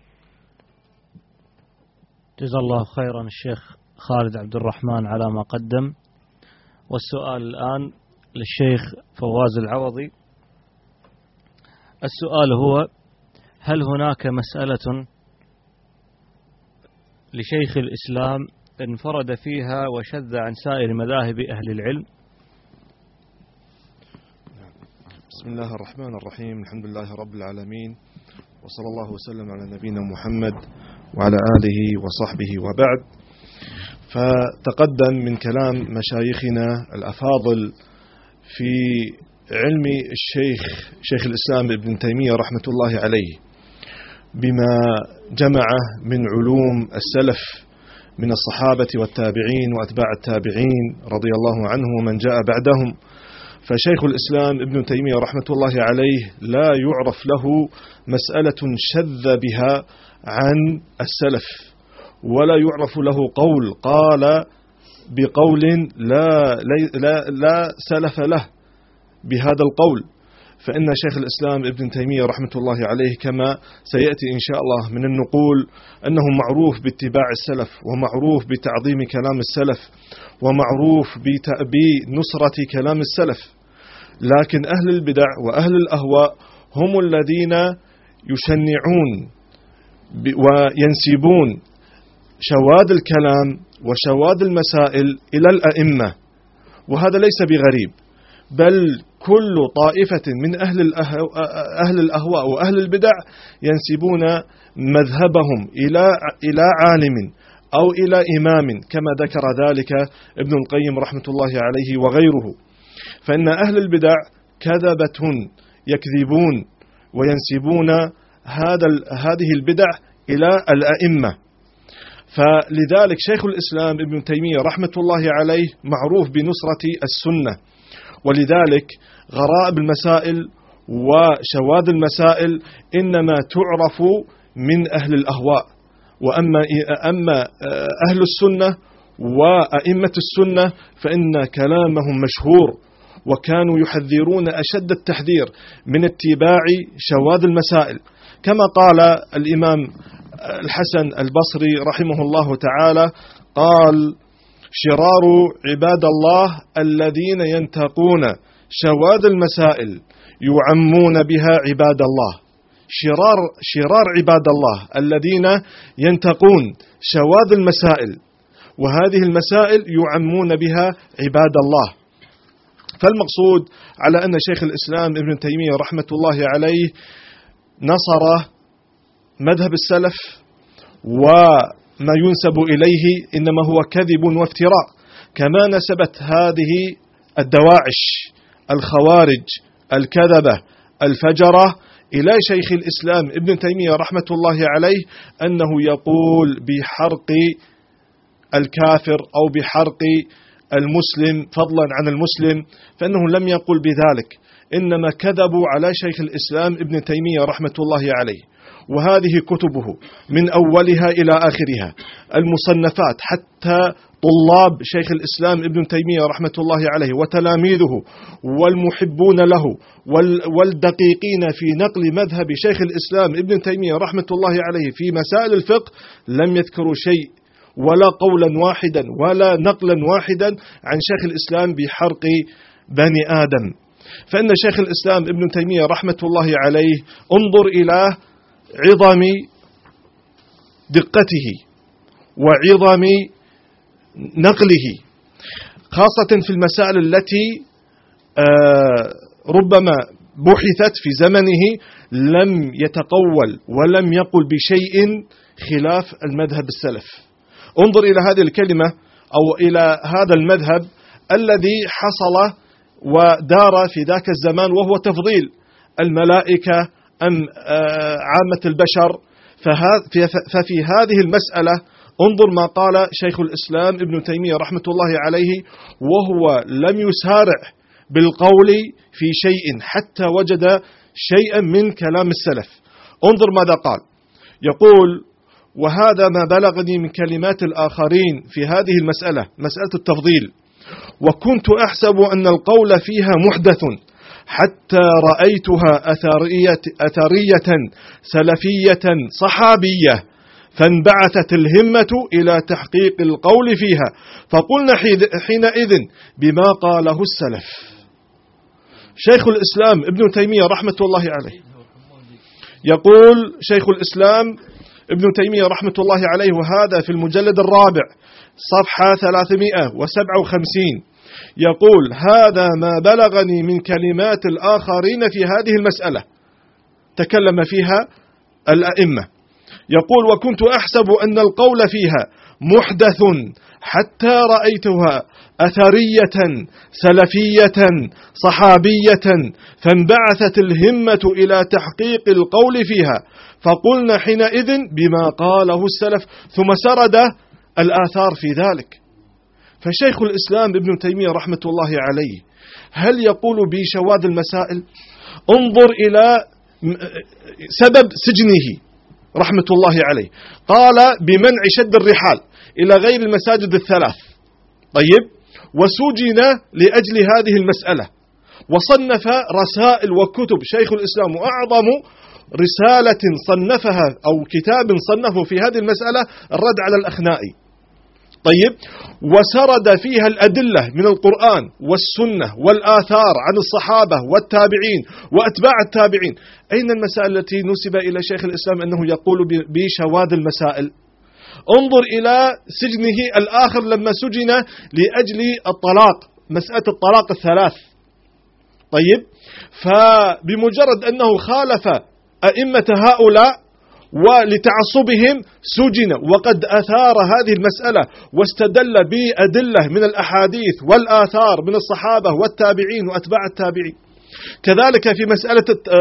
جزا الله خيرا الشيخ خالد عبد الرحمن على ما قدم. والسؤال الآن للشيخ فواز العوضي. السؤال هو: هل هناك مسألة لشيخ الإسلام انفرد فيها وشذ عن سائر مذاهب أهل العلم؟ بسم الله الرحمن الرحيم. الحمد لله رب العالمين، وصلى الله وسلم على نبينا محمد وعلى آله وصحبه وبعد. فتقدم من كلام مشايخنا الأفاضل في علم الشيخ شيخ الإسلام ابن تيمية رحمة الله عليه بما جمعه من علوم السلف من الصحابة والتابعين وأتباع التابعين رضي الله عنهم ومن جاء بعدهم. فشيخ الإسلام ابن تيمية رحمة الله عليه لا يعرف له مسألة شذ بها عن السلف، ولا يعرف له قول قال بقول لا, لا, لا سلف له بهذا القول. فإن شيخ الإسلام ابن تيمية رحمة الله عليه كما سيأتي إن شاء الله من النقول أنه معروف باتباع السلف، ومعروف بتعظيم كلام السلف، ومعروف بنصرة كلام السلف. لكن أهل البدع وأهل الأهواء هم الذين يشنعون وينسبون شواذ الكلام وشواذ المسائل إلى الأئمة، وهذا ليس بغريب، بل كل طائفة من أهل أهل الأهواء وأهل البدع ينسبون مذهبهم إلى إلى عالم أو إلى إمام، كما ذكر ذلك ابن القيم رحمة الله عليه وغيره. فإن أهل البدع كذبة يكذبون وينسبون هذا هذه البدع إلى الأئمة. فلذلك شيخ الإسلام ابن تيمية رحمة الله عليه معروف بنصرة السنة، ولذلك غرائب المسائل وشواذ المسائل إنما تعرف من أهل الأهواء، وأما أما أهل السنة وأئمة السنة فإن كلامهم مشهور، وكانوا يحذرون أشد التحذير من اتباع شواذ المسائل، كما قال الإمام الحسن البصري رحمه الله تعالى قال: شرار عباد الله الذين ينتقون شواذ المسائل يعمون بها عباد الله. شرار شرار عباد الله الذين ينتقون شواذ المسائل، وهذه المسائل يعمون بها عباد الله. فالمقصود على أن شيخ الإسلام ابن تيمية رحمة الله عليه نصر مذهب السلف، وما ينسب إليه إنما هو كذب وافتراء، كما نسبت هذه الدواعش الخوارج الكذبة الفجرة إلى شيخ الإسلام ابن تيمية رحمة الله عليه أنه يقول بحرق الكافر أو بحرق المسلم فضلا عن المسلم، فإنه لم يقل بذلك، إنما كذبوا على شيخ الإسلام ابن تيمية رحمة الله عليه. وهذه كتبه من أولها إلى آخرها، المصنفات، حتى طلاب شيخ الإسلام ابن تيمية رحمة الله عليه وتلاميذه والمحبون له والدقيقين في نقل مذهب شيخ الإسلام ابن تيمية رحمة الله عليه في مسائل الفقه لم يذكروا شيء ولا قولا واحدا ولا نقلا واحدا عن شيخ الإسلام بحرق بني آدم. فإن شيخ الإسلام ابن تيمية رحمة الله عليه انظر إلى عظم دقته وعظم نقله. خاصة في المسائل التي ربما بحثت في زمنه لم يتقول ولم يقل بشيء خلاف المذهب السلف. انظر إلى هذه الكلمة أو إلى هذا المذهب الذي حصل ودار في ذاك الزمان، وهو تفضيل الملائكة أم عامة البشر. ففي هذه المسألة انظر ما قال شيخ الإسلام ابن تيمية رحمة الله عليه، وهو لم يسارع بالقول في شيء حتى وجد شيئا من كلام السلف. انظر ماذا قال، يقول: وهذا ما بلغني من كلمات الآخرين في هذه المسألة، مسألة التفضيل، وكنت أحسب أن القول فيها محدث حتى رأيتها أثرية, أثرية سلفية صحابية، فانبعثت الهمة إلى تحقيق القول فيها، فقلنا حينئذ بما قاله السلف. شيخ الإسلام ابن تيمية رحمة الله عليه يقول، شيخ الإسلام ابن تيمية رحمة الله عليه، وهذا في المجلد الرابع صفحة ثلاثمائة وسبعة وخمسين، يقول: هذا ما بلغني من كلمات الآخرين في هذه المسألة، تكلم فيها الأئمة. يقول: وكنت أحسب أن القول فيها محدث حتى رأيتها أثرية سلفية صحابية، فانبعثت الهمة إلى تحقيق القول فيها، فقلنا حينئذ بما قاله السلف، ثم سرد الآثار في ذلك. فشيخ الإسلام ابن تيمية رحمة الله عليه هل يقول بشواذ المسائل؟ انظر إلى سبب سجنه رحمة الله عليه، قال بمنع شد الرحال إلى غير المساجد الثلاث. طيب، وسجن لأجل هذه المسألة، وصنف رسائل وكتب شيخ الإسلام، وأعظم رسالة صنفها أو كتاب صنفه في هذه المسألة الرد على الأخنائي. طيب، وسرد فيها الأدلة من القرآن والسنة والآثار عن الصحابة والتابعين وأتباع التابعين. أين المسائل التي نسب إلى شيخ الإسلام أنه يقول بشواذ المسائل؟ انظر إلى سجنه الآخر لما سجن لأجل الطلاق، مسألة الطلاق الثلاث. طيب، فبمجرد أنه خالف أئمة هؤلاء ولتعصبهم سجن، وقد أثار هذه المسألة واستدل بأدلة من الأحاديث والآثار من الصحابة والتابعين وأتباع التابعين. كذلك في مسألة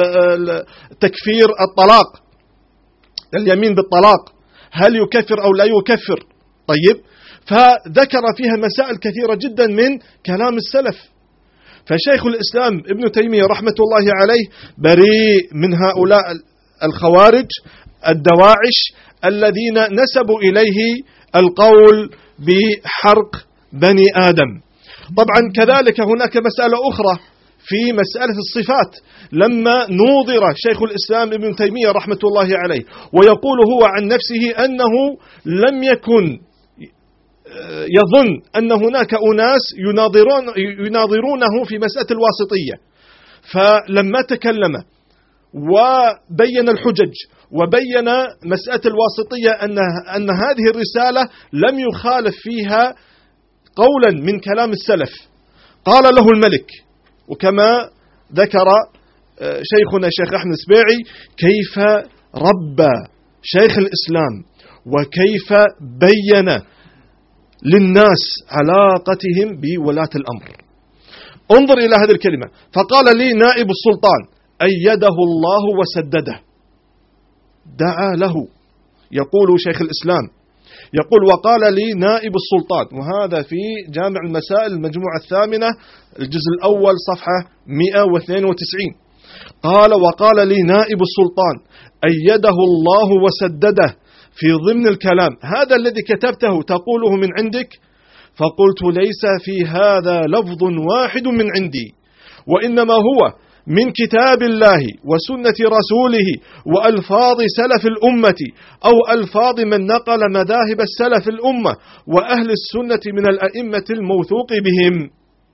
تكفير الطلاق، اليمين بالطلاق، هل يكفر أو لا يكفر؟ طيب، فذكر فيها مسائل كثيرة جدا من كلام السلف. فشيخ الإسلام ابن تيمية رحمة الله عليه بريء من هؤلاء الخوارج الدواعش الذين نسبوا إليه القول بحرق بني آدم. طبعا كذلك هناك مسألة أخرى في مسألة الصفات، لما نوظر شيخ الإسلام ابن تيمية رحمة الله عليه ويقول هو عن نفسه أنه لم يكن يظن أن هناك أناس يناظرون يناظرونه في مسألة الواسطية، فلما تكلم وبين الحجج وبين مسألة الواسطية أن أن هذه الرسالة لم يخالف فيها قولا من كلام السلف، قال له الملك، وكما ذكر شيخنا الشيخ أحمد السبيعي كيف ربى شيخ الإسلام وكيف بين للناس علاقتهم بولاة الأمر. انظر إلى هذه الكلمة، فقال لي نائب السلطان أيده الله وسدده، دعا له. يقول شيخ الإسلام، يقول وقال لي نائب السلطان، وهذا في جامع المسائل المجموعة الثامنة الجزء الأول صفحة مئة واثنين وتسعين، قال وقال لي نائب السلطان أيده الله وسدده في ضمن الكلام، هذا الذي كتبته تقوله من عندك؟ فقلت ليس في هذا لفظ واحد من عندي، وإنما هو من كتاب الله وسنة رسوله وألفاظ سلف الأمة أو ألفاظ من نقل مذاهب السلف الأمة وأهل السنة من الأئمة الموثوق بهم.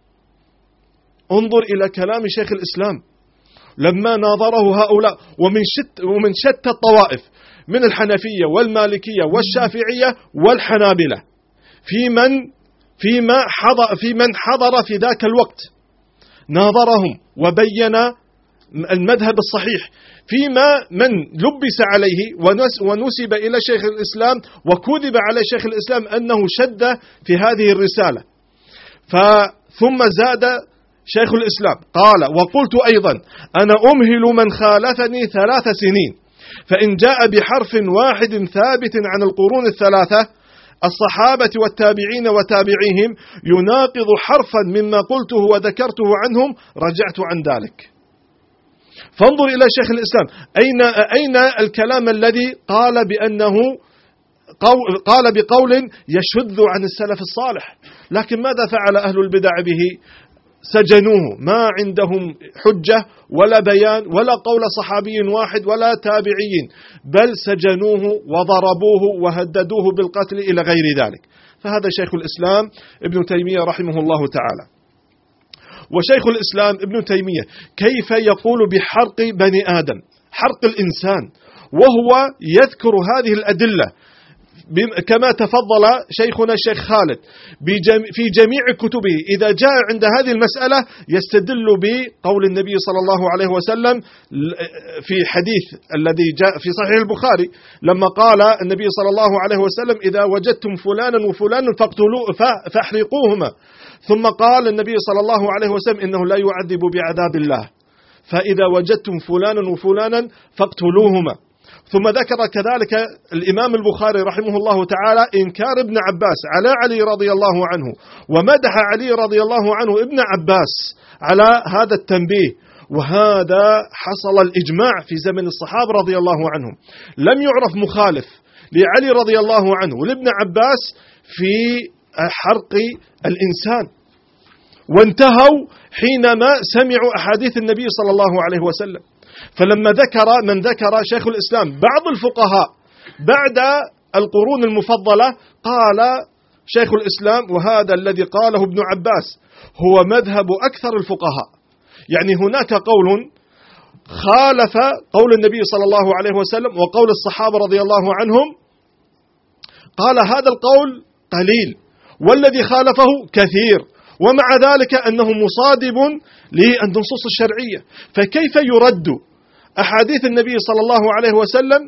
انظر إلى كلام شيخ الإسلام لما ناظره هؤلاء ومن شت ومن شتى الطوائف من الحنفية والمالكية والشافعية والحنابلة، في من فيما حضر في من حضر في ذاك الوقت، ناظرهم وبين المذهب الصحيح، فيما من لبس عليه ونسب إلى شيخ الإسلام وكذب على شيخ الإسلام أنه شد في هذه الرسالة. ثم زاد شيخ الإسلام قال: وقلت أيضا أنا أمهل من خالفني ثلاث سنين، فإن جاء بحرف واحد ثابت عن القرون الثلاثة الصحابة والتابعين وتابعيهم يناقض حرفا مما قلته وذكرته عنهم رجعت عن ذلك. فانظر إلى شيخ الإسلام، أين أين الكلام الذي قال بأنه قول قال بقول يشذ عن السلف الصالح؟ لكن ماذا فعل أهل البدع به؟ سجنوه، ما عندهم حجة ولا بيان ولا قول صحابي واحد ولا تابعين، بل سجنوه وضربوه وهددوه بالقتل إلى غير ذلك. فهذا شيخ الإسلام ابن تيمية رحمه الله تعالى. وشيخ الإسلام ابن تيمية كيف يقول بحرق بني آدم، حرق الإنسان، وهو يذكر هذه الأدلة كما تفضل شيخنا الشيخ خالد في جميع كتبه. إذا جاء عند هذه المسألة يستدل بقول النبي صلى الله عليه وسلم في حديث الذي جاء في صحيح البخاري لما قال النبي صلى الله عليه وسلم: إذا وجدتم فلانا وفلانا فاقتلوه فاحرقوهما. ثم قال النبي صلى الله عليه وسلم: إنه لا يعذب بعذاب الله، فإذا وجدتم فلانا وفلانا فاقتلوهما. ثم ذكر كذلك الإمام البخاري رحمه الله تعالى إنكار ابن عباس على علي رضي الله عنه، ومدح علي رضي الله عنه ابن عباس على هذا التنبيه. وهذا حصل الإجماع في زمن الصحابة رضي الله عنهم، لم يعرف مخالف لعلي رضي الله عنه ولابن عباس في حرق الإنسان، وانتهوا حينما سمعوا أحاديث النبي صلى الله عليه وسلم. فلما ذكر من ذكر شيخ الإسلام بعض الفقهاء بعد القرون المفضلة، قال شيخ الإسلام: وهذا الذي قاله ابن عباس هو مذهب أكثر الفقهاء. يعني هناك قول خالف قول النبي صلى الله عليه وسلم وقول الصحابة رضي الله عنهم، قال هذا القول قليل والذي خالفه كثير، ومع ذلك أنه مصادب للنصوص الشرعية. فكيف يرد أحاديث النبي صلى الله عليه وسلم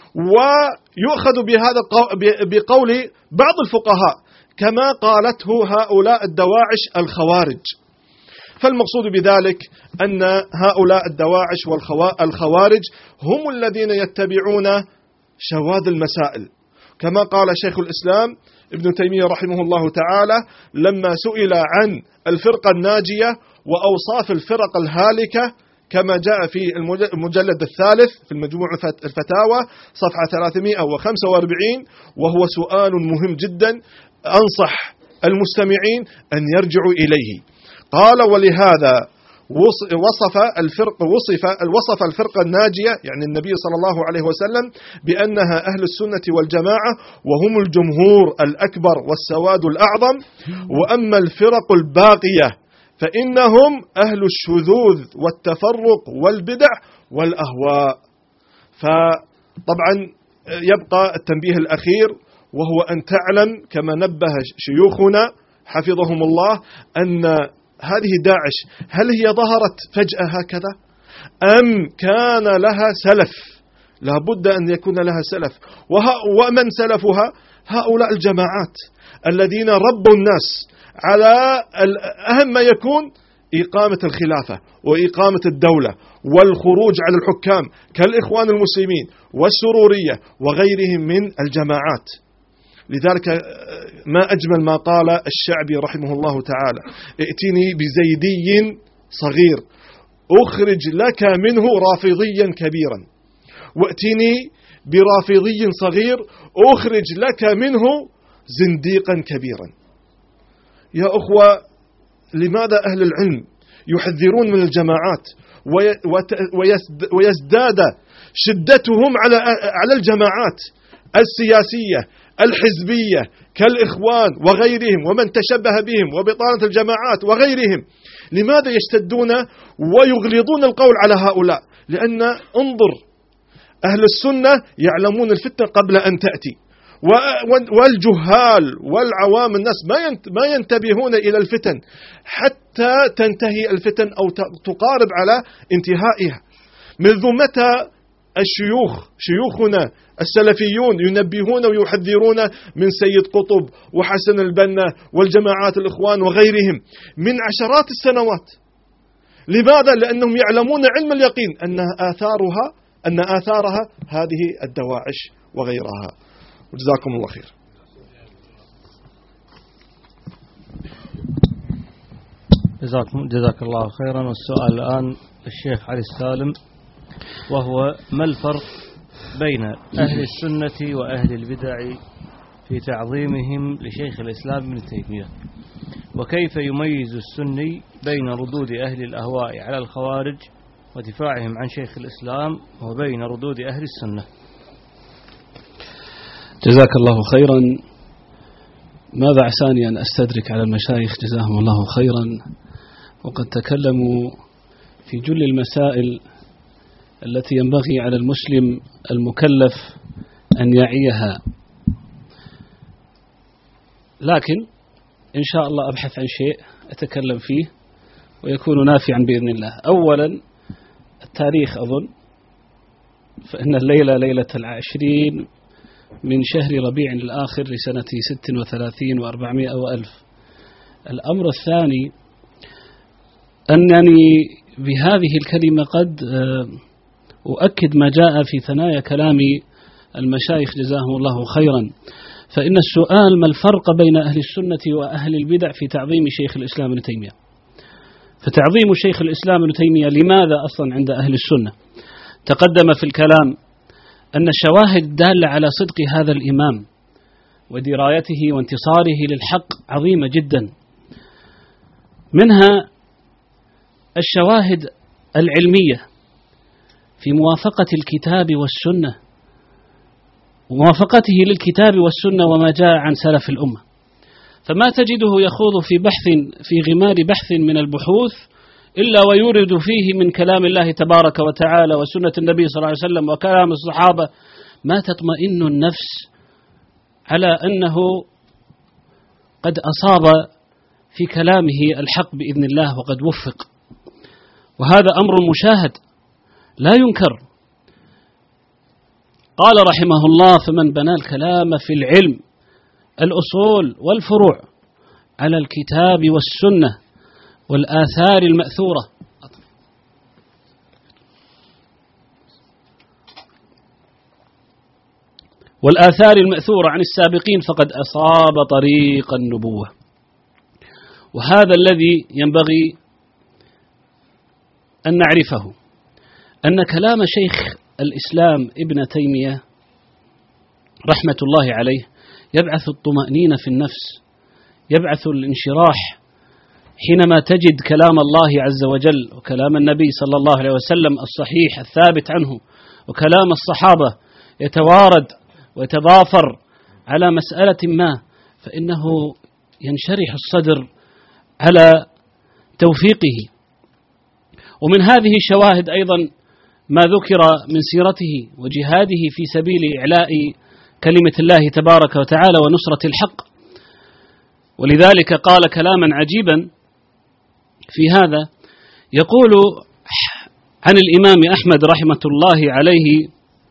ويؤخذ بهذا بقول بعض الفقهاء كما قالته هؤلاء الدواعش الخوارج؟ فالمقصود بذلك أن هؤلاء الدواعش والخوارج هم الذين يتبعون شواذ المسائل، كما قال شيخ الإسلام ابن تيمية رحمه الله تعالى لما سئل عن الفرقة الناجية وأوصاف الفرق الهالكة كما جاء في المجلد الثالث في المجموع الفتاوى صفحة ثلاثمائة وخمسة وأربعين، وهو سؤال مهم جدا أنصح المستمعين أن يرجعوا إليه. قال: ولهذا وصف الفرق وصف وصف الفرقة الناجية يعني النبي صلى الله عليه وسلم بأنها أهل السنة والجماعة، وهم الجمهور الأكبر والسواد الأعظم. وأما الفرق الباقية فإنهم أهل الشذوذ والتفرق والبدع والأهواء. فطبعا يبقى التنبيه الأخير، وهو أن تعلم كما نبه شيوخنا حفظهم الله أن هذه داعش هل هي ظهرت فجأة هكذا أم كان لها سلف؟ لابد أن يكون لها سلف. ومن سلفها؟ هؤلاء الجماعات الذين ربوا الناس على أهم ما يكون إقامة الخلافة وإقامة الدولة والخروج على الحكام كالإخوان المسلمين والسرورية وغيرهم من الجماعات. لذلك ما أجمل ما قال الشعبي رحمه الله تعالى: ائتني بزيدي صغير أخرج لك منه رافضيا كبيرا، وائتني برافضي صغير أخرج لك منه زنديقا كبيرا. يا أخوة، لماذا أهل العلم يحذرون من الجماعات ويزداد شدتهم على على الجماعات السياسية الحزبية كالإخوان وغيرهم ومن تشبه بهم وبطانة الجماعات وغيرهم؟ لماذا يشتدون ويغلظون القول على هؤلاء؟ لأن انظر، أهل السنة يعلمون الفتنة قبل أن تأتي، والجهال والعوام الناس ما ينتبهون إلى الفتن حتى تنتهي الفتن أو تقارب على انتهائها. منذ متى الشيوخ شيوخنا السلفيون ينبهون ويحذرون من سيد قطب وحسن البنا والجماعات الإخوان وغيرهم من عشرات السنوات؟ لماذا؟ لأنهم يعلمون علم اليقين أن آثارها أن آثارها هذه الدواعش وغيرها. وجزاكم الله خير. جزاكم جزاك الله خيرا. والسؤال الآن الشيخ علي السالم، وهو: ما الفرق بين أهل السنة وأهل البدع في تعظيمهم لشيخ الإسلام ابن تيمية؟ وكيف يميز السني بين ردود أهل الأهواء على الخوارج ودفاعهم عن شيخ الإسلام وبين ردود أهل السنة؟ جزاك الله خيرا. ماذا عساني أن أستدرك على المشايخ جزاهم الله خيرا، وقد تكلموا في جل المسائل التي ينبغي على المسلم المكلف أن يعيها، لكن إن شاء الله أبحث عن شيء أتكلم فيه ويكون نافعا بإذن الله. أولا التاريخ، أظن فإن الليلة ليلة العشرين من شهر ربيع الآخر لسنة ست وثلاثين وأربعمائة وألف. الأمر الثاني أنني بهذه الكلمة قد أؤكد ما جاء في ثنايا كلام المشايخ جزاهم الله خيرا، فإن السؤال: ما الفرق بين أهل السنة وأهل البدع في تعظيم شيخ الإسلام ابن تيمية؟ فتعظيم شيخ الإسلام ابن تيمية لماذا أصلا عند أهل السنة؟ تقدم في الكلام أن الشواهد دالة على صدق هذا الإمام ودرايته وانتصاره للحق عظيمة جدا، منها الشواهد العلمية في موافقة الكتاب والسنة، وموافقته للكتاب والسنة وما جاء عن سلف الأمة، فما تجده يخوض في بحث في غمار بحث من البحوث إلا ويورد فيه من كلام الله تبارك وتعالى وسنة النبي صلى الله عليه وسلم وكلام الصحابة ما تطمئن النفس على أنه قد أصاب في كلامه الحق بإذن الله وقد وفق، وهذا أمر مشاهد لا ينكر. قال رحمه الله: فمن بنى الكلام في العلم الأصول والفروع على الكتاب والسنة والآثار المأثورة والآثار المأثورة عن السابقين فقد أصاب طريق النبوة. وهذا الذي ينبغي أن نعرفه، أن كلام شيخ الإسلام ابن تيمية رحمة الله عليه يبعث الطمأنينة في النفس، يبعث الانشراح حينما تجد كلام الله عز وجل وكلام النبي صلى الله عليه وسلم الصحيح الثابت عنه وكلام الصحابة يتوارد ويتضافر على مسألة ما، فإنه ينشرح الصدر على توفيقه. ومن هذه الشواهد أيضا ما ذكر من سيرته وجهاده في سبيل إعلاء كلمة الله تبارك وتعالى ونصرة الحق، ولذلك قال كلاما عجيبا في هذا، يقول عن الإمام أحمد رحمة الله عليه،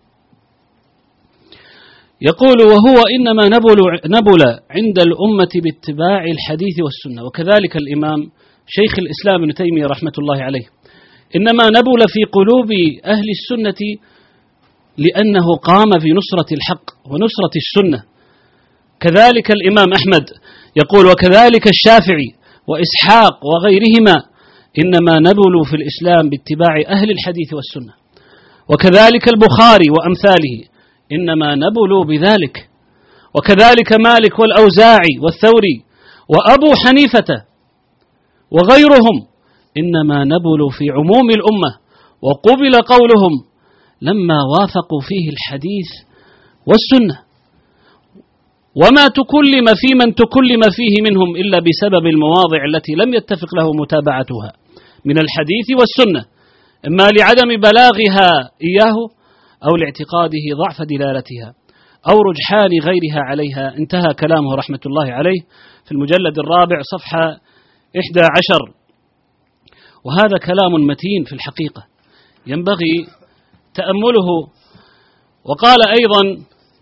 يقول: وهو إنما نبل, نبل عند الأمة باتباع الحديث والسنة. وكذلك الإمام شيخ الإسلام ابن تيمية رحمة الله عليه إنما نبل في قلوب أهل السنة لأنه قام بنصرة الحق ونصرة السنة. كذلك الإمام أحمد يقول: وكذلك الشافعي وإسحاق وغيرهما إنما نبلوا في الإسلام باتباع أهل الحديث والسنة. وكذلك البخاري وأمثاله إنما نبلوا بذلك. وكذلك مالك والأوزاعي والثوري وأبو حنيفة وغيرهم إنما نبلوا في عموم الأمة وقبل قولهم لما وافقوا فيه الحديث والسنة، وما تكلم في من تكلم فيه منهم إلا بسبب المواضع التي لم يتفق له متابعتها من الحديث والسنة، إما لعدم بلاغها إياه أو لاعتقاده ضعف دلالتها أو رجحان غيرها عليها. انتهى كلامه رحمة الله عليه في المجلد الرابع صفحة إحدى عشر. وهذا كلام متين في الحقيقة ينبغي تأمله. وقال أيضا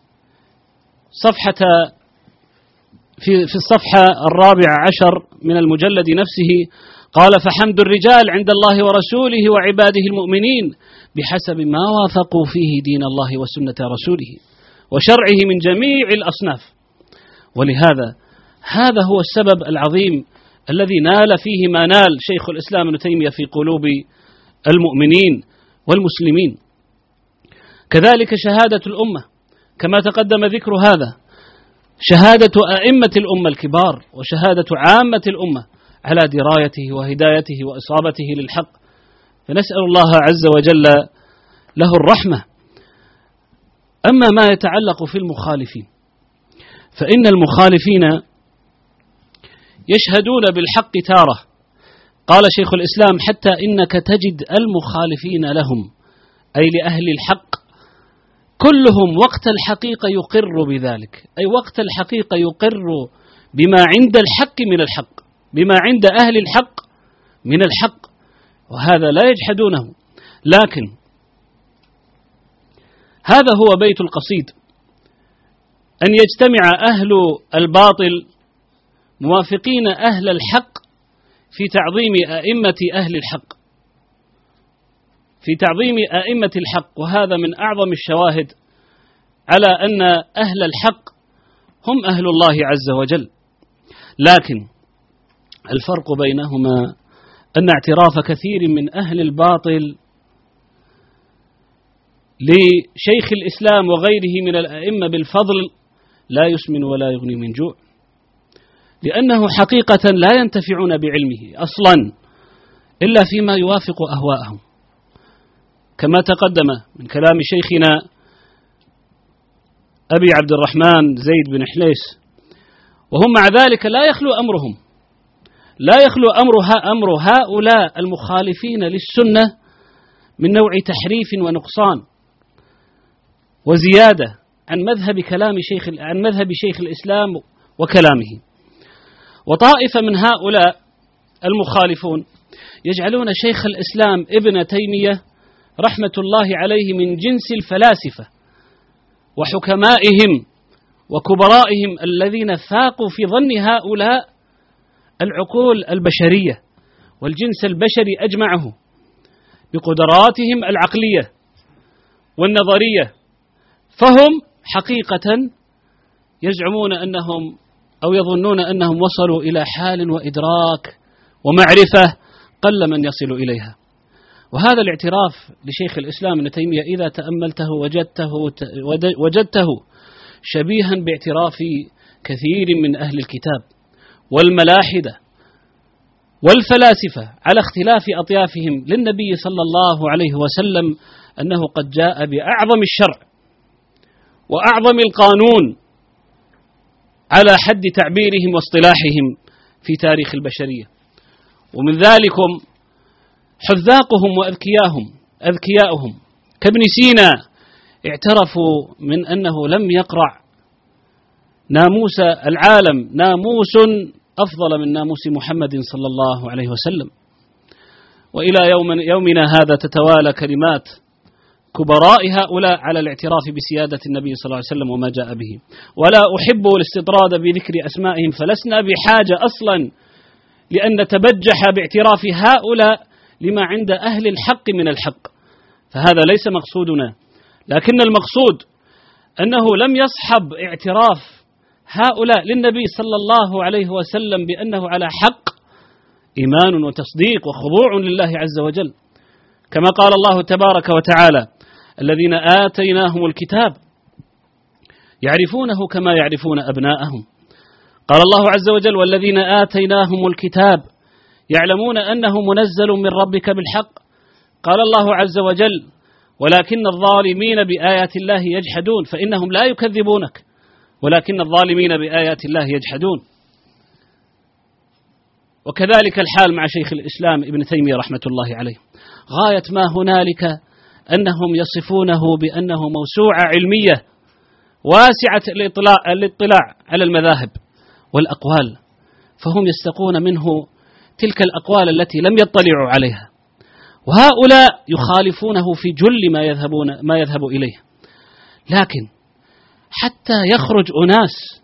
صفحة في في الصفحة الرابعة عشر من المجلد نفسه، قال: فحمد الرجال عند الله ورسوله وعباده المؤمنين بحسب ما وافقوا فيه دين الله وسنة رسوله وشرعه من جميع الأصناف. ولهذا هذا هو السبب العظيم الذي نال فيه ما نال شيخ الإسلام ابن تيمية في قلوب المؤمنين والمسلمين. كذلك شهادة الأمة كما تقدم ذكر هذا، شهادة أئمة الأمة الكبار وشهادة عامة الأمة على درايته وهدايته وإصابته للحق، فنسأل الله عز وجل له الرحمة. أما ما يتعلق في المخالفين فإن المخالفين يشهدون بالحق تارة. قال شيخ الإسلام: حتى إنك تجد المخالفين لهم أي لأهل الحق كلهم وقت الحقيقة يقر بذلك، أي وقت الحقيقة يقر بما عند الحق من الحق، بما عند أهل الحق من الحق، وهذا لا يجحدونه. لكن هذا هو بيت القصيد، أن يجتمع أهل الباطل موافقين أهل الحق في تعظيم أئمة أهل الحق، في تعظيم أئمة الحق. وهذا من أعظم الشواهد على أن أهل الحق هم أهل الله عز وجل. لكن الفرق بينهما أن اعتراف كثير من أهل الباطل لشيخ الإسلام وغيره من الأئمة بالفضل لا يسمن ولا يغني من جوع، لأنه حقيقة لا ينتفعون بعلمه أصلا إلا فيما يوافق أهواءهم، كما تقدم من كلام شيخنا أبي عبد الرحمن زيد بن حليس. وهم مع ذلك لا يخلو أمرهم لا يخلو أمر أمر هؤلاء المخالفين للسنة من نوع تحريف ونقصان وزيادة عن مذهب كلام شيخ عن مذهب شيخ الإسلام وكلامه. وطائفة من هؤلاء المخالفون يجعلون شيخ الإسلام ابن تيمية رحمة الله عليه من جنس الفلاسفة وحكمائهم وكبرائهم الذين فاقوا في ظن هؤلاء العقول البشرية والجنس البشري أجمعه بقدراتهم العقلية والنظرية، فهم حقيقة يزعمون أنهم أو يظنون أنهم وصلوا إلى حال وإدراك ومعرفة قل من يصل إليها. وهذا الاعتراف لشيخ الإسلام ابن تيمية إذا تأملته وجدته, وجدته شبيها باعتراف كثير من أهل الكتاب والملاحدة والفلاسفة على اختلاف أطيافهم للنبي صلى الله عليه وسلم أنه قد جاء بأعظم الشرع وأعظم القانون على حد تعبيرهم واصطلاحهم في تاريخ البشرية. ومن ذلكم حذاقهم وأذكياهم أذكياؤهم كابن سينا اعترفوا من أنه لم يقرع ناموس العالم ناموس أفضل من ناموس محمد صلى الله عليه وسلم. وإلى يوم يومنا هذا تتوالى كلمات كبراء هؤلاء على الاعتراف بسيادة النبي صلى الله عليه وسلم وما جاء به. ولا أحب الاستطراد بذكر أسمائهم، فلسنا بحاجة أصلا لأن نتبجح باعتراف هؤلاء لما عند أهل الحق من الحق، فهذا ليس مقصودنا. لكن المقصود أنه لم يصحب اعتراف هؤلاء للنبي صلى الله عليه وسلم بأنه على حق إيمان وتصديق وخضوع لله عز وجل، كما قال الله تبارك وتعالى: الذين آتيناهم الكتاب يعرفونه كما يعرفون أبناءهم. قال الله عز وجل: والذين آتيناهم الكتاب يعلمون أنه منزل من ربك بالحق. قال الله عز وجل: ولكن الظالمين بآيات الله يجحدون، فإنهم لا يكذبونك ولكن الظالمين بآيات الله يجحدون. وكذلك الحال مع شيخ الإسلام ابن تيمية رحمة الله عليه، غاية ما هنالك أنهم يصفونه بأنه موسوعة علمية واسعة الاطلاع, الاطلاع على المذاهب والأقوال، فهم يستقون منه تلك الأقوال التي لم يطلعوا عليها، وهؤلاء يخالفونه في جل ما يذهبون ما يذهب إليه. لكن حتى يخرج أناس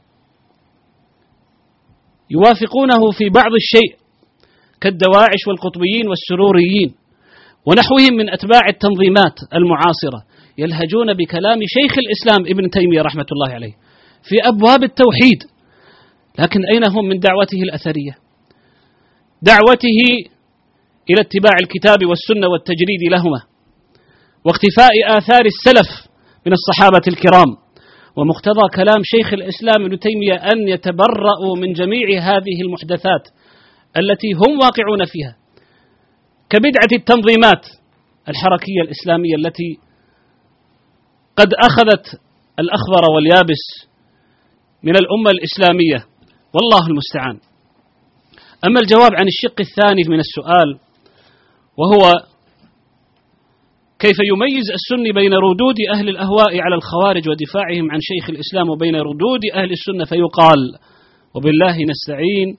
يوافقونه في بعض الشيء كالدواعش والقطبيين والسروريين ونحوهم من أتباع التنظيمات المعاصرة، يلهجون بكلام شيخ الإسلام ابن تيمية رحمة الله عليه في أبواب التوحيد، لكن أين هم من دعوته الأثرية، دعوته إلى اتباع الكتاب والسنة والتجريد لهما، واختفاء آثار السلف من الصحابة الكرام، ومقتضى كلام شيخ الإسلام ابن تيمية أن يتبرأوا من جميع هذه المحدثات التي هم واقعون فيها، كبدعة التنظيمات الحركية الإسلامية التي قد أخذت الأخضر واليابس من الأمة الإسلامية، والله المستعان. أما الجواب عن الشق الثاني من السؤال، وهو كيف يميز السني بين ردود أهل الأهواء على الخوارج ودفاعهم عن شيخ الإسلام وبين ردود أهل السنة، فيقال وبالله نستعين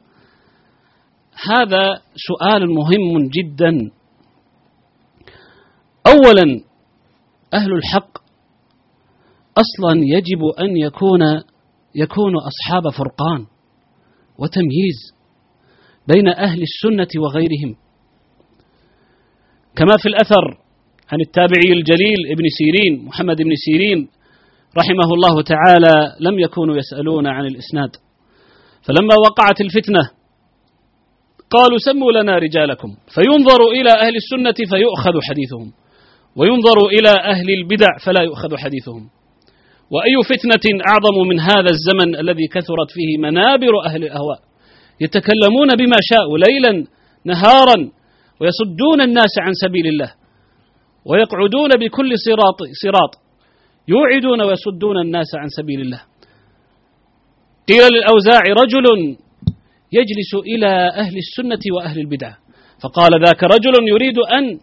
هذا سؤال مهم جدا. أولا، أهل الحق أصلا يجب أن يكون يكون أصحاب فرقان وتمييز بين أهل السنة وغيرهم، كما في الأثر عن التابعي الجليل ابن سيرين محمد بن سيرين رحمه الله تعالى: لم يكونوا يسألون عن الإسناد، فلما وقعت الفتنة قالوا سموا لنا رجالكم، فينظر إلى أهل السنة فيؤخذ حديثهم، وينظر إلى أهل البدع فلا يؤخذ حديثهم. وأي فتنة أعظم من هذا الزمن الذي كثرت فيه منابر أهل الأهواء يتكلمون بما شاءوا ليلا نهارا ويصدون الناس عن سبيل الله، ويقعدون بكل صراط صراط يوعدون ويصدون الناس عن سبيل الله. قيل للأوزاعي: رجل يجلس إلى أهل السنة وأهل البدعة، فقال: ذاك رجل يريد أن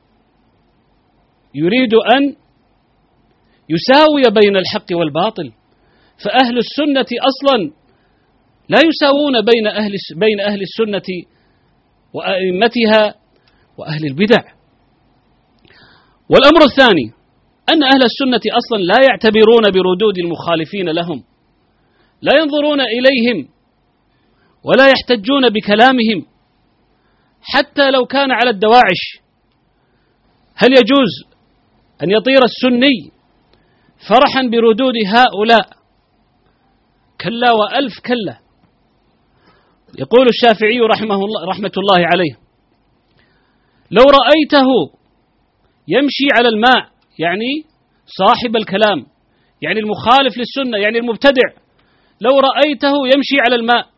يريد أن يساوي بين الحق والباطل، فأهل السنة أصلا لا يساوون بين أهل بين أهل السنة وأئمتها وأهل البدع. والأمر الثاني أن أهل السنة أصلا لا يعتبرون بردود المخالفين لهم، لا ينظرون إليهم ولا يحتجون بكلامهم حتى لو كان على الدواعش. هل يجوز أن يطير السني فرحا بردود هؤلاء؟ كلا وألف كلا. يقول الشافعي رحمه الله رحمة الله عليه: لو رأيته يمشي على الماء، يعني صاحب الكلام، يعني المخالف للسنة، يعني المبتدع، لو رأيته يمشي على الماء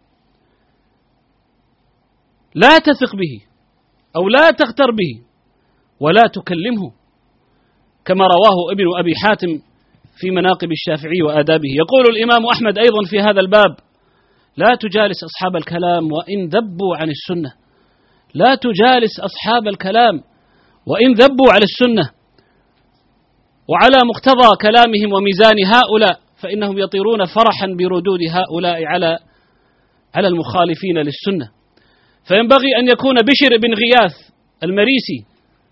لا تثق به أو لا تغتر به ولا تكلمه، كما رواه ابن أبي حاتم في مناقب الشافعي وآدابه. يقول الإمام أحمد أيضا في هذا الباب: لا تجالس أصحاب الكلام وإن ذبوا عن السنة، لا تجالس أصحاب الكلام وإن ذبوا على السنة. وعلى مقتضى كلامهم وميزان هؤلاء فإنهم يطيرون فرحا بردود هؤلاء على على المخالفين للسنة. فينبغي أن يكون بشر بن غياث المريسي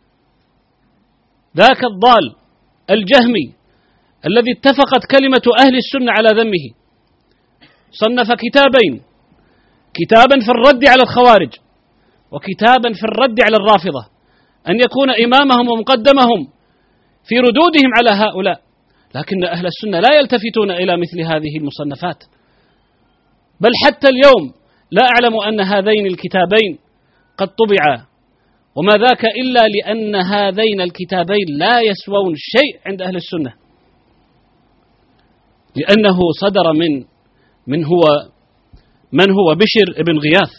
ذاك الضال الجهمي الذي اتفقت كلمة أهل السنة على ذمه، صنف كتابين: كتابا في الرد على الخوارج وكتابا في الرد على الرافضة، أن يكون إمامهم ومقدمهم في ردودهم على هؤلاء. لكن أهل السنة لا يلتفتون إلى مثل هذه المصنفات، بل حتى اليوم لا أعلم أن هذين الكتابين قد طبعا، وما ذاك إلا لأن هذين الكتابين لا يسوون شيء عند أهل السنة، لأنه صدر من من هو من هو بشر بن غياث.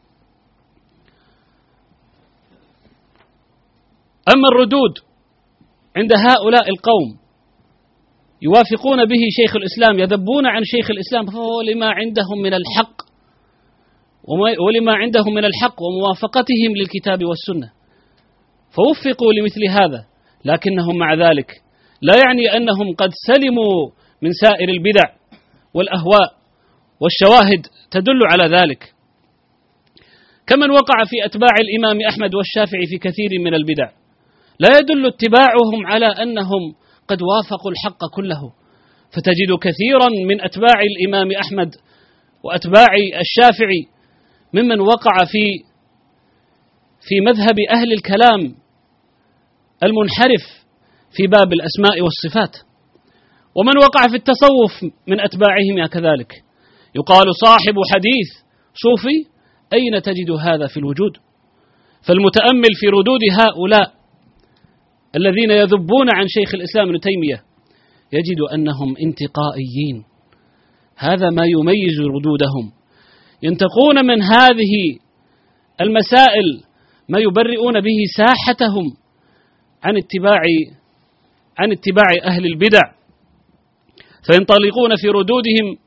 أما الردود عند هؤلاء القوم يوافقون به شيخ الإسلام، يذبون عن شيخ الإسلام، فهو لما عندهم من الحق ولما عندهم من الحق وموافقتهم للكتاب والسنة، فوفقوا لمثل هذا. لكنهم مع ذلك لا يعني أنهم قد سلموا من سائر البدع والأهواء، والشواهد تدل على ذلك. كمن وقع في أتباع الإمام أحمد والشافعي في كثير من البدع، لا يدل اتباعهم على أنهم قد وافقوا الحق كله، فتجد كثيرا من أتباع الإمام أحمد وأتباع الشافعي ممن وقع في في مذهب أهل الكلام المنحرف في باب الأسماء والصفات، ومن وقع في التصوف من أتباعهم كذلك. يقال صاحب حديث صوفي، أين تجد هذا في الوجود؟ فالمتأمل في ردود هؤلاء الذين يذبون عن شيخ الإسلام ابن تيمية يجد أنهم انتقائيين، هذا ما يميز ردودهم. ينتقون من هذه المسائل ما يبرئون به ساحتهم عن اتباع عن اتباع أهل البدع، فينطلقون في ردودهم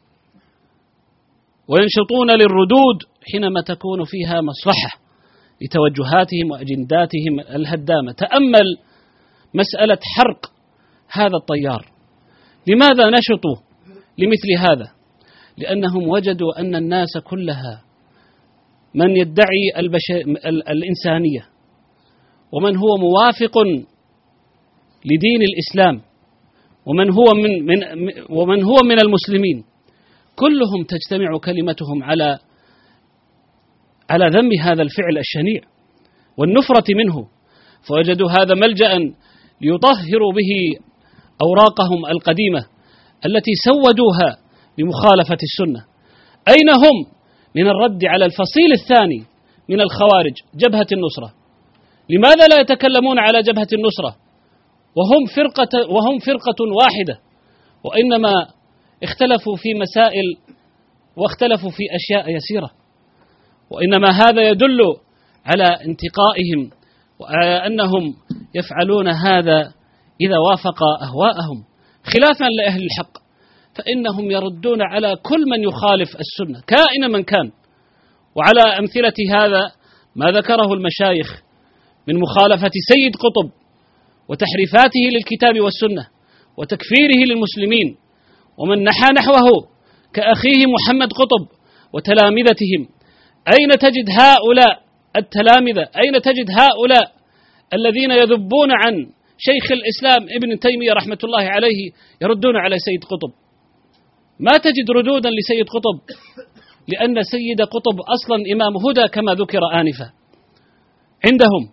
وينشطون للردود حينما تكون فيها مصلحة لتوجهاتهم وأجنداتهم الهدامة. تأمل مسألة حرق هذا الطيار، لماذا نشطوا لمثل هذا؟ لأنهم وجدوا أن الناس كلها من يدعي البش... الإنسانية ومن هو موافق لدين الإسلام ومن هو من, من ومن هو من المسلمين، كلهم تجتمع كلمتهم على على ذم هذا الفعل الشنيع والنفرة منه، فوجدوا هذا ملجأ ليطهروا به أوراقهم القديمة التي سودوها بمخالفة السنة. أين هم من الرد على الفصيل الثاني من الخوارج، جبهة النصرة؟ لماذا لا يتكلمون على جبهة النصرة وهم فرقة وهم فرقة واحدة، وإنما اختلفوا في مسائل واختلفوا في أشياء يسيرة؟ وإنما هذا يدل على انتقائهم وعلى أنهم يفعلون هذا إذا وافق أهواءهم، خلافا لأهل الحق فإنهم يردون على كل من يخالف السنة كائن من كان. وعلى أمثلة هذا ما ذكره المشايخ من مخالفة سيد قطب وتحريفاته للكتاب والسنة وتكفيره للمسلمين، ومن نحى نحوه كأخيه محمد قطب وتلامذتهم. أين تجد هؤلاء التلامذة؟ أين تجد هؤلاء الذين يذبون عن شيخ الإسلام ابن تيمية رحمة الله عليه يردون على سيد قطب؟ ما تجد ردودا لسيد قطب، لأن سيد قطب أصلا إمام هدى كما ذكر آنفا عندهم.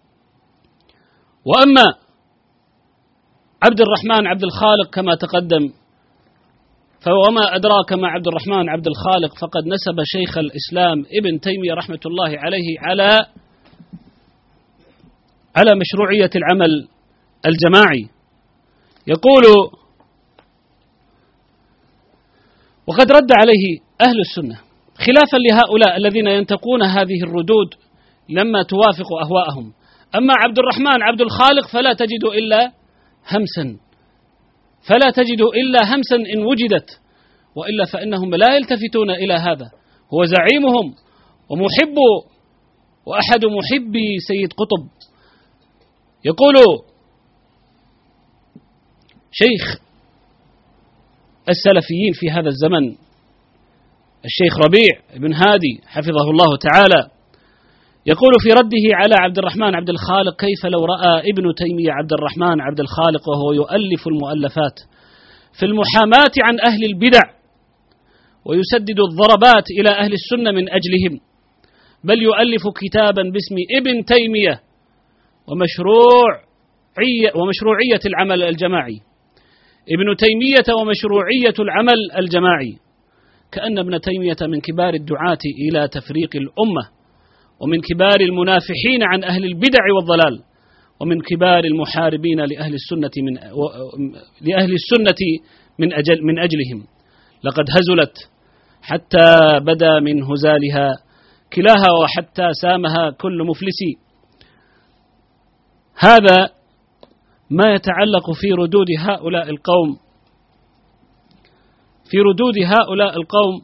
وأما عبد الرحمن عبد الخالق كما تقدم، فوما أدراك ما عبد الرحمن عبد الخالق، فقد نسب شيخ الإسلام ابن تيمية رحمة الله عليه على على مشروعية العمل الجماعي. يقول: وقد رد عليه أهل السنة خلافا لهؤلاء الذين ينتقون هذه الردود لما توافق أهواءهم. أما عبد الرحمن عبد الخالق فلا تجد إلا همسا فلا تجد إلا همسا إن وجدت، وإلا فإنهم لا يلتفتون إلى هذا. هو زعيمهم ومحب وأحد محبي سيد قطب. يقول شيخ السلفيين في هذا الزمن الشيخ ربيع بن هادي حفظه الله تعالى، يقول في رده على عبد الرحمن عبد الخالق: كيف لو رأى ابن تيمية عبد الرحمن عبد الخالق وهو يؤلف المؤلفات في المحاماة عن أهل البدع ويسدد الضربات إلى أهل السنة من أجلهم، بل يؤلف كتابا باسم ابن تيمية ومشروعية, ومشروعية العمل الجماعي. ابن تيمية ومشروعية العمل الجماعي، كأن ابن تيمية من كبار الدعاة إلى تفريق الأمة، ومن كبار المنافحين عن أهل البدع والضلال، ومن كبار المحاربين لأهل السنة من لأهل السنة من أجل من أجلهم. لقد هزلت حتى بدا من هزالها كلاها، وحتى سامها كل مفلس. هذا ما يتعلق في ردود هؤلاء القوم في ردود هؤلاء القوم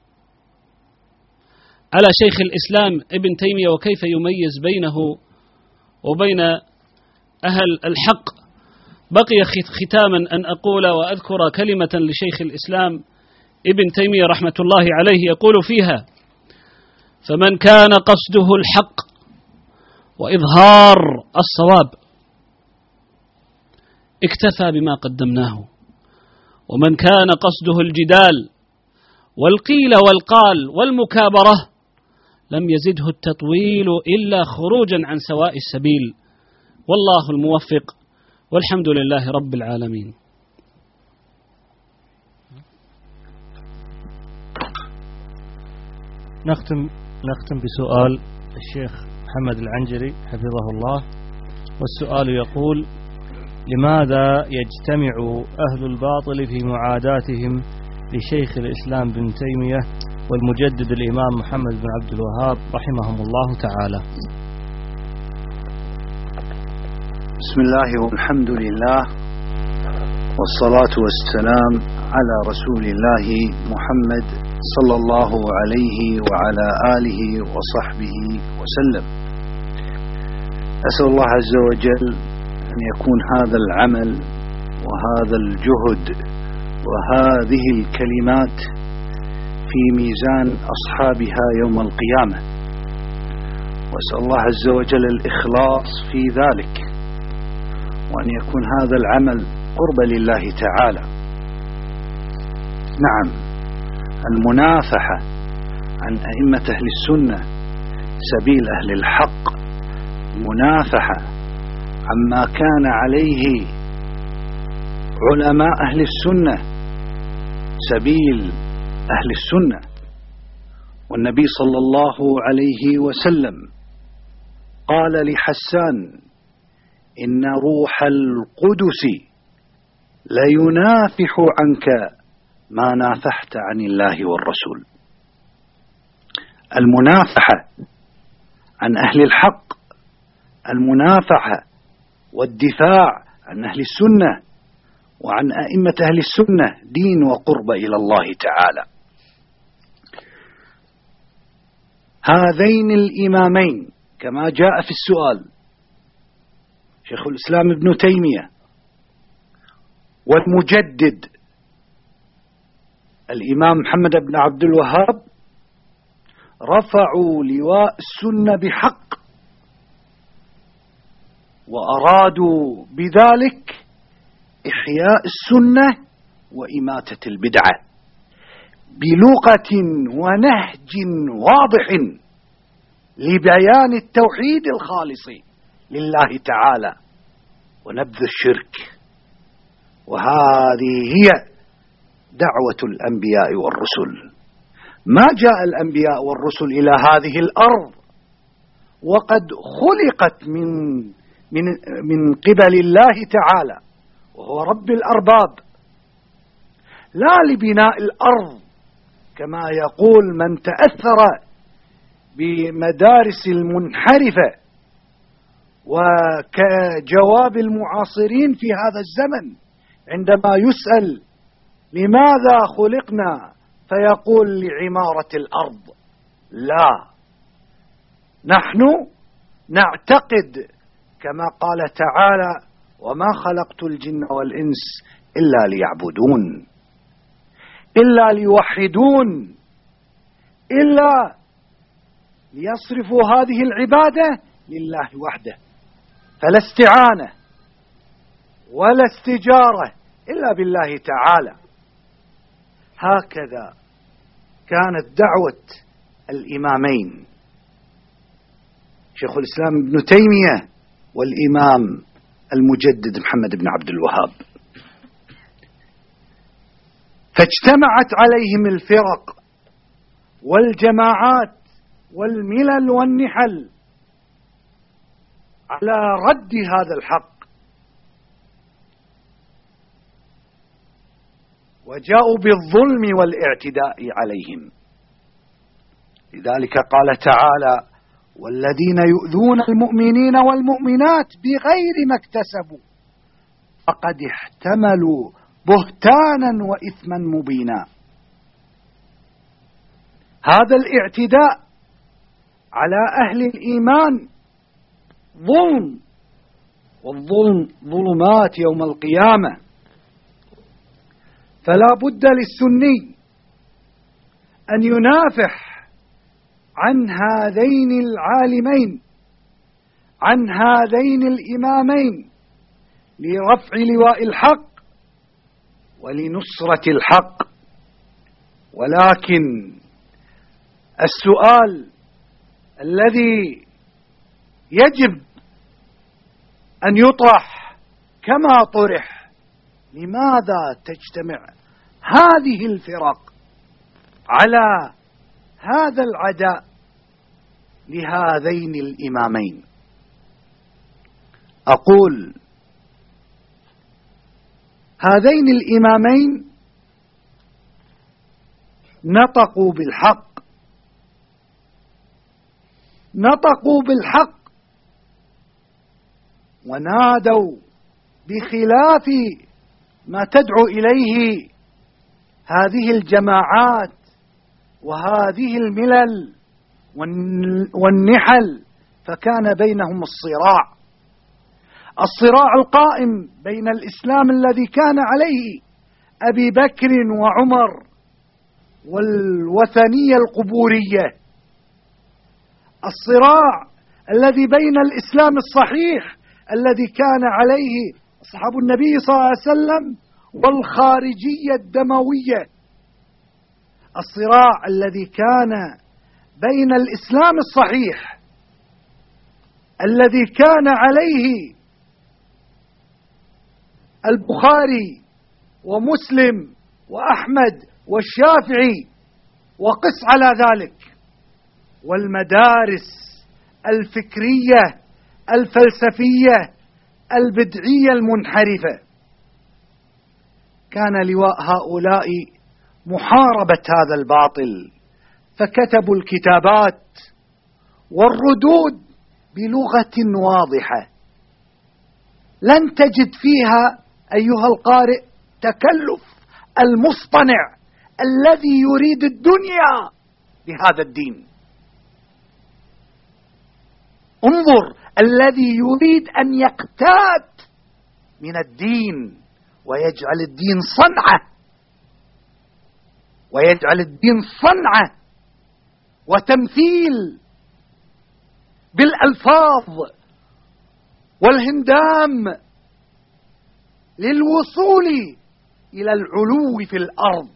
على شيخ الإسلام ابن تيمية، وكيف يميز بينه وبين أهل الحق. بقي ختاما أن أقول وأذكر كلمة لشيخ الإسلام ابن تيمية رحمة الله عليه يقول فيها: فمن كان قصده الحق وإظهار الصواب اكتفى بما قدمناه، ومن كان قصده الجدال والقيل والقال والمكابرة لم يزده التطويل إلا خروجا عن سواء السبيل. والله الموفق، والحمد لله رب العالمين. نختم نختم بسؤال الشيخ محمد العنجري حفظه الله، والسؤال يقول: لماذا يجتمع أهل الباطل في معاداتهم لشيخ الإسلام بن تيمية والمجدد الإمام محمد بن عبد الوهاب رحمهم الله تعالى؟ بسم الله والحمد لله والصلاة والسلام على رسول الله محمد صلى الله عليه وعلى آله وصحبه وسلم. أسأل الله عز وجل أن يكون هذا العمل وهذا الجهد وهذه الكلمات في ميزان أصحابها يوم القيامة، وأسأل الله عز وجل الإخلاص في ذلك، وأن يكون هذا العمل قرب لله تعالى. نعم، المنافحة عن أئمة أهل السنة سبيل أهل الحق، منافحة عما كان عليه علماء أهل السنة سبيل أهل السنة. والنبي صلى الله عليه وسلم قال لحسان: إن روح القدس لينافح عنك ما نافحت عن الله والرسول. المنافحة عن أهل الحق، المنافحة والدفاع عن أهل السنة وعن أئمة أهل السنة دين وقرب إلى الله تعالى. هذين الإمامين كما جاء في السؤال، شيخ الإسلام ابن تيمية والمجدد الإمام محمد بن عبد الوهاب، رفعوا لواء السنة بحق، وأرادوا بذلك إحياء السنة وإماتة البدعة بلغة ونهج واضح لبيان التوحيد الخالص لله تعالى ونبذ الشرك. وهذه هي دعوة الأنبياء والرسل. ما جاء الأنبياء والرسل إلى هذه الأرض وقد خلقت من من من قبل الله تعالى وهو رب الأرباب، لا لبناء الأرض كما يقول من تأثر بمدارس المنحرفة وكجواب المعاصرين في هذا الزمن عندما يسأل لماذا خلقنا فيقول لعمارة الأرض. لا، نحن نعتقد كما قال تعالى: وما خلقت الجن والإنس إلا ليعبدون، إلا ليوحدون، إلا ليصرفوا هذه العبادة لله وحده، فلا استعانة ولا استجارة إلا بالله تعالى. هكذا كانت دعوة الإمامين شيخ الإسلام ابن تيمية والإمام المجدد محمد بن عبد الوهاب، فاجتمعت عليهم الفرق والجماعات والملل والنحل على رد هذا الحق، وجاءوا بالظلم والاعتداء عليهم. لذلك قال تعالى: والذين يؤذون المؤمنين والمؤمنات بغير ما اكتسبوا فقد احتملوا بهتانا وإثما مبينا. هذا الاعتداء على أهل الإيمان ظلم والظلم ظلمات يوم القيامة. فلا بد للسني أن ينافح عن هذين العالمين، عن هذين الإمامين، لرفع لواء الحق ولنصرة الحق. ولكن السؤال الذي يجب أن يطرح كما طرح: لماذا تجتمع هذه الفرق على هذا العداء لهذين الإمامين؟ أقول هذين الإمامين نطقوا بالحق، نطقوا بالحق ونادوا بخلاف ما تدعو إليه هذه الجماعات وهذه الملل والنحل، فكان بينهم الصراع، الصراع القائم بين الإسلام الذي كان عليه أبي بكر وعمر والوثنية القبورية، الصراع الذي بين الإسلام الصحيح الذي كان عليه أصحاب النبي صلى الله عليه وسلم والخارجية الدموية، الصراع الذي كان بين الإسلام الصحيح الذي كان عليه البخاري ومسلم وأحمد والشافعي وقس على ذلك، والمدارس الفكرية الفلسفية البدعية المنحرفة. كان لواء هؤلاء محاربة هذا الباطل، فكتبوا الكتابات والردود بلغة واضحة لن تجد فيها أيها القارئ تكلف المصطنع الذي يريد الدنيا بهذا الدين. انظر، الذي يريد أن يقتات من الدين ويجعل الدين صنعة، ويجعل الدين صنعة وتمثيل بالألفاظ والهندام للوصول إلى العلو في الأرض.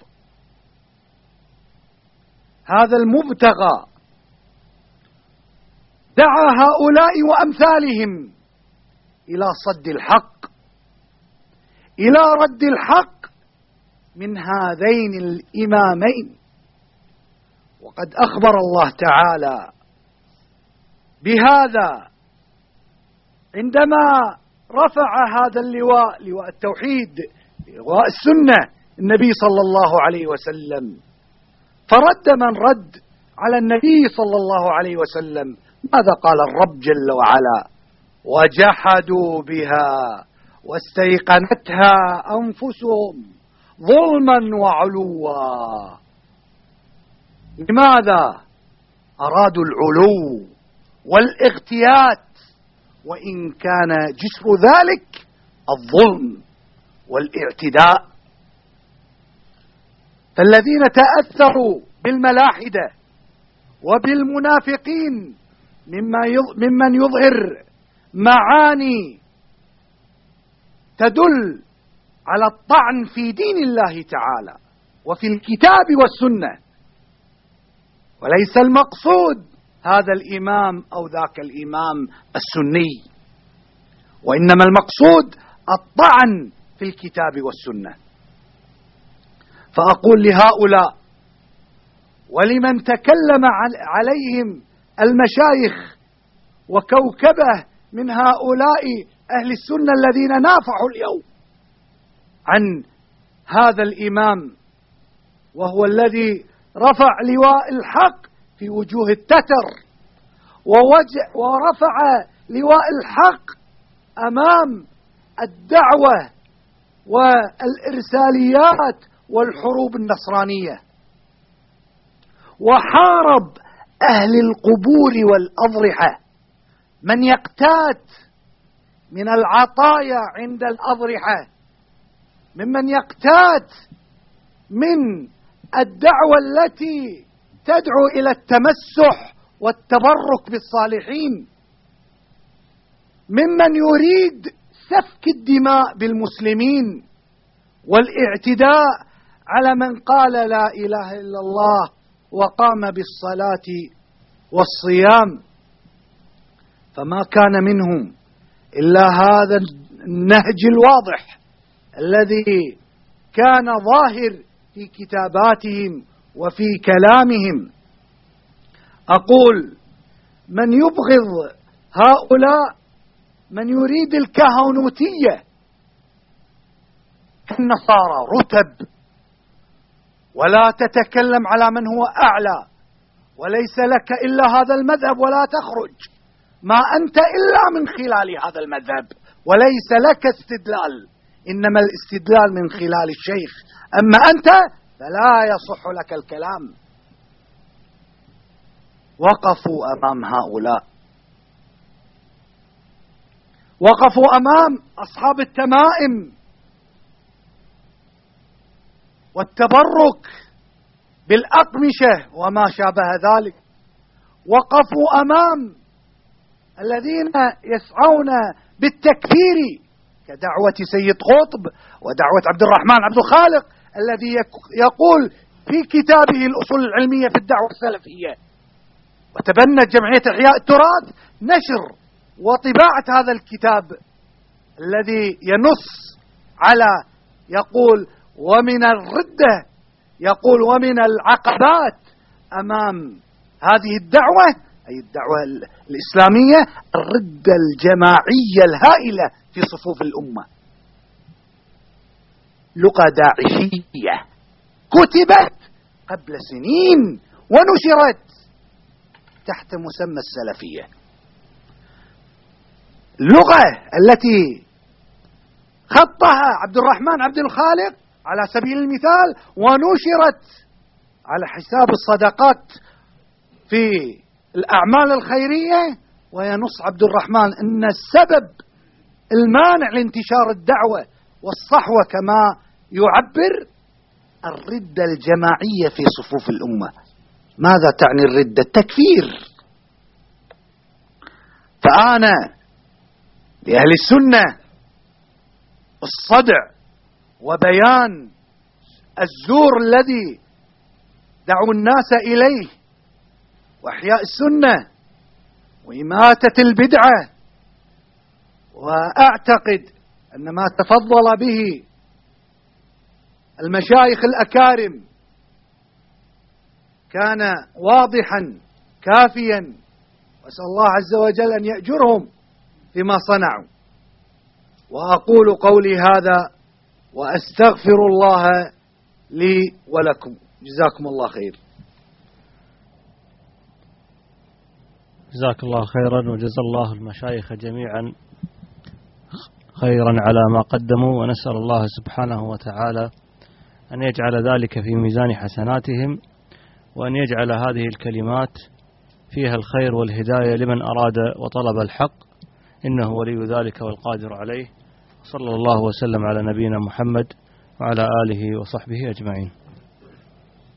هذا المبتغى دعا هؤلاء وأمثالهم إلى صد الحق، إلى رد الحق من هذين الإمامين. وقد أخبر الله تعالى بهذا عندما رفع هذا اللواء، لواء التوحيد، لواء السنة، النبي صلى الله عليه وسلم، فرد من رد على النبي صلى الله عليه وسلم. ماذا قال الرب جل وعلا؟ وجحدوا بها واستيقنتها أنفسهم ظلما وعلوا. لماذا؟ أرادوا العلو والاغتيات، وإن كان جسر ذلك الظلم والاعتداء. فالذين تأثروا بالملاحدة وبالمنافقين ممن يظهر معاني تدل على الطعن في دين الله تعالى وفي الكتاب والسنة، وليس المقصود هذا الإمام أو ذاك الإمام السني، وإنما المقصود الطعن في الكتاب والسنة. فأقول لهؤلاء ولمن تكلم عليهم المشايخ وكوكبه من هؤلاء أهل السنة الذين نافحوا اليوم عن هذا الإمام، وهو الذي رفع لواء الحق في وجوه التتر، ورفع لواء الحق أمام الدعوة والإرساليات والحروب النصرانية، وحارب أهل القبور والأضرحة، من يقتات من العطايا عند الأضرحة، ممن يقتات من الدعوة التي تدعو إلى التمسح والتبرك بالصالحين، ممن يريد سفك الدماء بالمسلمين والاعتداء على من قال لا إله إلا الله وقام بالصلاة والصيام. فما كان منهم إلا هذا النهج الواضح الذي كان ظاهر في كتاباتهم وفي كلامهم. أقول من يبغض هؤلاء، من يريد الكهنوتية كالنصارى رتب، ولا تتكلم على من هو أعلى، وليس لك إلا هذا المذهب ولا تخرج، ما أنت إلا من خلال هذا المذهب، وليس لك استدلال، إنما الاستدلال من خلال الشيخ، أما أنت فلا يصح لك الكلام. وقفوا أمام هؤلاء، وقفوا أمام أصحاب التمائم والتبرك بالأقمشة وما شابه ذلك، وقفوا أمام الذين يسعون بالتكفير كدعوة سيد قطب ودعوة عبد الرحمن عبد الخالق الذي يقول في كتابه الأصول العلمية في الدعوة السلفية. وتبنت جمعية إحياء التراث نشر وطباعة هذا الكتاب الذي ينص على، يقول ومن الردة، يقول ومن العقبات أمام هذه الدعوة، أي الدعوة الإسلامية، الردة الجماعية الهائلة في صفوف الأمة. لغة داعشية كتبت قبل سنين ونشرت تحت مسمى السلفية، اللغة التي خطها عبد الرحمن عبد الخالق على سبيل المثال ونشرت على حساب الصدقات في الأعمال الخيرية، وينص عبد الرحمن أن السبب المانع لانتشار الدعوة والصحوة كما يعبر الردة الجماعية في صفوف الأمة. ماذا تعني الردة؟ التكفير. فأنا لأهل السنة الصدع وبيان الزور الذي دعوا الناس إليه، وإحياء السنة وإماتة البدعة. وأعتقد أن ما تفضل به المشايخ الأكارم كان واضحا كافيا، وأسأل الله عز وجل أن يأجرهم بما صنعوا. وأقول قولي هذا وأستغفر الله لي ولكم، جزاكم الله خير. جزاك الله خيرا، وجزا الله المشايخ جميعا خيرا على ما قدموا، ونسأل الله سبحانه وتعالى أن يجعل ذلك في ميزان حسناتهم، وأن يجعل هذه الكلمات فيها الخير والهداية لمن أراد وطلب الحق، إنه ولي ذلك والقادر عليه. صلى الله وسلم على نبينا محمد وعلى آله وصحبه أجمعين.